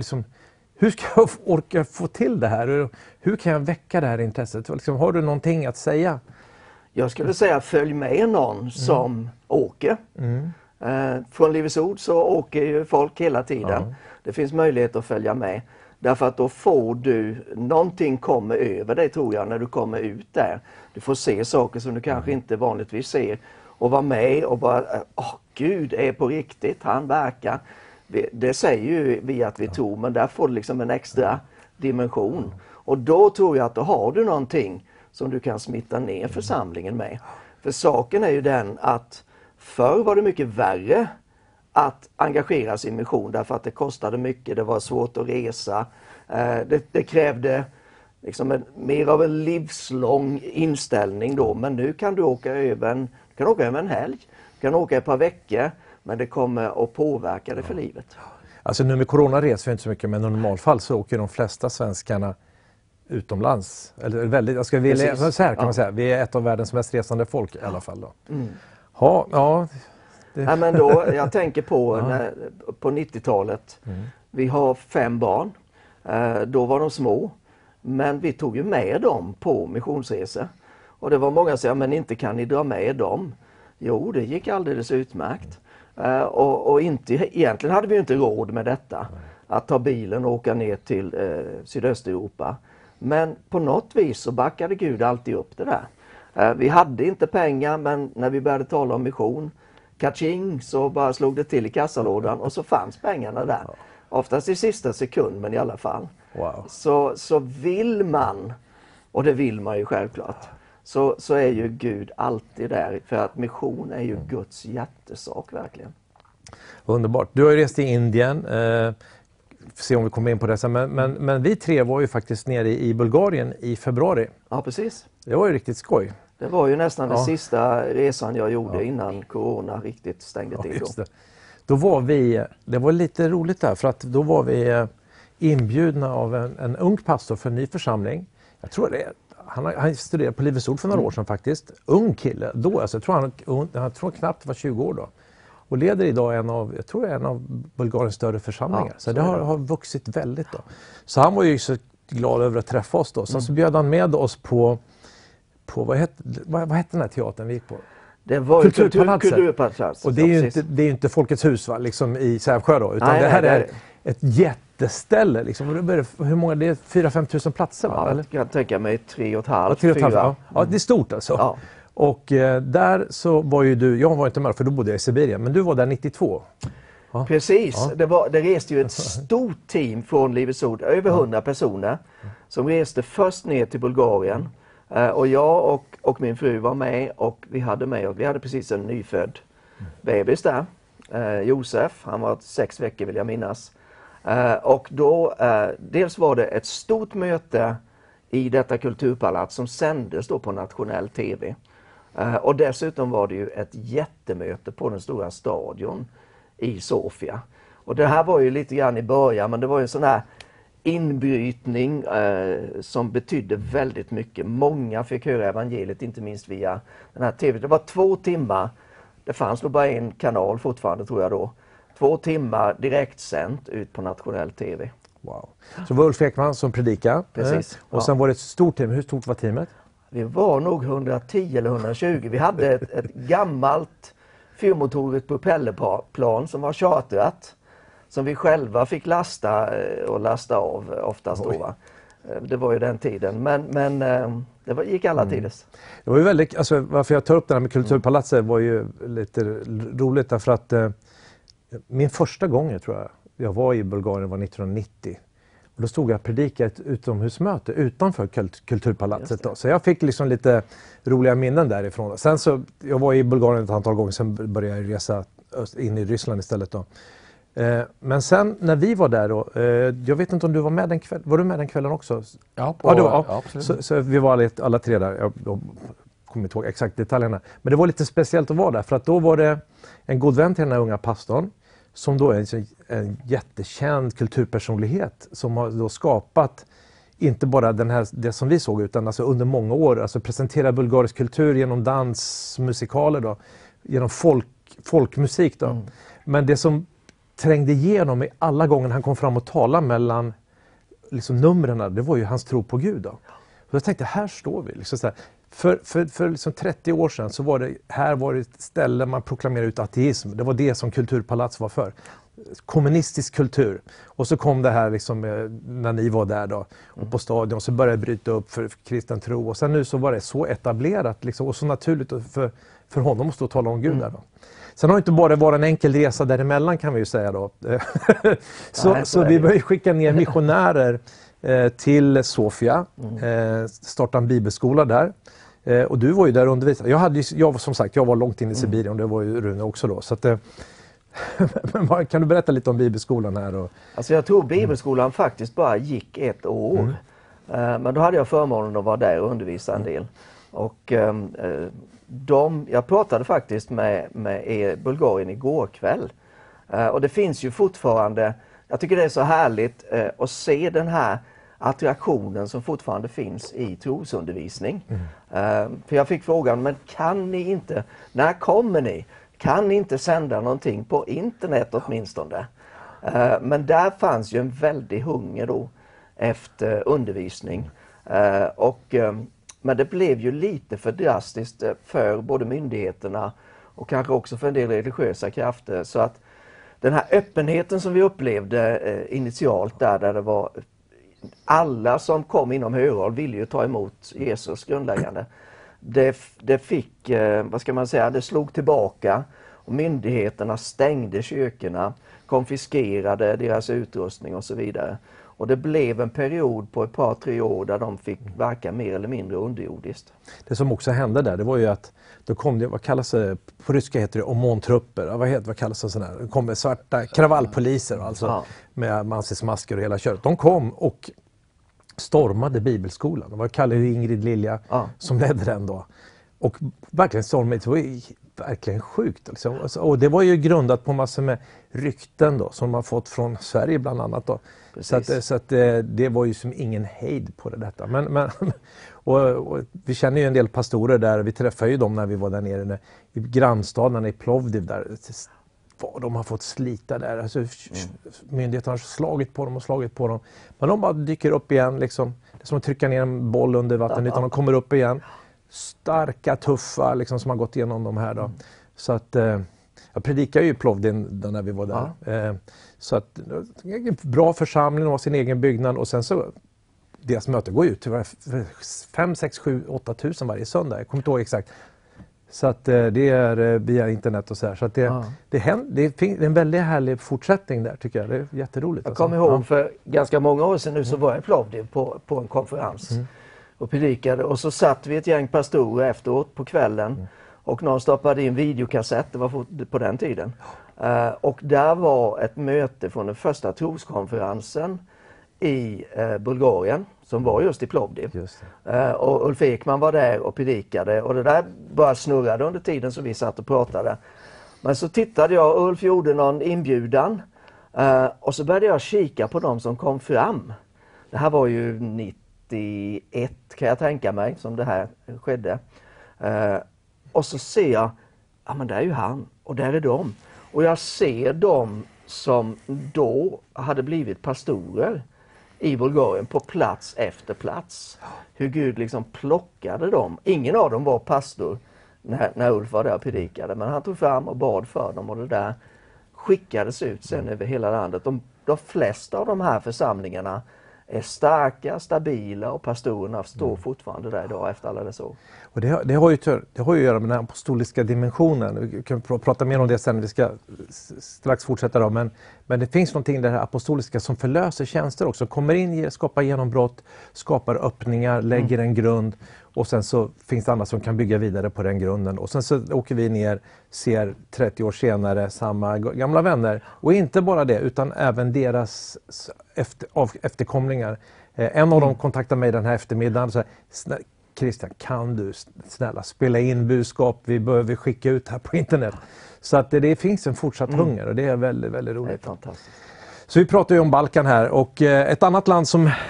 jag orka få till det här? Hur kan jag väcka det här intresset? Har du någonting att säga? Jag skulle säga följ med någon som åker. Från Livets Ord så åker ju folk hela tiden. Ja. Det finns möjlighet att följa med. Därför att då får du, någonting kommer över dig tror jag när du kommer ut där. Du får se saker som du kanske inte vanligtvis ser. Och vara med och bara, Gud är på riktigt, han verkar. Det säger ju vi att vi tror, men där får du liksom en extra dimension. Och då tror jag att då har du någonting som du kan smitta ner församlingen med. För saken är ju den att förr var det mycket värre att engagera sig i mission därför att det kostade mycket, det var svårt att resa. Det krävde liksom mer av en livslång inställning då, men nu kan du åka över en helg, du kan åka ett par veckor, men det kommer att påverka det för livet. Alltså nu med corona reser vi inte så mycket, men i normalfall så åker de flesta svenskarna utomlands. Eller väldigt, jag ska vi så här kan man säga, vi är ett av världens mest resande folk i alla fall då. Ja, Nej, men då, jag tänker på 90-talet. Vi har 5 barn. Då var de små. Men vi tog ju med dem på missionsresor. Och det var många som sa, men inte kan ni dra med dem? Jo, det gick alldeles utmärkt. Och egentligen hade vi inte råd med detta. Att ta bilen och åka ner till Sydösteuropa. Men på något vis så backade Gud alltid upp det där. Vi hade inte pengar, men när vi började tala om mission, kaching, så bara slog det till i kassalådan och så fanns pengarna där. Oftast i sista sekund, men i alla fall. Wow. Så vill man, och det vill man ju självklart, så är ju Gud alltid där. För att mission är ju Guds hjärtesak verkligen. Underbart. Du har ju rest i Indien. Se om vi kommer in på det sen. Men vi 3 var ju faktiskt nere i Bulgarien i februari. Ja, precis. Det var ju riktigt skoj. Det var ju nästan den sista resan jag gjorde innan corona riktigt stängde till. Just det. Då var det var lite roligt där, för att då var vi inbjudna av en ung pastor för en ny församling. Jag tror han studerade på Livets Ord för några år sedan faktiskt. Ung kille då, alltså, jag tror knappt var 20 år då. Och leder idag en av Bulgariens större församlingar. Ja, så det har vuxit väldigt då. Så han var ju så glad över att träffa oss då. Så bjöd han med oss på vad hette den här teatern vi gick på? Det var Kulturpalatset. Och det är ju inte Folkets hus, va? Liksom i Sävsjö då, utan det här är ett jätteställe liksom. Hur många, det är 4-5 tusen platser, va? Ja, eller? Jag kan tänka mig 3,5, 4. Ja, det är stort alltså. Ja. Och där så var ju du, jag var inte med för då bodde jag i Sibirien, men du var där 92. Ja. Precis, det reste ju ett stort team från Livets Ord, över 100 personer, som reste först ner till Bulgarien. Och jag och min fru var med, och vi hade precis en nyfödd bebis där, Josef, han var 6 veckor vill jag minnas. Och då, dels var det ett stort möte i detta kulturpalats som sändes då på nationell tv. Och dessutom var det ju ett jättemöte på den stora stadion i Sofia. Och det här var ju lite grann i början, men det var ju en sån här inbrytning som betydde väldigt mycket. Många fick höra evangeliet, inte minst via den här tv. Det var 2 timmar, det fanns nog bara en kanal fortfarande tror jag då. 2 timmar direktsänt ut på nationell tv. Wow. Så var Ulf Ekman som predikade. Precis. Och sen var det ett stort team. Hur stort var teamet? Vi var nog 110 eller 120. Vi hade ett gammalt fyrmotorigt propellerplan som var chartrat. Som vi själva fick lasta av oftast då, va? Det var ju den tiden. Men det gick alla tiders. Det var ju väldigt, alltså, varför jag tar upp det här med Kulturpalatset var ju lite roligt därför att min första gång tror jag var i Bulgarien var 1990. Och då stod jag och predikade ett utomhusmöte utanför Kulturpalatset. Då. Så jag fick liksom lite roliga minnen därifrån. Sen så, jag var i Bulgarien ett antal gånger, sen började jag resa in i Ryssland istället då. Men sen när vi var där då, jag vet inte om du var med den kvällen, var du med den kvällen också? Ja, absolut. Så vi var alla 3 där, jag kommer inte ihåg exakt detaljerna. Men det var lite speciellt att vara där, för att då var det en god vän till den här unga pastorn, som då är en jättekänd kulturpersonlighet, som har då skapat inte bara det som vi såg, utan alltså under många år, alltså presentera bulgarisk kultur genom dans, musikaler då, genom folkmusik då. Men det som trängde igenom i alla gånger han kom fram och talade mellan liksom numren, det var ju hans tro på Gud då. Och jag tänkte, här står vi liksom så här. För liksom 30 år sedan så var det ett ställe man proklamerade ut ateism. Det var det som Kulturpalats var för. Kommunistisk kultur. Och så kom det här liksom, när ni var där då, och på stadion, så började det bryta upp för kristen tro. Och sen nu så var det så etablerat liksom, och så naturligt för honom att stå och tala om Gud där då. Sen har det inte bara varit en enkel resa däremellan, kan vi ju säga då. så vi började skicka ner missionärer till Sofia, starta en bibelskola där. Och du var ju där och undervisade. Jag var långt in i Sibirien, och det var ju Rune också då. Så att, kan du berätta lite om bibelskolan här? Alltså jag tror bibelskolan faktiskt bara gick 1 år. Men då hade jag förmånen att vara där och undervisa en del. Och jag pratade faktiskt med Bulgarien igår kväll. Och det finns ju fortfarande jag tycker det är så härligt att se den här attraktionen som fortfarande finns i trosundervisning. För jag fick frågan, men kan ni inte, när kommer ni? Kan ni inte sända någonting på internet åtminstone? Men där fanns ju en väldig hunger då efter undervisning. Men det blev ju lite för drastiskt för både myndigheterna och kanske också för en del religiösa krafter. Så att den här öppenheten som vi upplevde initialt där det var alla som kom inom Hörål ville ju ta emot Jesus grundläggande. Det fick, vad ska man säga, det slog tillbaka och myndigheterna stängde kyrkorna, konfiskerade deras utrustning och så vidare. Och det blev en period på ett par, 3 år där de fick verka mer eller mindre underjordiskt. Det som också hände där, det var ju att då kom det, vad kallas det, på ryska heter det OMON-trupper, vad kallas det sådär? Det kom svarta kravallpoliser alltså med masker och hela köret. De kom och stormade bibelskolan. Det var Kalle och Ingrid Lilja som ledde den då. Och verkligen stormade, det var ju verkligen sjukt. Liksom. Och det var ju grundat på massor med rykten då, som man fått från Sverige bland annat då. Så att det var ju som ingen hejd på detta. Och vi känner ju en del pastorer där, vi träffade ju dem när vi var där nere i grannstaden i Plovdiv där. De har fått slita där. Alltså, myndigheterna har slagit på dem. Men de bara dyker upp igen. Liksom. Det är som att trycka ner en boll under vatten utan de kommer upp igen. Starka, tuffa liksom, som har gått igenom de här. Då. Så att, jag predikade ju i Plovdiv när vi var där. Så att, bra församling, de har sin egen byggnad och sen så deras möte går ut till 5, 6, 7, 8 tusen varje söndag. Jag kommer inte ihåg exakt. Så att det är via internet och så här. Så att det finns en väldigt härlig fortsättning där tycker jag. Det är jätteroligt. Jag kommer ihåg för ganska många år sedan nu så var jag i Plovdiv på en konferens och predikade. Och så satt vi ett gäng pastorer efteråt på kvällen och någon stoppade in videokassett, det var på den tiden. Och där var ett möte från den första troskonferensen i Bulgarien som var just i Plovdiv. Och Ulf Ekman var där och predikade och det där bara snurrade under tiden som vi satt och pratade. Men så tittade jag och Ulf gjorde någon inbjudan och så började jag kika på dem som kom fram. Det här var ju 91 kan jag tänka mig som det här skedde. Och så ser jag, ja men där är ju han och där är de. Och jag ser dem som då hade blivit pastorer i Bulgarien på plats efter plats. Hur Gud liksom plockade dem. Ingen av dem var pastor när Ulf var där och predikade. Men han tog fram och bad för dem och det där skickades ut sen över hela landet. De flesta av de här församlingarna är starka, stabila och pastorerna står fortfarande där idag efter alla dessa år. Och det har ju att göra med den apostoliska dimensionen. Vi kan prata mer om det sen, vi ska strax fortsätta då. Men det finns någonting där apostoliska som förlöser tjänster också. Kommer in, skapar genombrott, skapar öppningar, lägger en grund. Och sen så finns det andra som kan bygga vidare på den grunden. Och sen så åker vi ner, ser 30 år senare samma gamla vänner. Och inte bara det, utan även deras efterkomlingar. En av dem kontaktade mig den här eftermiddagen och sa, Christian, kan du snälla spela in budskap? Vi behöver skicka ut här på internet. Så att det finns en fortsatt hunger och det är väldigt, väldigt roligt. Det är fantastiskt. Så vi pratar ju om Balkan här och ett annat land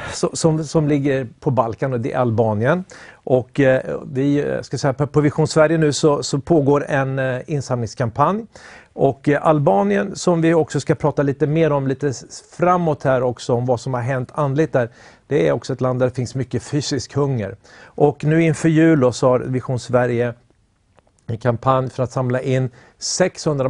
som ligger på Balkan och det är Albanien. Och vi ska säga på Vision Sverige nu så pågår en insamlingskampanj. Och Albanien som vi också ska prata lite mer om lite framåt här också om vad som har hänt andligt där. Det är också ett land där det finns mycket fysisk hunger. Och nu inför jul så har Vision Sverige en kampanj för att samla in 600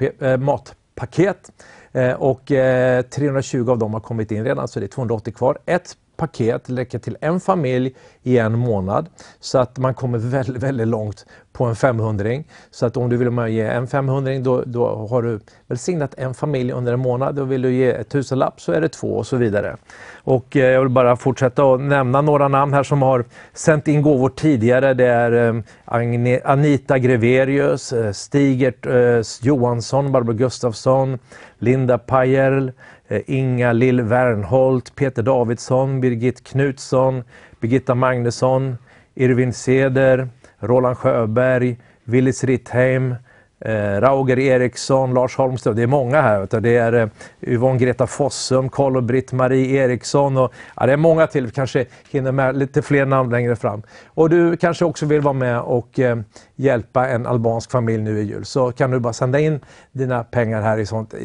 matpaket. Och 320 av dem har kommit in redan så det är 280 kvar. Ett paket räcker till en familj i en månad. Så att man kommer väldigt, väldigt långt på en 500-ring. Så att om du vill ge en 500-ring då har du välsignat en familj under en månad. Då vill du ge 1000-lapp så är det 2 och så vidare. Och jag vill bara fortsätta att nämna några namn här som har sänt in gåvor tidigare. Det är Anita Greverius, Stigert Johansson, Barbara Gustafsson, Linda Pajerl, Inga Lill Wernholt, Peter Davidsson, Birgit Knutsson, Birgitta Magnusson, Irvin Seder, Roland Sjöberg, Willis Rittheim, Rauger Eriksson, Lars Holmström, det är många här. Det är Yvonne Greta Fossum, Carl och Britt-Marie Eriksson och det är många till, kanske hinner med lite fler namn längre fram. Och du kanske också vill vara med och hjälpa en albansk familj nu i jul, så kan du bara sända in dina pengar här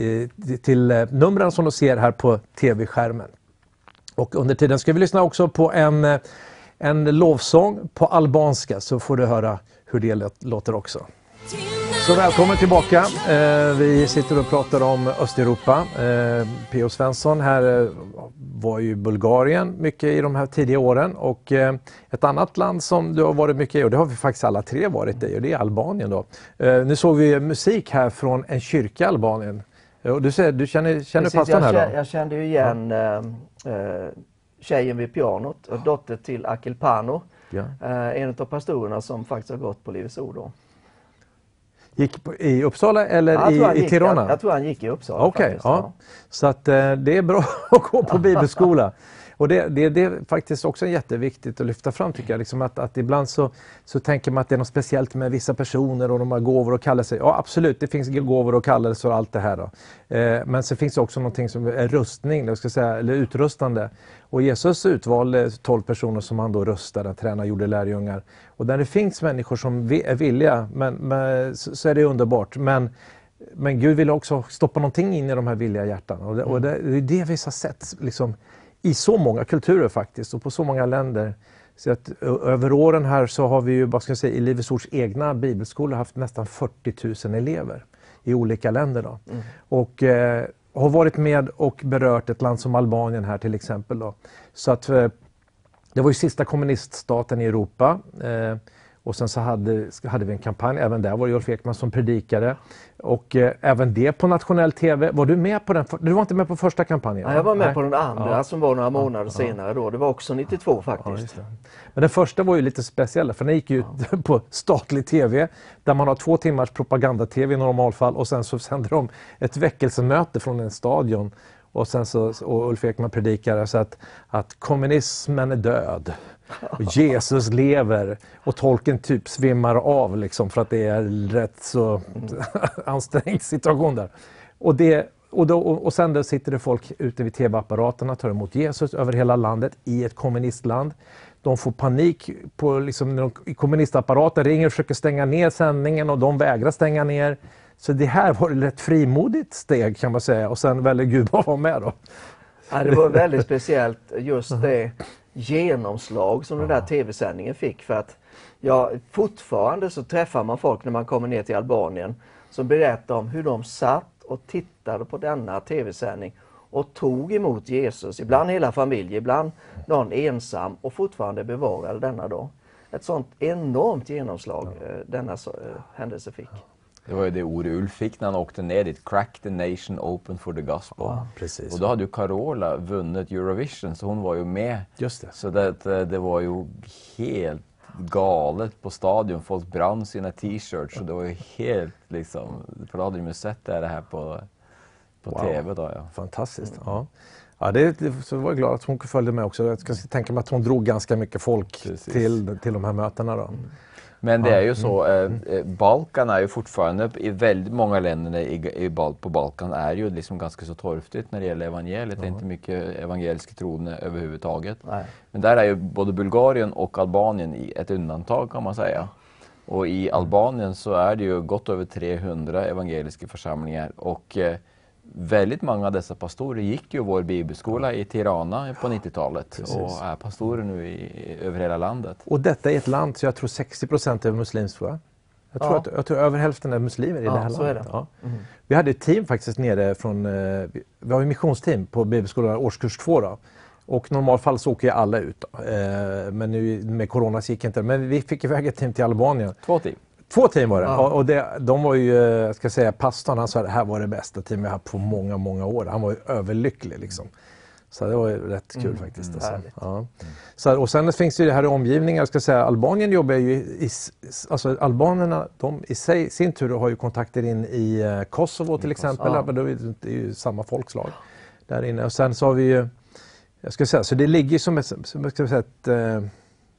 till numren som du ser här på tv-skärmen. Och under tiden ska vi lyssna också på en lovsång på albanska, så får du höra hur det låter också. Så välkommen tillbaka. Vi sitter och pratar om Östeuropa. P.O. Svensson här var ju Bulgarien mycket i de här tidiga åren. Och ett annat land som du har varit mycket i, och det har vi faktiskt alla tre varit i, och det är Albanien då. Nu såg vi musik här från en kyrka i Albanien. Och du känner pastorn här då? Jag kände ju igen tjejen vid pianot, och dotter till Akil Pano. Ja. En av pastorerna som faktiskt har gått på Livets Ord då. Gick i Uppsala eller i Tirana? Jag tror han gick i Uppsala. Okej, ja. Så att det är bra att gå på bibelskola. Och det är faktiskt också jätteviktigt att lyfta fram, tycker jag. Liksom att ibland så tänker man att det är något speciellt med vissa personer och de har gåvor och kallelser. Ja, absolut, det finns gåvor och kallelser och allt det här då. Men så finns det också någonting som är rustning, eller utrustande. Och Jesus utvalde 12 personer som han då rustade, tränade, gjorde lärjungar. Och där det finns människor som är villiga, så är det underbart. Men Gud vill också stoppa någonting in i de här villiga hjärtan. Och det är det vi har sett liksom, i så många kulturer faktiskt, och på så många länder. Så att över åren här så har vi ju, i Livets Ords egna bibelskolor haft nästan 40 000 elever i olika länder då. Och har varit med och berört ett land som Albanien här till exempel då. Så att det var ju sista kommuniststaten i Europa. Och sen så hade vi en kampanj, även där var Ulf Ekman som predikade. Och även det på nationell tv. Var du med på den? Du var inte med på första kampanjen? Ja, jag var med på den andra som var några månader senare då. Det var också 92 faktiskt. Ja, men den första var ju lite speciell, för den gick ju på statlig tv. Där man har 2 timmars propaganda-tv i normalfall. Och sen så sänder de ett väckelsemöte från en stadion. Och sen och Ulf Ekman predikar så att kommunismen är död. Och Jesus lever, och tolken typ svimmar av liksom, för att det är rätt så ansträngd situation där. Och sen där sitter det folk ute vid tv-apparaterna, tar emot Jesus över hela landet i ett kommunistland. De får panik på liksom, kommunistapparaten ringer och försöker stänga ner sändningen, och de vägrar stänga ner. Så det här var ett rätt frimodigt steg, kan man säga, och sen väljer Gud att vara med då. Ja, det var väldigt speciellt just det genomslag som den där tv-sändningen fick, för att fortfarande så träffar man folk när man kommer ner till Albanien som berättar om hur de satt och tittade på denna tv-sändning och tog emot Jesus, ibland hela familj, ibland någon ensam, och fortfarande bevarade denna dag. Ett sånt enormt genomslag denna händelse fick. Det var ju det ordet Ulf fick när han åkte ner dit. Crack the nation open for the gospel. Ja, precis. Och då hade ju Carola vunnit Eurovision, så hon var ju med. Just det. Så det var ju helt galet på stadion. Folk brann sina t-shirts, och det var ju helt liksom, för då hade de ju sett det här på tv då. Ja. Fantastiskt. Ja. Ja, så var jag glad att hon följde med också. Jag ska tänka mig att hon drog ganska mycket folk till de här mötena då. Men det är ju så, Balkan är ju fortfarande, i väldigt många länder på Balkan är ju liksom ganska så torftigt när det gäller evangeliet. Det är inte mycket evangeliska troende överhuvudtaget. Nej. Men där är ju både Bulgarien och Albanien ett undantag, kan man säga. Och i Albanien så är det ju gott över 300 evangeliska församlingar, och väldigt många av dessa pastorer gick ju vår bibelskola i Tirana på 90-talet. Och är pastorer nu över hela landet. Och detta är ett land, så jag tror 60% är muslimskt, va? Jag tror över hälften är muslimer i det här landet. Ja. Vi hade ett team faktiskt nere vi har ett missionsteam på bibelskolan årskurs 2 då. Och i normalfall så åker ju alla ut då. Men nu med corona så gick inte. Men vi fick iväg ett team till Albanien. 2 team. 2 team var det. Ja. Och de var ju, jag ska säga, pastorn, han sa att det här var det bästa team jag haft på många, många år. Han var ju överlycklig liksom. Så det var ju rätt kul faktiskt. Alltså. Ja. Så, och sen finns det ju det här i omgivningen. Jag ska säga, Albanien jobbar ju alltså albanerna, de i sin tur har ju kontakter in i Kosovo till exempel. Ja. Det är ju samma folkslag där inne. Och sen så har vi ju, jag ska säga, så det ligger som ett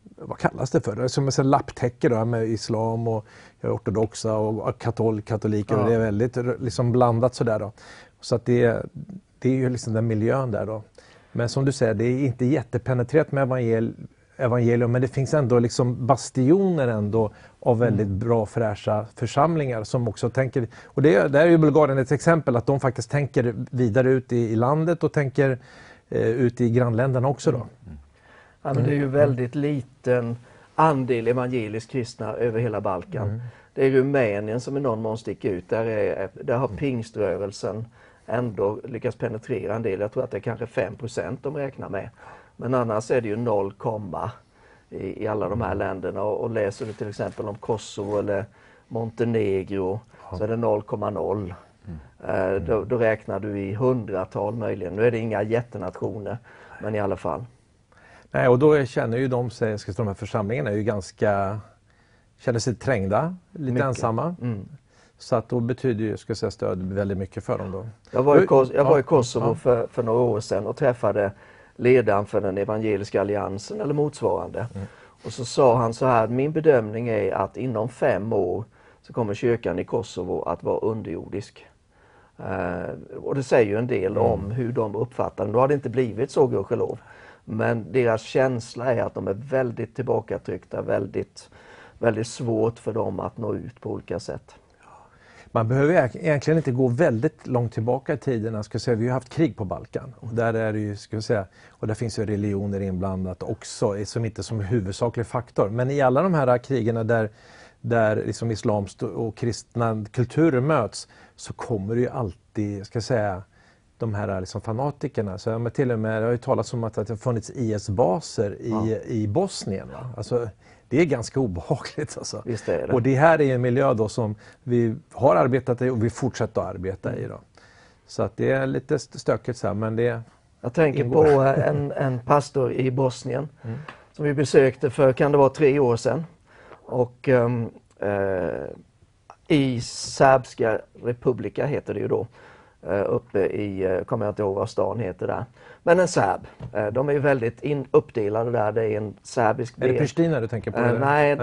vad kallas det för? Det är som en lapptäcke då, med islam och ortodoxa och katoliker. Och det är väldigt liksom blandat sådär då. Så att det är ju liksom den miljön där då. Men som du säger, det är inte jättepenetrerat med evangelium, men det finns ändå liksom bastioner ändå av väldigt bra fräscha församlingar som också tänker, och där är ju Bulgarien ett exempel, att de faktiskt tänker vidare ut i landet och tänker ut i grannländerna också då. Ja, men det är ju väldigt liten andel evangeliskt kristna över hela Balkan. Det är Rumänien som i någon mån sticker ut. Där har pingströrelsen ändå lyckats penetrera en del. Jag tror att det är kanske 5% de räknar med. Men annars är det ju 0, i alla de här länderna. Och läser du till exempel om Kosovo eller Montenegro så är det 0,0. Då räknar du i 100-tal möjligen. Nu är det inga jättenationer, men i alla fall. Nej, och då känner ju de här församlingarna är ju känner sig trängda, lite mycket ensamma. Så att då betyder ju stöd väldigt mycket för dem då. Jag var i Kosovo för några år sedan och träffade ledaren för den evangeliska alliansen eller motsvarande. Och så sa han så här: min bedömning är att inom 5 år så kommer kyrkan i Kosovo att vara underjordisk. Och det säger ju en del om hur de uppfattar det. Då har det inte blivit så, gudskelov. Men deras känsla är att de är väldigt tillbakatryckta, väldigt, väldigt svårt för dem att nå ut på olika sätt. Man behöver egentligen inte gå väldigt långt tillbaka i tiderna. Vi har ju haft krig på Balkan. Och där är det ju, och där finns ju religioner inblandat också, som inte som huvudsaklig faktor. Men i alla de här krigerna där liksom islam och kristna kulturer möts, så kommer det ju alltid, de här liksom fanatikerna. Så jag till och med, det har ju talats om att det har funnits IS-baser i Bosnien. Va? Alltså, det är ganska obehagligt. Alltså. Visst är det. Och det här är en miljö då som vi har arbetat i och vi fortsätter att arbeta i. Då. Så att det är lite stökigt så här, men det jag tänker ingår på en pastor i Bosnien som vi besökte för, kan det vara 3 år sedan. Och i Serbska republika heter det ju då. Uppe i, kommer jag inte ihåg vad stan heter där. Men en serb. De är ju väldigt uppdelade där. Det är en serbisk del. Är det Pristina du tänker på? Nej,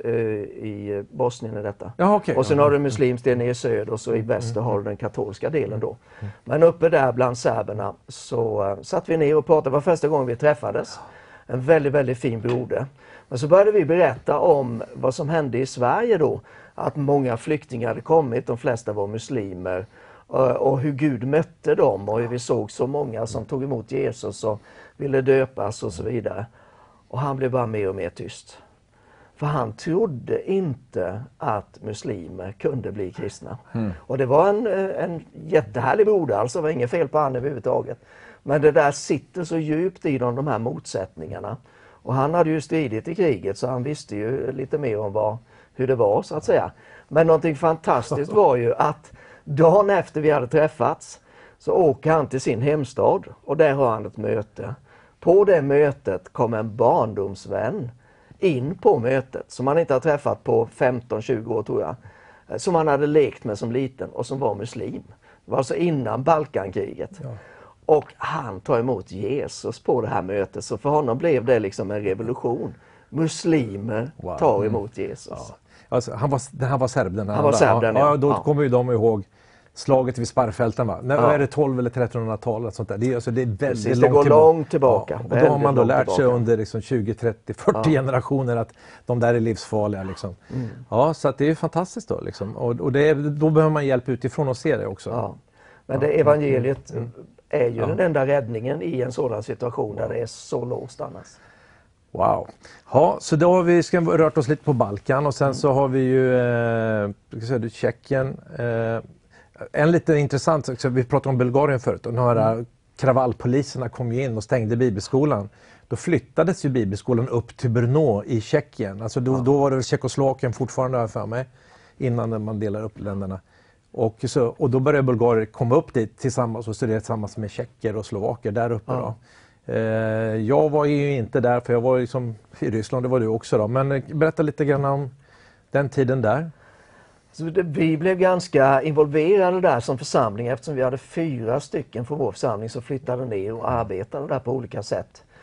i Bosnien är detta. Ja, okay. Och sen har du muslimsk del nere i söder och så i väster har du den katolska delen då. Men uppe där bland serberna så satt vi ner och pratade. Det var första gången vi träffades. En väldigt, väldigt fin broder. Men så började vi berätta om vad som hände i Sverige då. Att många flyktingar hade kommit, de flesta var muslimer. Och hur Gud mötte dem och hur vi såg så många som tog emot Jesus och ville döpas och så vidare. Och han blev bara mer och mer tyst. För han trodde inte att muslimer kunde bli kristna. Och det var en jättehärlig broder, alltså det var inget fel på han överhuvudtaget. Men det där sitter så djupt i de här motsättningarna. Och han hade ju stridit i kriget så han visste ju lite mer om hur det var så att säga. Men någonting fantastiskt var ju att dagen efter vi hade träffats så åker han till sin hemstad och där har han ett möte. På det mötet kom en barndomsvän in på mötet som han inte har träffat på 15-20 år tror jag. Som han hade lekt med som liten och som var muslim. Det var alltså innan Balkankriget. Ja. Och han tar emot Jesus på det här mötet så för honom blev det liksom en revolution. Muslimer tar emot Jesus. Ja. Alltså, han var serb den här. Han var serb, då kommer ju de ihåg slaget vid Sparrfälten va? Är det 12 eller 1300-talet sånt där? Det är väldigt precis, det går långt tillbaka. Ja, och då har man då lärt sig under liksom 20, 30, 40 generationer att de där är livsfarliga liksom. Ja, så att det är fantastiskt då liksom. Och då behöver man hjälp utifrån och se det också. Ja. Men det evangeliet är ju den enda räddningen i en sådan situation där det är så låst annars. Wow. Ja, så då har vi rört oss lite på Balkan och sen så har vi ju Tjeckien. En lite intressant, vi pratade om Bulgarien förut och några kravallpoliserna kom ju in och stängde bibelskolan. Då flyttades ju bibelskolan upp till Brno i Tjeckien. Alltså då var det väl Tjeckoslovakien fortfarande här för mig innan man delar upp länderna. Och då började Bulgarien komma upp dit tillsammans och studera tillsammans med tjecker och slovaker där uppe då. Jag var ju inte där för jag var liksom i Ryssland, det var du också då. Men berätta lite grann om den tiden där. Så vi blev ganska involverade där som församling eftersom vi hade 4 stycken från vår församling som flyttade ner och arbetade där på olika sätt.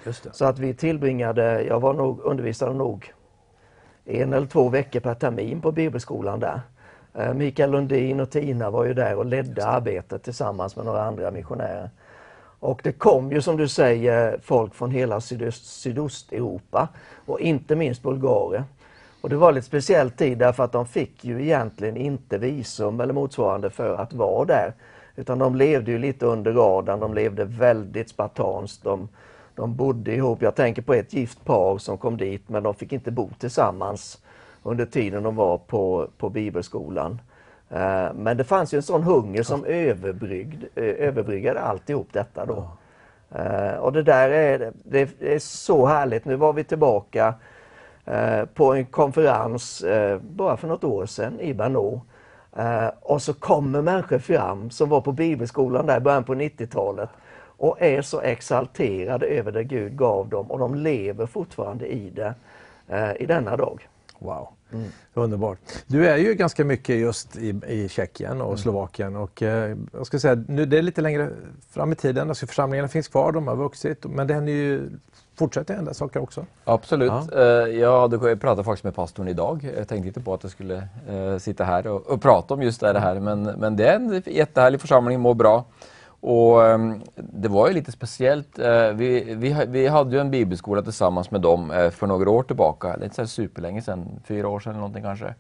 Just det. Så att vi tillbringade, undervisade nog 1 eller 2 veckor per termin på bibelskolan där. Mikael Lundin och Tina var ju där och ledde arbetet tillsammans med några andra missionärer. Och det kom ju som du säger folk från hela Sydosteuropa och inte minst Bulgarien. Och det var lite speciell tid därför att de fick ju egentligen inte visum eller motsvarande för att vara där. Utan de levde ju lite under radarn, de levde väldigt spartanskt. De bodde ihop, jag tänker på ett gift par som kom dit men de fick inte bo tillsammans under tiden de var på bibelskolan. Men det fanns ju en sån hunger som överbryggade alltihop detta då. Och det där är så härligt. Nu var vi tillbaka på en konferens bara för något år sedan i Brno. Och så kommer människor fram som var på bibelskolan där i början på 90-talet och är så exalterade över det Gud gav dem och de lever fortfarande i det i denna dag. Wow, underbart. Du är ju ganska mycket just i Tjeckien och Slovakien och jag ska säga, nu det är lite längre fram i tiden, alltså församlingarna finns kvar, de har vuxit, men det händer ju, fortsätter hända saker också. Absolut. Jag pratade faktiskt med pastorn idag. Jag tänkte inte på att jag skulle sitta här och prata om just det här, men det är en jättehärlig församling, mår bra. Och det var ju lite speciellt. Vi hade ju en bibelskola tillsammans med dem för några år tillbaka. Det är inte så superlänge sedan, 4 år sedan eller någonting kanske.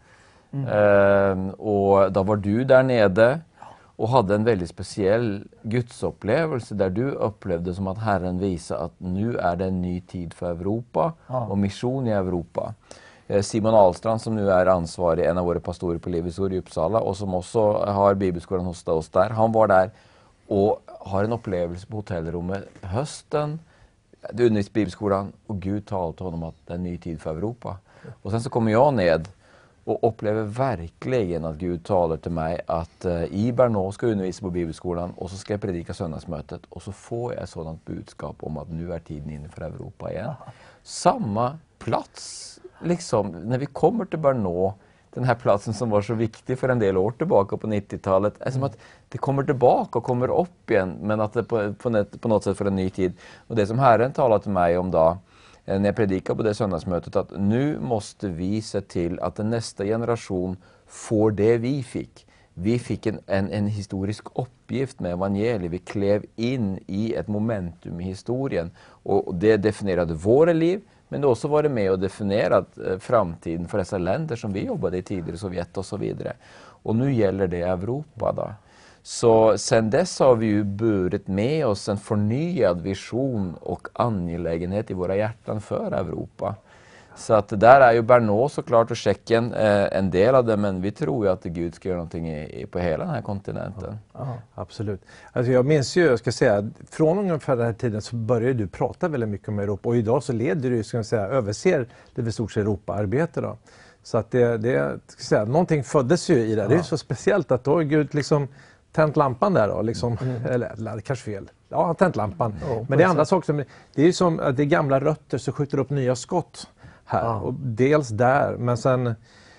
Och då var du där nere och hade en väldigt speciell gudsupplevelse där du upplevde som att Herren visade att nu är det en ny tid för Europa och mission i Europa. Simon Ahlstrand som nu är ansvarig, en av våra pastorer på Livets Ord i Uppsala och som också har bibelskolan hos oss där. Han var där och har en upplevelse på hotellrummet hösten. Du undervisade bibelskolan och Gud talade till honom att det är en ny tid för Europa. Och sen så kommer jag ned och upplever verkligen att Gud talar till mig att i Brno ska jag undervisa på bibelskolan och så ska jag predika söndagsmötet och så får jag ett sådant budskap om att nu är tiden inne för Europa igen. Samma plats, liksom, när vi kommer till Brno, den här platsen som var så viktig för en del år tillbaka på 90-talet, är som att det kommer tillbaka och kommer upp igen, men att det på något sätt för en ny tid. Och det som Herren talade till mig om då, när jag predikade på det söndagsmötet, att nu måste vi se till att den nästa generation får det vi fick. Vi fick en historisk uppgift med evangeliet. Vi klev in i ett momentum i historien. Och det definierade våra liv, men det också var det med och definierat framtiden för dessa länder som vi jobbade i tidigare, Sovjet och så vidare. Och nu gäller det Europa då. Så sen dess har vi ju burit med oss en förnyad vision och angelägenhet i våra hjärtan för Europa. Så att där är ju Brno såklart och Tjeckien en del av det, men vi tror ju att Gud ska göra någonting på hela den här kontinenten. Ja, absolut. Alltså jag minns ju, jag ska säga, från ungefär den här tiden så började du prata väldigt mycket om Europa och idag så leder du, ska jag säga, överser Livets Ords Europa-arbete då. Så att det ska jag säga, någonting föddes ju i det. Det är så speciellt att då har Gud liksom tänt lampan där då, liksom, eller kanske fel. Ja, han tänt lampan. Men det är andra saker som, det är ju som att det är gamla rötter så skjuter upp nya skott här. Och dels där, men sen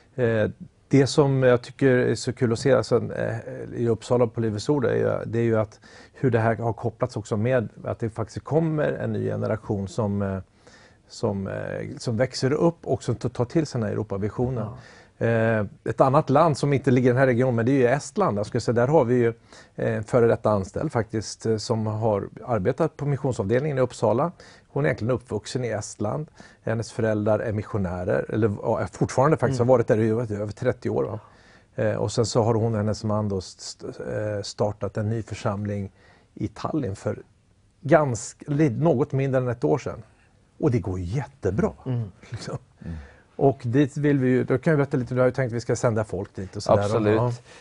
det som jag tycker är så kul att se alltså, i Uppsala på Livets Ord det är ju att hur det här har kopplats också med att det faktiskt kommer en ny generation som växer upp och som tar till sig den här Europavisionen. Ett annat land som inte ligger i den här regionen, men det är ju Estland. Jag skulle säga, där har vi ju före detta anställd faktiskt som har arbetat på missionsavdelningen i Uppsala. Hon är egentligen uppvuxen i Estland. Hennes föräldrar är missionärer, eller fortfarande faktiskt har varit där i över 30 år. Och sen så har hon och hennes man då startat en ny församling i Tallinn för något mindre än ett år sedan. Och det går jättebra. Liksom. Och dit vill vi ju, då kan vi berätta lite, du har ju tänkt att vi ska sända folk dit och sådär. Absolut.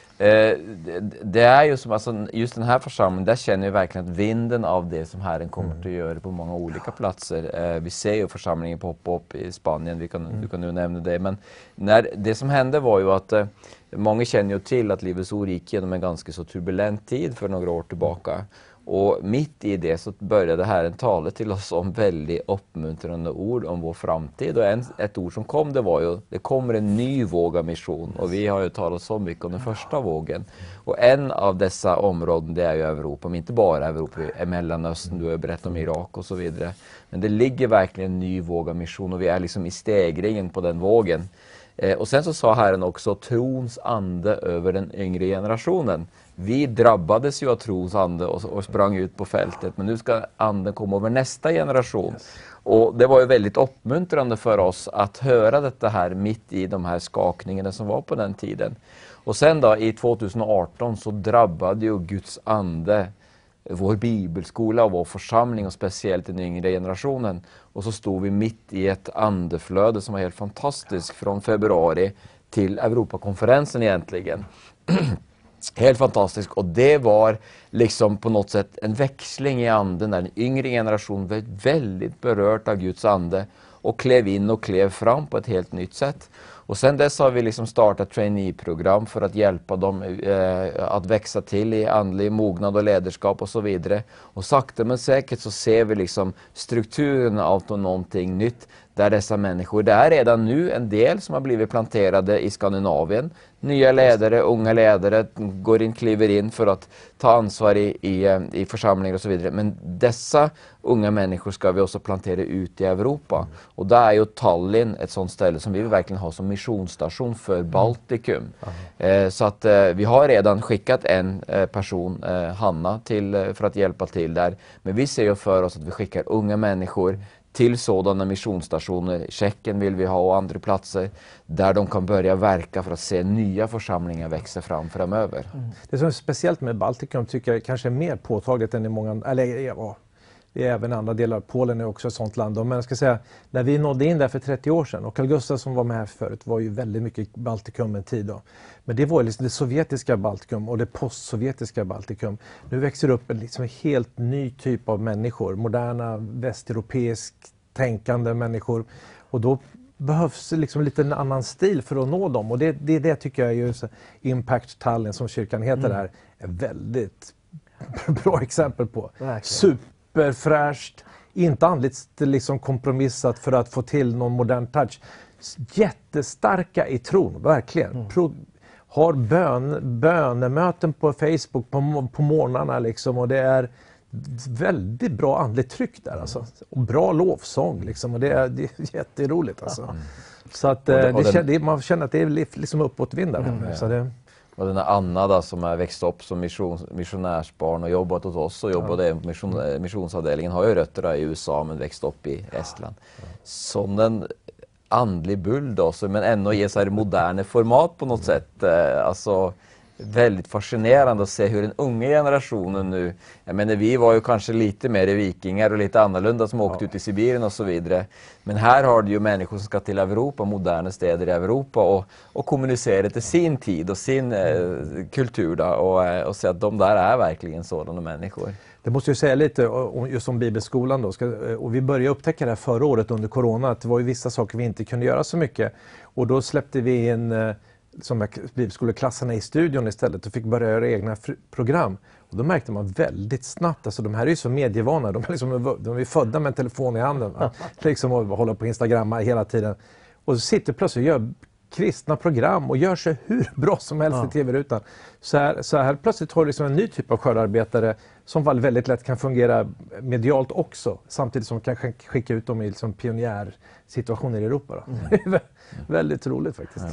Det är ju som, alltså, just den här församlingen, där känner vi verkligen att vinden av det som Herren kommer att göra på många olika platser. Vi ser ju församlingen poppa upp i Spanien, du kan nu nämna det. Men det som hände var ju att många känner ju till att Livets Ord gick genom en ganska så turbulent tid för några år tillbaka. Och mitt i det så började Herren tala till oss om väldigt uppmuntrande ord om vår framtid. Och ett ord som kom, det var ju, det kommer en ny våg av mission. Och vi har ju talat så mycket om den första vågen. Och en av dessa områden, det är ju Europa, men inte bara Europa, Mellanöstern, du har berättat om Irak och så vidare. Men det ligger verkligen en ny våg av mission och vi är liksom i stegringen på den vågen. Och sen så sa Herren också trons ande över den yngre generationen. Vi drabbades ju av trons ande och sprang ut på fältet, men nu ska anden komma över nästa generation. Yes. Och det var ju väldigt uppmuntrande för oss att höra detta här mitt i de här skakningarna som var på den tiden. Och sen då i 2018 så drabbade ju Guds ande vår bibelskola och vår församling och speciellt den yngre generationen. Och så stod vi mitt i ett andeflöde som var helt fantastiskt från februari till Europakonferensen egentligen. Helt fantastiskt, och det var liksom på något sätt en växling i anden där den yngre generationen var väldigt berört av Guds ande och klev in och klev fram på ett helt nytt sätt. Och sen dess har vi liksom startat trainee-program för att hjälpa dem att växa till i andlig mognad och ledarskap och så vidare. Och sakta men säkert så ser vi liksom strukturen av någonting nytt där dessa människor, det är redan nu en del som har blivit planterade i Skandinavien. Nya ledare, unga ledare kliver in för att ta ansvar i församlingar och så vidare. Men dessa unga människor ska vi också plantera ut i Europa. Och där är ju Tallinn ett sånt ställe som vi vill verkligen ha som missionsstation för Baltikum. Så att vi har redan skickat en person, Hanna, för att hjälpa till där. Men vi ser ju för oss att vi skickar unga människor till sådana missionsstationer. Tjeckien vill vi ha och andra platser där de kan börja verka för att se nya församlingar växa fram framöver. Det som är speciellt med Baltikum tycker jag kanske är mer påtagligt än i många, eller ja, det är även andra delar. Polen är också ett sånt land. Men jag ska säga, när vi nådde in där för 30 år sedan, och Carl Gustaf som var med här förut var ju väldigt mycket Baltikum en tid då. Men det var liksom det sovjetiska Baltikum och det postsovjetiska Baltikum. Nu växer upp en liksom helt ny typ av människor, moderna västeuropeiskt tänkande människor. Och då behövs liksom lite en annan stil för att nå dem. Och det tycker jag är ju Impact Tallinn, som kyrkan heter där, är väldigt bra exempel på. Superfräscht, inte andligt liksom kompromissat för att få till någon modern touch. Jättestarka i tron, verkligen. Har bönemöten på Facebook på morgnarna liksom, och det är väldigt bra andligt tryck där alltså. Och bra lovsång liksom, och det är jätteroligt alltså. Så att man känner att det är liksom uppåtvindare. Så det... Och den här Anna då, som är växt upp som missionärsbarn och jobbat hos oss och jobbade i missionsavdelningen, har ju rötter i USA men växt upp i Estland. Som en andlig bull då, men ändå i så här moderna format på något sätt. Alltså väldigt fascinerande att se hur den unga generationen nu, jag menar vi var ju kanske lite mer vikingar och lite annorlunda som åkte ut i Sibirien och så vidare. Men här har du ju människor som ska till Europa, moderna städer i Europa och kommunicera till sin tid och sin kultur då, och se att de där är verkligen sådana människor. Det måste jag säga lite just om bibelskolan då. Och vi började upptäcka det här förra året under corona, att det var ju vissa saker vi inte kunde göra så mycket. Och då släppte vi in som bibelskoleklasserna i studion istället och fick börja göra egna program. Och då märkte man väldigt snabbt, alltså de här är ju så medievana, de är födda med en telefon i handen. Liksom och håller på Instagram hela tiden. Och så sitter plötsligt och gör kristna program och gör sig hur bra som helst i tv-rutan. Så här plötsligt har du liksom en ny typ av skördarbetere som väldigt lätt kan fungera medialt också, samtidigt som kan skicka ut dem i liksom pionjärsituationer i Europa. Då. Väldigt roligt faktiskt.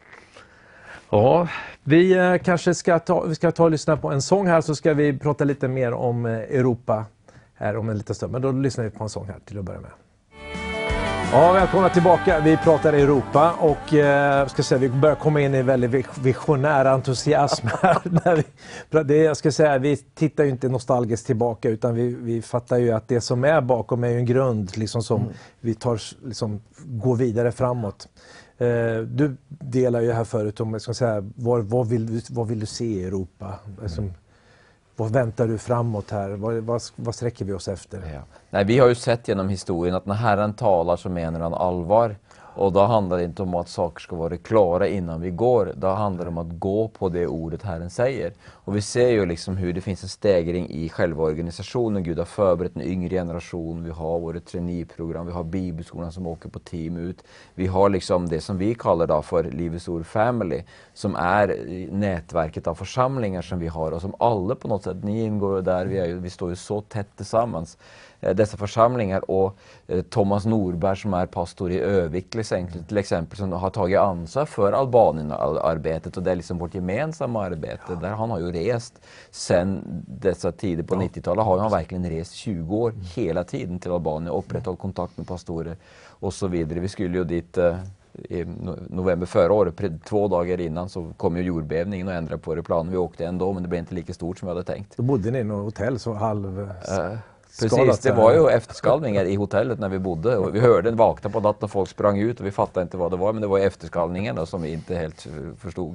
Ja, vi kanske ska ta och lyssna på en sång här, så ska vi prata lite mer om Europa här om en liten stund. Men då lyssnar vi på en sång här till att börja med. Ja, välkomna tillbaka. Vi pratar Europa och vi börjar komma in i väldigt visionär entusiasm här. Jag ska säga, vi tittar ju inte nostalgiskt tillbaka, utan vi fattar ju att det som är bakom är ju en grund liksom, som vi tar, liksom, går vidare framåt. Du delar ju här förut om, ska säga, vad vill du se i Europa? Alltså, vad väntar du framåt här? Vad sträcker vi oss efter? Ja. Nej, vi har ju sett genom historien att när Herren talar så menar han allvar. Och då handlar det inte om att saker ska vara klara innan vi går. Då handlar det om att gå på det ordet Herren säger. Och vi ser ju liksom hur det finns en stegring i själva organisationen. Gud har förberett en yngre generation. Vi har våra traineeprogram. Vi har bibelskolan som åker på team ut. Vi har liksom det som vi kallar då för Livets Ord Family. Som är nätverket av församlingar som vi har. Och som alla på något sätt, ni ingår där. Vi står ju så tätt tillsammans. Dessa församlingar och Thomas Norberg som är pastor i Övik till exempel som har tagit ansvar för Albanien-arbetet och det är liksom vårt gemensamma arbete där han har ju rest sen dessa tider på 90-talet har han verkligen rest 20 år hela tiden till Albanien och upprätthållit kontakt med pastorer och så vidare. Vi skulle ju dit i november förra året, 2 dagar innan så kom ju jordbävningen och ändrade på det planen. Vi åkte ändå men det blev inte lika stort som vi hade tänkt. Då bodde ni i något hotell så Precis, det var ju efterskalvningar i hotellet när vi bodde och vi hörde en vakna på natten och folk sprang ut och vi fattade inte vad det var men det var efterskalvningarna som vi inte helt förstod.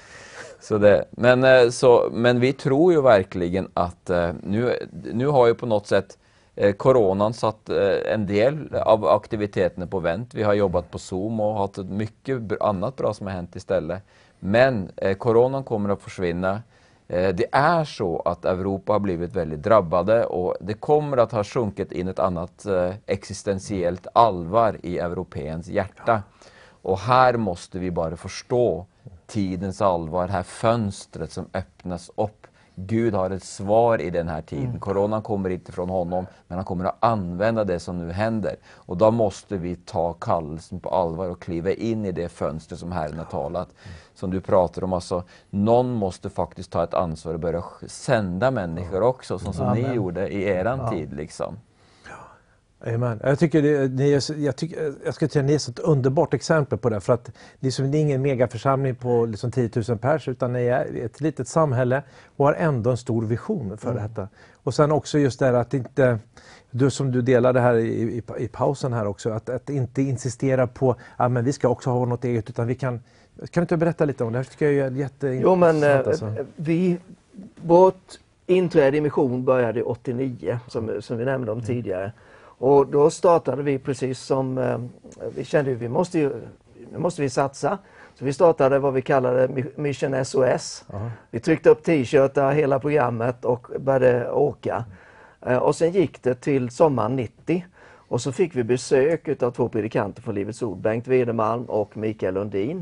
Men vi tror ju verkligen att nu har ju på något sätt coronan satt en del av aktiviteterna på vänt. Vi har jobbat på Zoom och haft mycket annat bra som har hänt istället. Men coronan kommer att försvinna. Det är så att Europa har blivit väldigt drabbade och det kommer att ha sjunkit in ett annat existentiellt allvar i europeens hjärta. Och här måste vi bara förstå tidens allvar, det här fönstret som öppnas upp. Gud har ett svar i den här tiden. Coronan kommer inte från honom, men han kommer att använda det som nu händer. Och då måste vi ta kallelsen på allvar och kliva in i det fönster som Herren har talat. Som du pratar om, alltså, någon måste faktiskt ta ett ansvar och börja sända människor också, som ni gjorde i eran tid liksom. Amen. Jag tycker ni är ett underbart exempel på det för att det är ingen megaförsamling på liksom 10 000 pers utan ni är ett litet samhälle och har ändå en stor vision för detta. Och sen också just det här att inte, som du delade här i pausen här också, att inte insistera på att men vi ska också ha något eget utan vi kan du inte berätta lite om det? Jag tycker jag är jätteintressant. Jo men vårt inträde i mission började 89 som vi nämnde om tidigare. Och då startade vi precis som vi kände att nu måste vi satsa. Så vi startade vad vi kallade Mission SOS. Vi tryckte upp t-shirtar hela programmet och började åka. Och sen gick det till sommaren 90 och så fick vi besök av 2 predikanter från Livets Ord, Bengt Wedemalm och Mikael Lundin.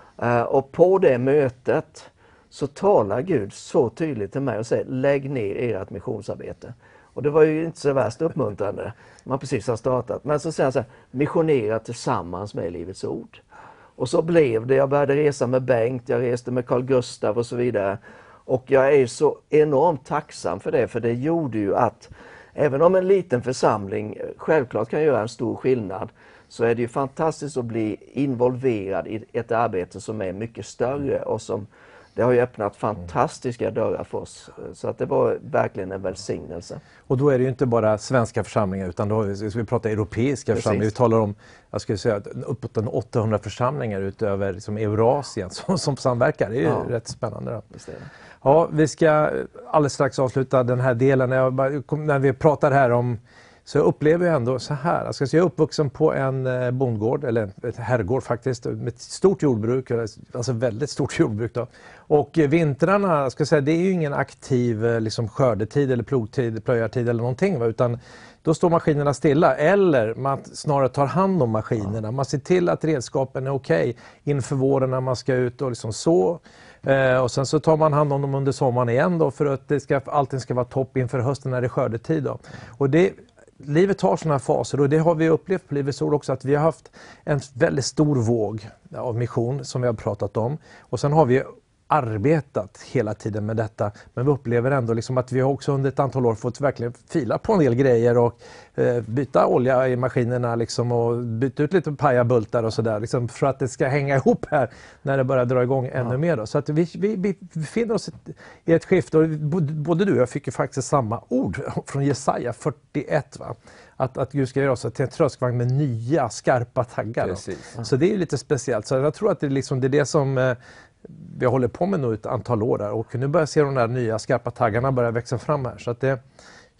Och på det mötet så talar Gud så tydligt till mig och säger lägg ner ert missionsarbete. Och det var ju inte så värst uppmuntrande. Man precis har startat. Men så säger han så här, missionera tillsammans med Livets Ord. Och så blev det. Jag började resa med Bengt, jag reste med Carl Gustav och så vidare. Och jag är så enormt tacksam för det. För det gjorde ju att även om en liten församling självklart kan göra en stor skillnad. Så är det ju fantastiskt att bli involverad i ett arbete som är mycket större. Och som det har ju öppnat fantastiska dörrar för oss. Så att det var verkligen en välsignelse. Och då är det ju inte bara svenska församlingar utan då ska vi prata europeiska församlingar. Vi talar om, jag skulle säga, uppåt 800 församlingar utöver liksom Eurasien som samverkar. Det är ju rätt spännande. Då. Ja, vi ska alldeles strax avsluta den här delen. När vi pratar här om, så jag upplever jag ändå så här. Jag är uppvuxen på en bondgård, eller ett herrgård faktiskt, med ett stort jordbruk, alltså väldigt stort jordbruk då. Och vintrarna, det är ju ingen aktiv liksom skördetid eller plogtid, plöjartid eller någonting, utan då står maskinerna stilla. Eller man snarare tar hand om maskinerna. Man ser till att redskapen är okej inför våren när man ska ut och liksom så. Och sen så tar man hand om dem under sommaren igen då, för att allting ska vara topp inför hösten när det är skördetid då. Och livet har sådana här faser och det har vi upplevt på Livets Ord också, att vi har haft en väldigt stor våg av mission som vi har pratat om. Och sen har vi arbetat hela tiden med detta, men vi upplever ändå liksom att vi har också under ett antal år fått verkligen fila på en del grejer och byta olja i maskinerna liksom, och byta ut lite pajabultar och sådär liksom, för att det ska hänga ihop här när det börjar dra igång ännu mer. Då. Så att vi befinner oss i ett skifte och både du och jag fick ju faktiskt samma ord från Jesaja 41 va? Att Gud ska göra oss till en tröskvagn med nya skarpa taggar. Så det är lite speciellt. Så jag tror att det är det som vi håller på med nu ett antal år där och nu börjar se de där nya skarpa taggarna börja växa fram här. Så att det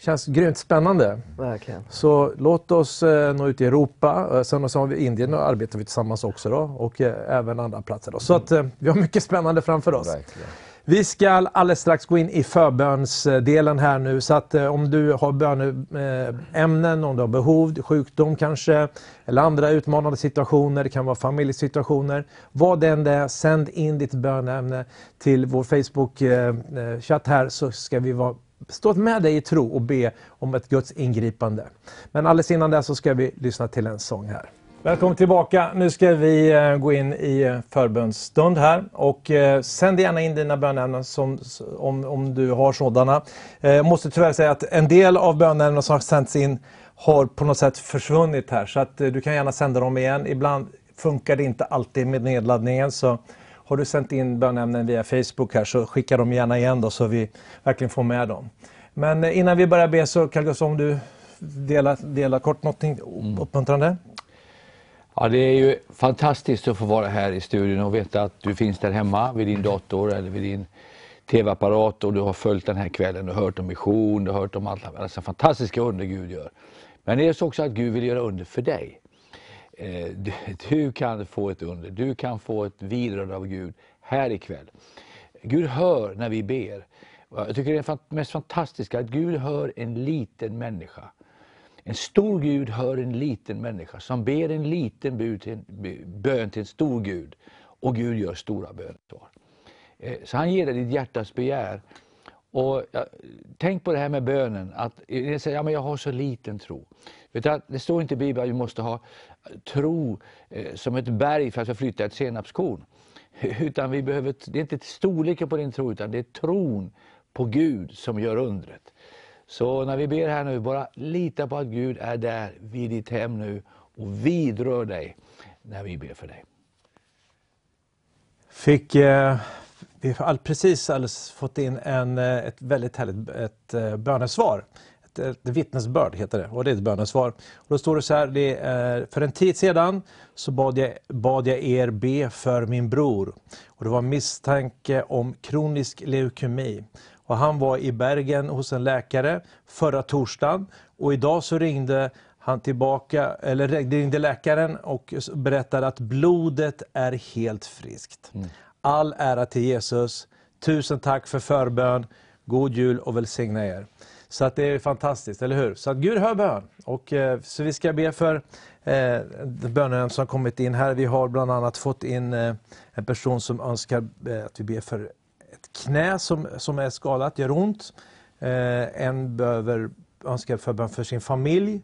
Känns grymt spännande. Verkligen. Så låt oss nå ut i Europa. Sen så har vi Indien och arbetar vi tillsammans också då. Och även andra platser då. Så att vi har mycket spännande framför oss. Verkligen. Vi ska alldeles strax gå in i förbönsdelen här nu. Så att om du har böneämnen, om du har behov, sjukdom kanske. Eller andra utmanande situationer. Det kan vara familjesituationer. Vad den är, sänd in ditt böneämne till vår Facebook-chatt här. Så ska vi stå med dig i tro och be om ett Guds ingripande. Men alldeles innan det så ska vi lyssna till en sång här. Välkommen tillbaka. Nu ska vi gå in i förbönsstund här. Och sänd gärna in dina bönämnen om du har sådana. Jag måste tyvärr säga att en del av bönämnen som har sänts in har på något sätt försvunnit här. Så att du kan gärna sända dem igen. Ibland funkar det inte alltid med nedladdningen. Så har du sänt in bönämnen via Facebook här så skicka dem gärna igen då så vi verkligen får med dem. Men innan vi börjar be så kan om du delar kort någonting uppmuntrande. Ja, det är ju fantastiskt att få vara här i studion och veta att du finns där hemma vid din dator eller vid din tv-apparat och du har följt den här kvällen och hört om mission, du har hört om alla fantastiska under Gud gör. Men det är så också att Gud vill göra under för dig. Du kan få ett under, du kan få ett vidrörande av Gud här ikväll. Gud hör när vi ber. Jag tycker det är mest fantastiska att Gud hör en liten människa. En stor Gud hör en liten människa som ber en liten bön till en stor Gud. Och Gud gör stora bönesvar. Så han ger dig ditt hjärtas begär. Och tänk på det här med bönen. Att säga, ja, men jag har så liten tro. Vet du, det står inte i Bibeln att vi måste ha tro som ett berg för att förflytta ett senapskorn. Utan det är inte storleken på din tro utan det är tron på Gud som gör undret. Så när vi ber här nu, bara lita på att Gud är där vid ditt hem nu och vidrör dig när vi ber för dig. Vi har precis fått in ett väldigt härligt bönesvar. Ett vittnesbörd heter det, och det är ett bönesvar. Och då står det så här, för en tid sedan så bad jag er be för min bror. Och det var misstanke om kronisk leukemi. Och han var i Bergen hos en läkare förra torsdagen. Och idag så ringde läkaren och berättade att blodet är helt friskt. All ära till Jesus. Tusen tack för förbön. God jul och välsigna er. Så att det är fantastiskt, eller hur? Så att Gud hör bön. Och så vi ska be för bönen som har kommit in här. Vi har bland annat fått in en person som önskar att vi ber för ett knä som är skadat, gör ont. En behöver önska förbön för sin familj.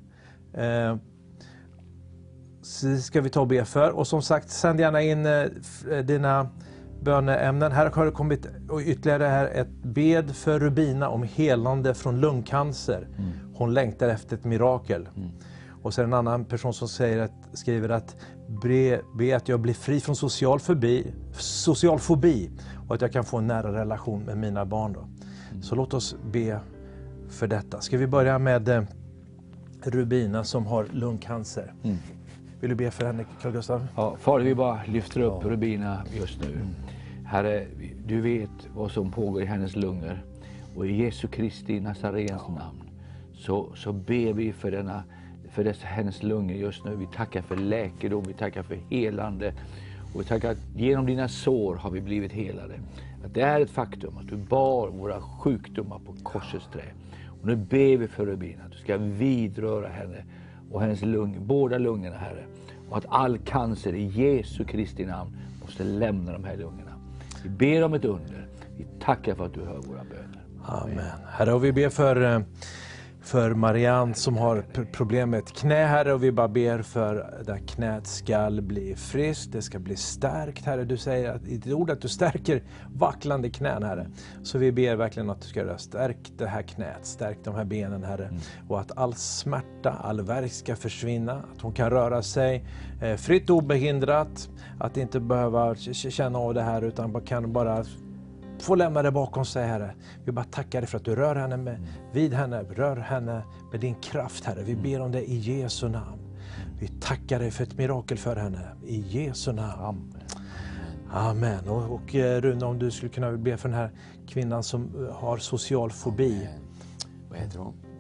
Så ska vi ta och be för. Och som sagt, sänd gärna in dina böneämnen. Här har det kommit ytterligare här ett bed för Rubina om helande från lungcancer. Hon längtar efter ett mirakel. Och så är det en annan person som skriver att be att jag blir fri från social fobi och att jag kan få en nära relation med mina barn då. Så låt oss be för detta. Ska vi börja med Rubina som har lungcancer. Vill du be för henne, Carl Gustav? Ja, Far, vi bara lyfter upp Rubina just nu. Herre, du vet vad som pågår i hennes lungor. Och i Jesu Kristi Nazarens namn så ber vi för hennes lungor just nu. Vi tackar för läkedom, vi tackar för helande. Och vi tackar att genom dina sår har vi blivit helade. Att det är ett faktum att du bar våra sjukdomar på korsets trä. Och nu ber vi för Rubina att du ska vidröra henne och hennes båda lungorna, Herre. Och att all cancer i Jesu Kristi namn måste lämna de här lungorna. Vi ber om ett under. Vi tackar för att du hör våra böner. Amen. Herre, och vi ber för Marianne som har problem med ett knä, Herre, och vi bara ber för att knät ska bli friskt, det ska bli stärkt, Herre. Du säger att, i ditt ord att du stärker vacklande knän, Herre. Så vi ber verkligen att du ska göra stärk det här knät, stärk de här benen, Herre. Och att all smärta, all värk ska försvinna, att hon kan röra sig fritt obehindrat, att inte behöva känna av det här utan kan bara få lämna det bakom sig, Herre. Vi bara tackar dig för att du rör henne rör henne med din kraft, Herre. Vi ber om det i Jesu namn. Vi tackar dig för ett mirakel för henne i Jesu namn. Amen. Och Rune, om du skulle kunna be för den här kvinnan som har social fobi. Vad heter hon?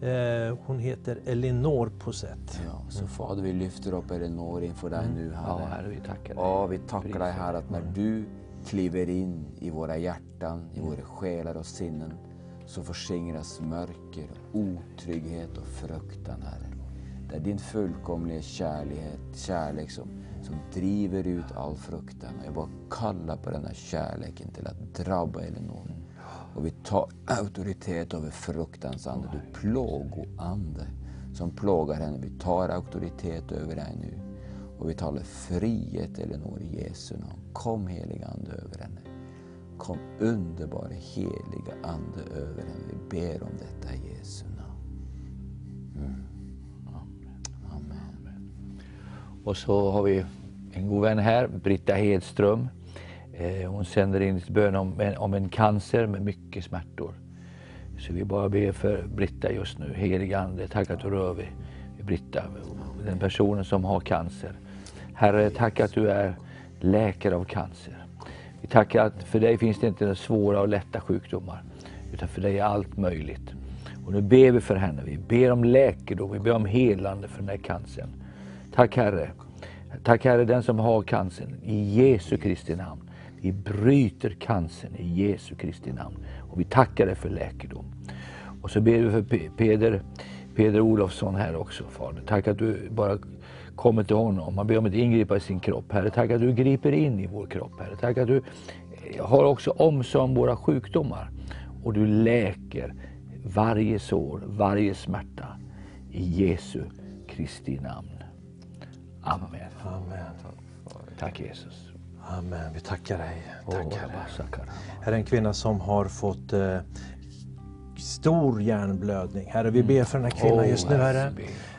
Hon heter Elinor Posett. Ja, så Fader, vi lyfter upp Elinor inför dig nu, Herre. Ja, Herre, vi tackar dig. Ja, vi tackar dig, Herre, att när du kliver in i våra hjärtan, i våra själar och sinnen, så förskingras mörker, otrygghet och fruktan, Herre. Det är din fullkomliga kärlek som driver ut all fruktan. Och jag bara kallar på den här kärleken till att drabba Elinor. Och vi tar auktoritet över fruktans ande, du plågoande som plågar henne. Vi tar auktoritet över dig nu. Och vi talar frihet, Elinor, i Jesu namn. Kom, heliga ande, över henne. Kom, underbara heliga ande, över henne. Vi ber om detta i Jesu namn. Amen. Och så har vi en god vän här, Britta Hedström. Hon sänder in ett bön om en cancer med mycket smärtor. Så vi bara ber för Britta just nu. Heliga ande, tack att du rör vid Britta, den personen som har cancer. Herre, tack att du är läkare av cancer. Vi tackar att för dig finns det inte några svåra och lätta sjukdomar, utan för dig är allt möjligt. Och nu ber vi för henne. Vi ber om läkedom, vi ber om helande för den här cancern. Tack, Herre. Tack, Herre, den som har cancern, i Jesu Kristi namn. Vi bryter cancern i Jesu Kristi namn. Och vi tackar dig för läkedom. Och så ber vi för Peder Olofsson här också, Fader. Tack att du bara kommer till honom. Man ber om att ingripa i sin kropp. Herre, tack att du griper in i vår kropp. Herre, tack att du har också omsorg om våra sjukdomar. Och du läker varje sår, varje smärta. I Jesu Kristi namn. Amen. Amen. Tack, Jesus. Amen. Vi tackar dig. Tack, Herre. Här är en kvinna som har fått stor hjärnblödning. Herre, vi ber för den här kvinnan just nu, Herre.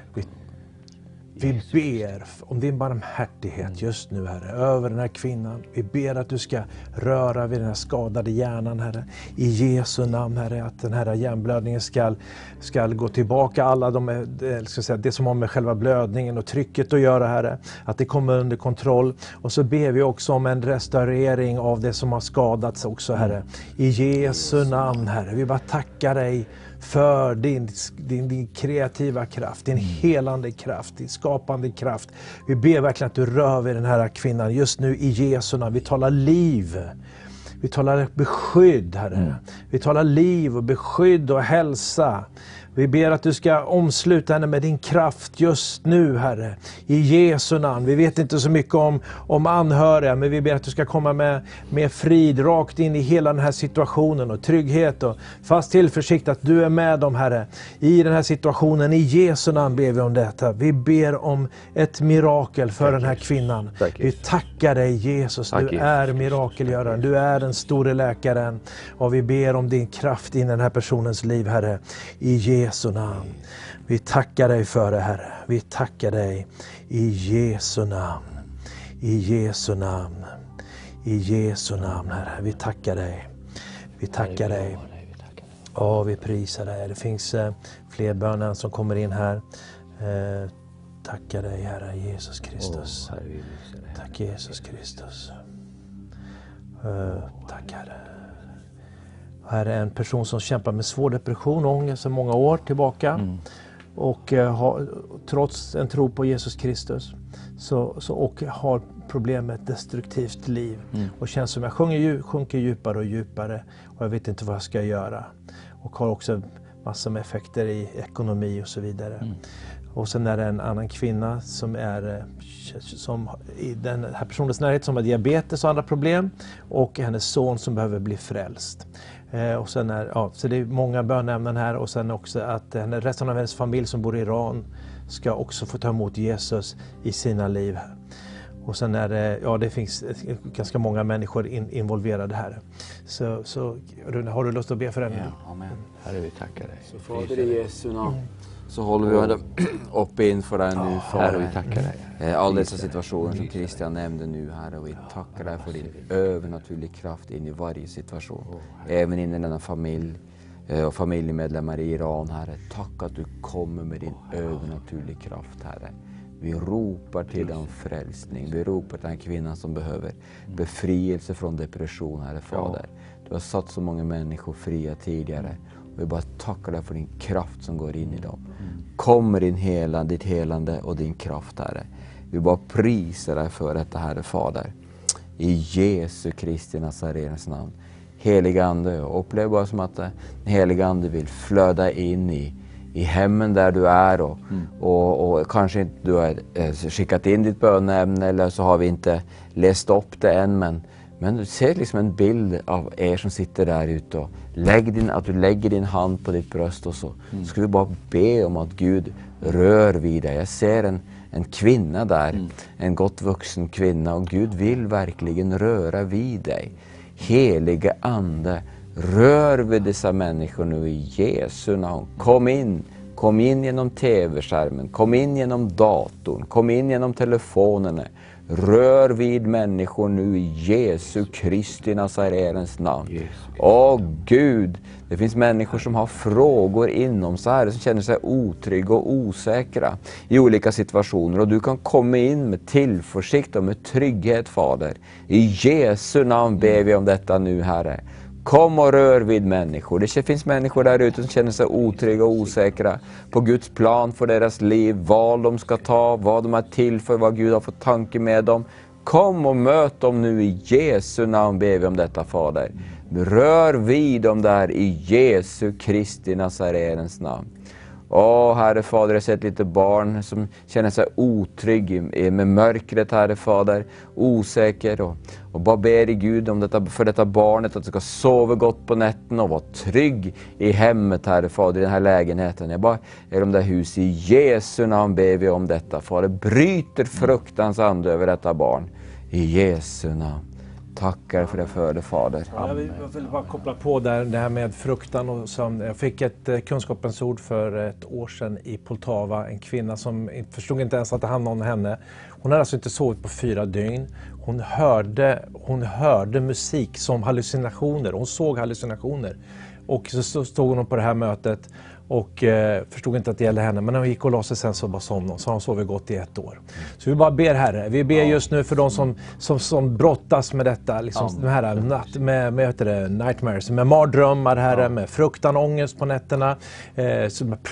Vi ber om din barmhärtighet just nu, Herre, över den här kvinnan. Vi ber att du ska röra vid den här skadade hjärnan, Herre. I Jesu namn, Herre, att den här hjärnblödningen ska gå tillbaka. Alla det som har med själva blödningen och trycket att göra, Herre. Att det kommer under kontroll. Och så ber vi också om en restaurering av det som har skadats också, Herre. I Jesu namn, Herre. Vi bara tackar dig för din kreativa kraft, din helande kraft, din skapande kraft. Vi ber verkligen att du rör vid den här kvinnan just nu i Jesu namn. Vi talar liv. Vi talar beskydd, Herre. Vi talar liv och beskydd och hälsa. Vi ber att du ska omsluta henne med din kraft just nu, Herre. I Jesu namn. Vi vet inte så mycket om anhöriga, men vi ber att du ska komma med frid rakt in i hela den här situationen och trygghet och fast tillförsikt att du är med dem, Herre. I den här situationen, i Jesu namn ber vi om detta. Vi ber om ett mirakel för den här kvinnan. Vi tackar dig, Jesus. Du är mirakelgöraren. Du är den store läkaren. Och vi ber om din kraft in i den här personens liv, Herre. I Jesu namn. Vi tackar dig för det, Herre. Vi tackar dig i Jesu namn. I Jesu namn. I Jesu namn, Herre. Vi tackar dig. Vi tackar dig. Ja, vi prisar dig. Det finns fler böner som kommer in här. Tackar dig, Herre Jesus Kristus. Tack, Jesus Kristus. Tack, Herre. Här är en person som kämpar med svår depression och ångest sedan många år tillbaka. Och har, trots en tro på Jesus Kristus och har problem med ett destruktivt liv. Och känns som jag sjunker djupare och djupare. Och jag vet inte vad jag ska göra. Och har också massor med effekter i ekonomi och så vidare. Och sen är det en annan kvinna som i den här personens närhet som har diabetes och andra problem. Och hennes son som behöver bli frälst. Och sen så det är många bönämnen här. Och sen också att resten av hennes familj som bor i Iran ska också få ta emot Jesus i sina liv. Och sen är det finns ganska många människor involverade här. Så Rune, har du lust att be för henne? Ja, amen. Herre, vi tackar dig. Så Fader i Jesu namn. Så håller vi upp inför dig nu, Herre, vi tackar dig. Alla dessa situationer som Christian nämnde nu, Herre, och vi tackar dig för din övernaturliga kraft in i varje situation. Även in i denna familj och familjemedlemmar i Iran, Herre. Tack att du kommer med din övernaturliga kraft, Herre. Vi ropar till dig om frälsning. Vi ropar till den kvinnan som behöver befrielse från depression, Herre Fader. Du har satt så många människor fria tidigare. Vi bara tackar dig för din kraft som går in i dem. Kommer ditt helande och din kraft, Herre. Vi bara prisar dig för detta, Herre Fader. I Jesu Kristi Nazarens namn. Heliga Ande, jag upplever bara som att den heliga Ande vill flöda in i hemmen där du är. Och kanske inte du har skickat in ditt bönämne, eller så har vi inte läst upp det än. Men du ser liksom en bild av er som sitter där ute. Och att du lägger din hand på ditt bröst, och så ska vi bara be om att Gud rör vid dig. Jag ser en kvinna där, en gott vuxen kvinna, och Gud vill verkligen röra vid dig. Helige Ande, rör vid dessa människor nu i Jesu namn. Kom in genom tv-skärmen, kom in genom datorn, kom in genom telefonerna. Rör vid människor nu i Jesu Kristi Nazarens namn. Åh Gud, det finns människor som har frågor inom sig, som känner sig otrygga och osäkra i olika situationer. Och du kan komma in med tillförsikt och med trygghet, Fader. I Jesu namn ber vi om detta nu, Herre. Kom och rör vid människor. Det finns människor där ute som känner sig otrygga och osäkra på Guds plan för deras liv. Val de ska ta, vad de är till för, vad Gud har fått tanke med dem. Kom och möt dem nu i Jesu namn, ber vi om detta, Fader. Rör vid dem där i Jesu Kristi Nazarens namn. Herre Fader, jag har sett lite barn som känner sig otrygg med mörkret, Herre Fader, osäker, och bara ber i Gud om för detta barnet, att det ska sova gott på natten och vara trygg i hemmet, Herre Fader, i den här lägenheten. Jag bara är om det hus, i Jesu namn ber vi om detta, Fader. Bryter fruktans ande över detta barn, i Jesu namn. Tackar för det, för det, Fader. Jag vill bara koppla på där, det här med fruktan. Och jag fick ett kunskapens ord för ett år sedan i Poltava. En kvinna som förstod inte ens att det handlade om henne. Hon hade alltså inte sovit på 4 dygn. Hon hörde musik som hallucinationer. Hon såg hallucinationer. Och så stod hon på det här mötet och förstod inte att det gällde henne. Men när hon gick och la sig sen så bara somnade hon. Så har hon sovit gott i 1 år. Så vi bara ber, Herre. Vi ber just nu för de som brottas med detta. Liksom, de här med nightmares, med mardrömmar, Herre. Med fruktan, ångest på nätterna. Med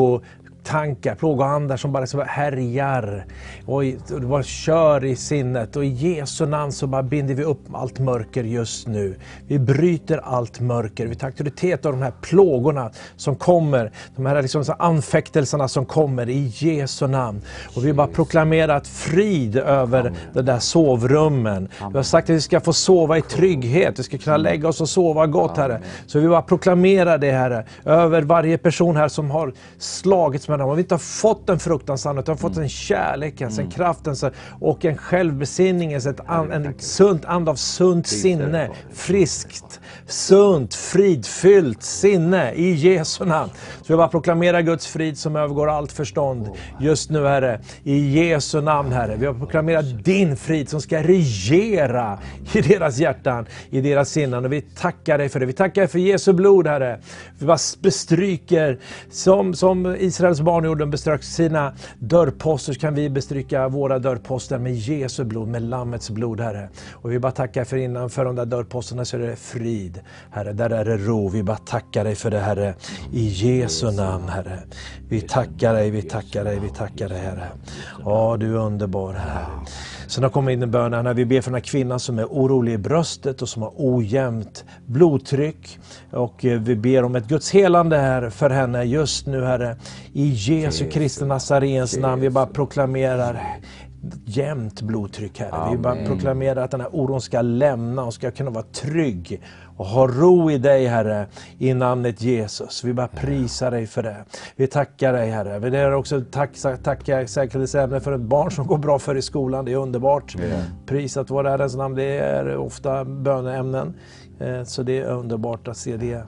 tankar, plågoandar som bara härjar och det bara kör i sinnet. Och i Jesu namn så bara binder vi upp allt mörker just nu. Vi bryter allt mörker. Vi tar auktoritet av de här plågorna som kommer. De här liksom anfäktelserna som kommer i Jesu namn. Och vi bara proklamerar att frid över det där sovrummen. Vi har sagt att vi ska få sova i trygghet. Vi ska kunna lägga oss och sova gott, Herre. Så vi bara proklamerar det, Herre, över varje person här som har slagits med dem. Om vi inte har fått en fruktansand, utan har fått en kärlek, en kraft och en självbesinning, en sunt and av sunt sinne, friskt, sunt, fridfyllt sinne i Jesu namn. Så vi bara proklamerar Guds frid som övergår allt förstånd just nu, Herre, i Jesu namn, Herre. Vi har proklamerat din frid som ska regera i deras hjärtan, i deras sinnen, och vi tackar dig för det. Vi tackar dig för Jesu blod, Herre. Vi bara bestryker som Israels barnjorden beströk sina dörrposter, kan vi bestryka våra dörrposter med Jesu blod, med Lammets blod, Herre. Och vi bara tackar för innanför de där dörrposterna så är det frid, Herre. Där är det ro. Vi bara tackar dig för det, Herre. I Jesu namn, Herre. Vi tackar dig, vi tackar dig, vi tackar dig, Herre. Du är underbar, Herre. Sen har kommit in en bön när vi ber för den här kvinnan som är orolig i bröstet och som har ojämnt blodtryck. Och vi ber om ett Guds helande här för henne just nu, Herre. I Jesu Kristi Nazarens namn. Vi bara proklamerar jämnt blodtryck, Herre. Amen. Vi bara proklamerar att den här oron ska lämna och ska kunna vara trygg och ha ro i dig, Herre, i namnet Jesus. Vi bara prisar dig för det. Vi tackar dig, Herre. Vi är också tacka säkerhetsämne för ett barn som går bra för i skolan. Det är underbart. Prisat vår Herrens namn. Det är ofta böneämnen. Så det är underbart att se det.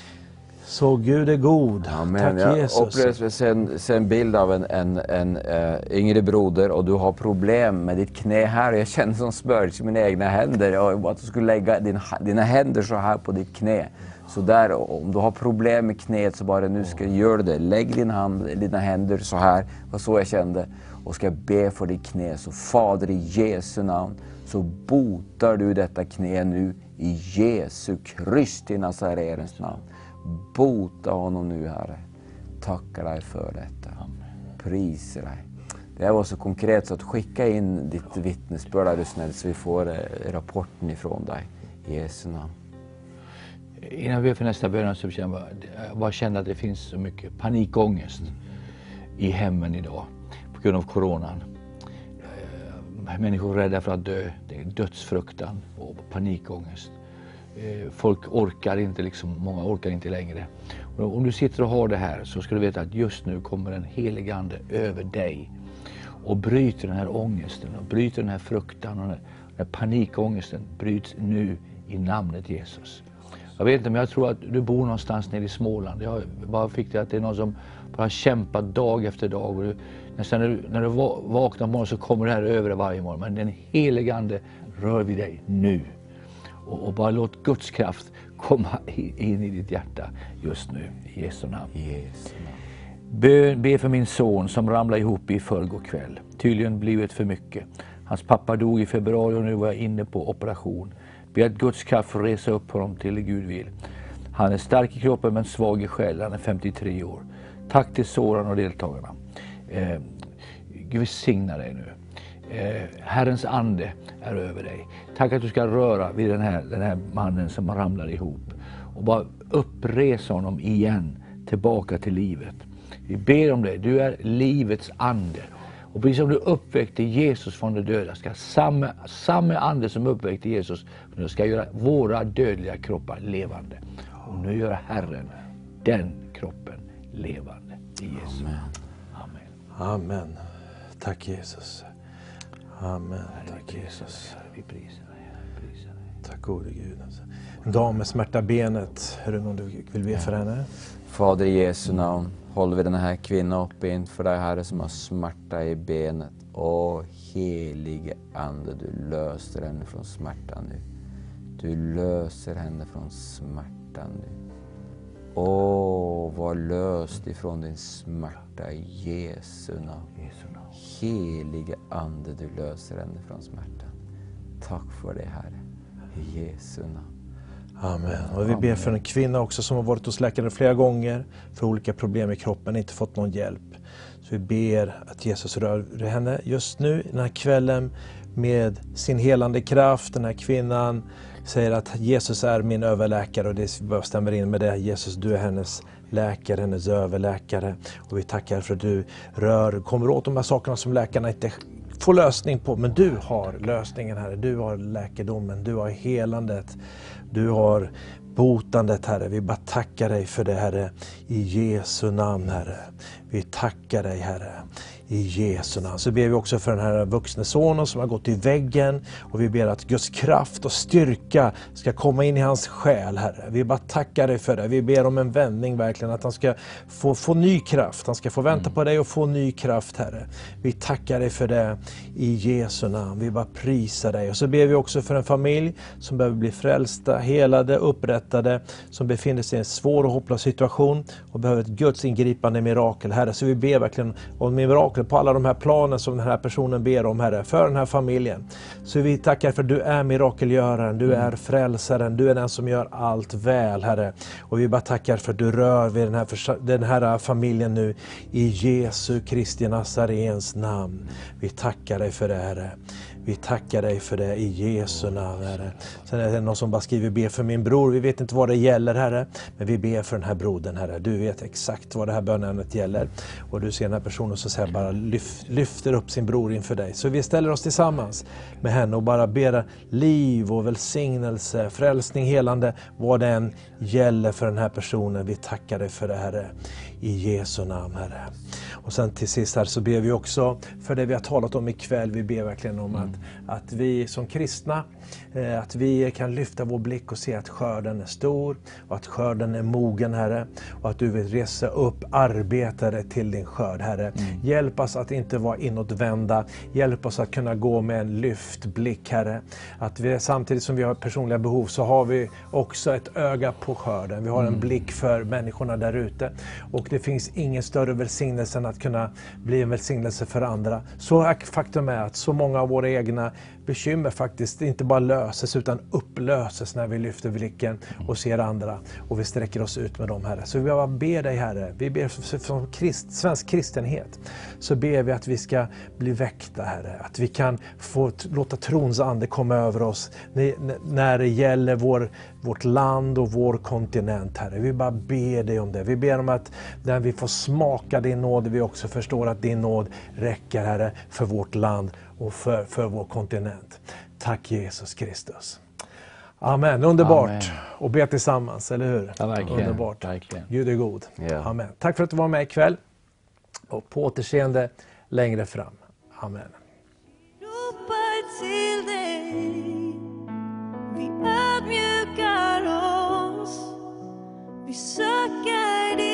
Så Gud är god. Amen. Tack Jesus. Jag upplevde en bild av en yngre broder, och du har problem med ditt knä här. Jag känner som smörjs i mina egna händer. Och att du skulle lägga dina händer så här på ditt knä. Så där, om du har problem med knät så bara nu ska du göra det. Lägg dina händer så här. Och så jag kände. Och ska be för ditt knä. Så Fader, i Jesu namn så botar du detta knä nu i Jesu Kristi Nazarens namn. Bota honom nu, Herre. Tackar dig för detta. Priser dig. Det var så konkret så att skicka in ditt vittnesbörd, är du snäll, så vi får rapporten ifrån dig. I Jesu namn. Innan vi ber för nästa bön så känner jag bara känner att det finns så mycket panikångest i hemmen idag på grund av coronan. Människor är rädda för att dö. Det är dödsfruktan och panikångest. Folk orkar inte, många orkar inte längre. Och om du sitter och har det här så ska du veta att just nu kommer en helig ande över dig och bryter den här ångesten och bryter den här fruktan och den här panikångesten bryts nu i namnet Jesus. Jag vet inte, men jag tror att du bor någonstans nere i Småland. Jag bara fick det att det är någon som bara kämpar dag efter dag. Och nästan när du vaknar på morgonen så kommer det här över varje morgon. Men den helige ande rör vid dig nu. Och bara låt Guds kraft komma in i ditt hjärta just nu. I Jesu namn. Be för min son som ramlade ihop i förrgår kväll. Tydligen blivit för mycket. Hans pappa dog i februari och nu var jag inne på operation. Be att Guds kraft får resa upp honom till det Gud vill. Han är stark i kroppen men svag i själ. Han är 53 år. Tack till Soran och deltagarna. Gud välsigna dig nu. Herrens ande är över dig. Tack att du ska röra vid den här mannen som ramlar ihop. Och bara uppresa honom igen tillbaka till livet. Vi ber om det. Du är livets ande. Och precis som du uppväckte Jesus från de döda ska samma ande som uppväckte Jesus ska göra våra dödliga kroppar levande. Och nu gör Herren den kroppen levande. I Jesu namn. Amen. Amen. Tack Jesus. Amen. Tack Jesus. Vi prisar dig. Tack gode Gud. En dam med smärta benet. Är det någon du vill be för henne? Fader, i Jesu namn håller vi den här kvinnan upp inför dig, Herre, som har smärta i benet. Åh, helige ande, du löser henne från smärtan nu. Du löser henne från smärtan nu. Åh, var löst ifrån din smärta i Jesu namn. Helige ande, du löser henne från smärtan. Tack för det, Herre. I Jesu namn. Amen. Och vi ber för en kvinna också som har varit hos läkaren flera gånger för olika problem i kroppen, inte fått någon hjälp. Så vi ber att Jesus rör henne just nu, den här kvällen, med sin helande kraft. Den här kvinnan säger att Jesus är min överläkare, och det stämmer in med det. Jesus, du är hennes läkare, hennes överläkare. Och vi tackar för att du kommer åt de här sakerna som läkarna inte får lösning på. Men du har lösningen, Herre. Du har läkedomen, du har helandet, du har botandet, Herre. Vi bara tackar dig för det, Herre. I Jesu namn, Herre. Vi tackar dig, Herre. I Jesu namn. Så ber vi också för den här vuxna sonen som har gått i väggen. Och vi ber att Guds kraft och styrka ska komma in i hans själ, Herre. Vi bara tackar dig för det. Vi ber om en vändning verkligen. Att han ska få ny kraft. Han ska få vänta på dig och få ny kraft, Herre. Vi tackar dig för det i Jesu namn. Vi bara prisar dig. Och så ber vi också för en familj som behöver bli frälsta, helade, upprättade. Som befinner sig i en svår och hopplös situation. Och behöver ett Guds ingripande mirakel, Herre. Så vi ber verkligen om mirakel på alla de här planen som den här personen ber om, Herre, för den här familjen. Så vi tackar för att du är mirakelgöraren, du är frälsaren, du är den som gör allt väl, Herre. Och vi bara tackar för att du rör vid den här familjen nu i Jesu Kristi Nazarens namn. Vi tackar dig för det, Herre. Vi tackar dig för det i Jesu namn, Herre. Sen är det någon som bara skriver, be för min bror. Vi vet inte vad det gäller, Herre. Men vi ber för den här brodern, Herre. Du vet exakt vad det här bönämnet gäller. Och du ser den här personen som säger, bara lyfter upp sin bror inför dig. Så vi ställer oss tillsammans med henne och bara ber liv och välsignelse, frälsning, helande, vad det än gäller för den här personen. Vi tackar dig för det, Herre. I Jesu namn, Herre. Och sen till sist här så ber vi också för det vi har talat om ikväll. Vi ber verkligen om att vi som kristna, att vi kan lyfta vår blick och se att skörden är stor och att skörden är mogen, Herre. Och att du vill resa upp arbetare till din skörd, Herre. Hjälp oss att inte vara inåtvända. Hjälp oss att kunna gå med en lyftblick, Herre. Att vi, samtidigt som vi har personliga behov, så har vi också ett öga på skörden. Vi har en blick för människorna där ute. Och det finns ingen större välsignelse än att kunna bli en välsignelse för andra. Så faktum är att så många av våra egna bekymmer faktiskt inte bara löses utan upplöses när vi lyfter blicken och ser andra och vi sträcker oss ut med dem, Herre. Så vi bara ber dig, Herre, vi ber som svensk kristenhet, så ber vi att vi ska bli väckta, Herre, att vi kan få låta trons ande komma över oss när det gäller vårt land och vår kontinent, Herre. Vi bara ber dig om det. Vi ber om att när vi får smaka din nåd, vi också förstår att din nåd räcker, Herre, för vårt land och för vår kontinent. Tack Jesus Kristus. Amen. Underbart. Amen. Och be tillsammans, eller hur? Ja, verkligen. Underbart. Verkligen. Gud är god. Ja. Amen. Tack för att du var med ikväll. Och på återseende längre fram. Amen. Ropar till dig, vi ödmjukar oss, vi söker dig.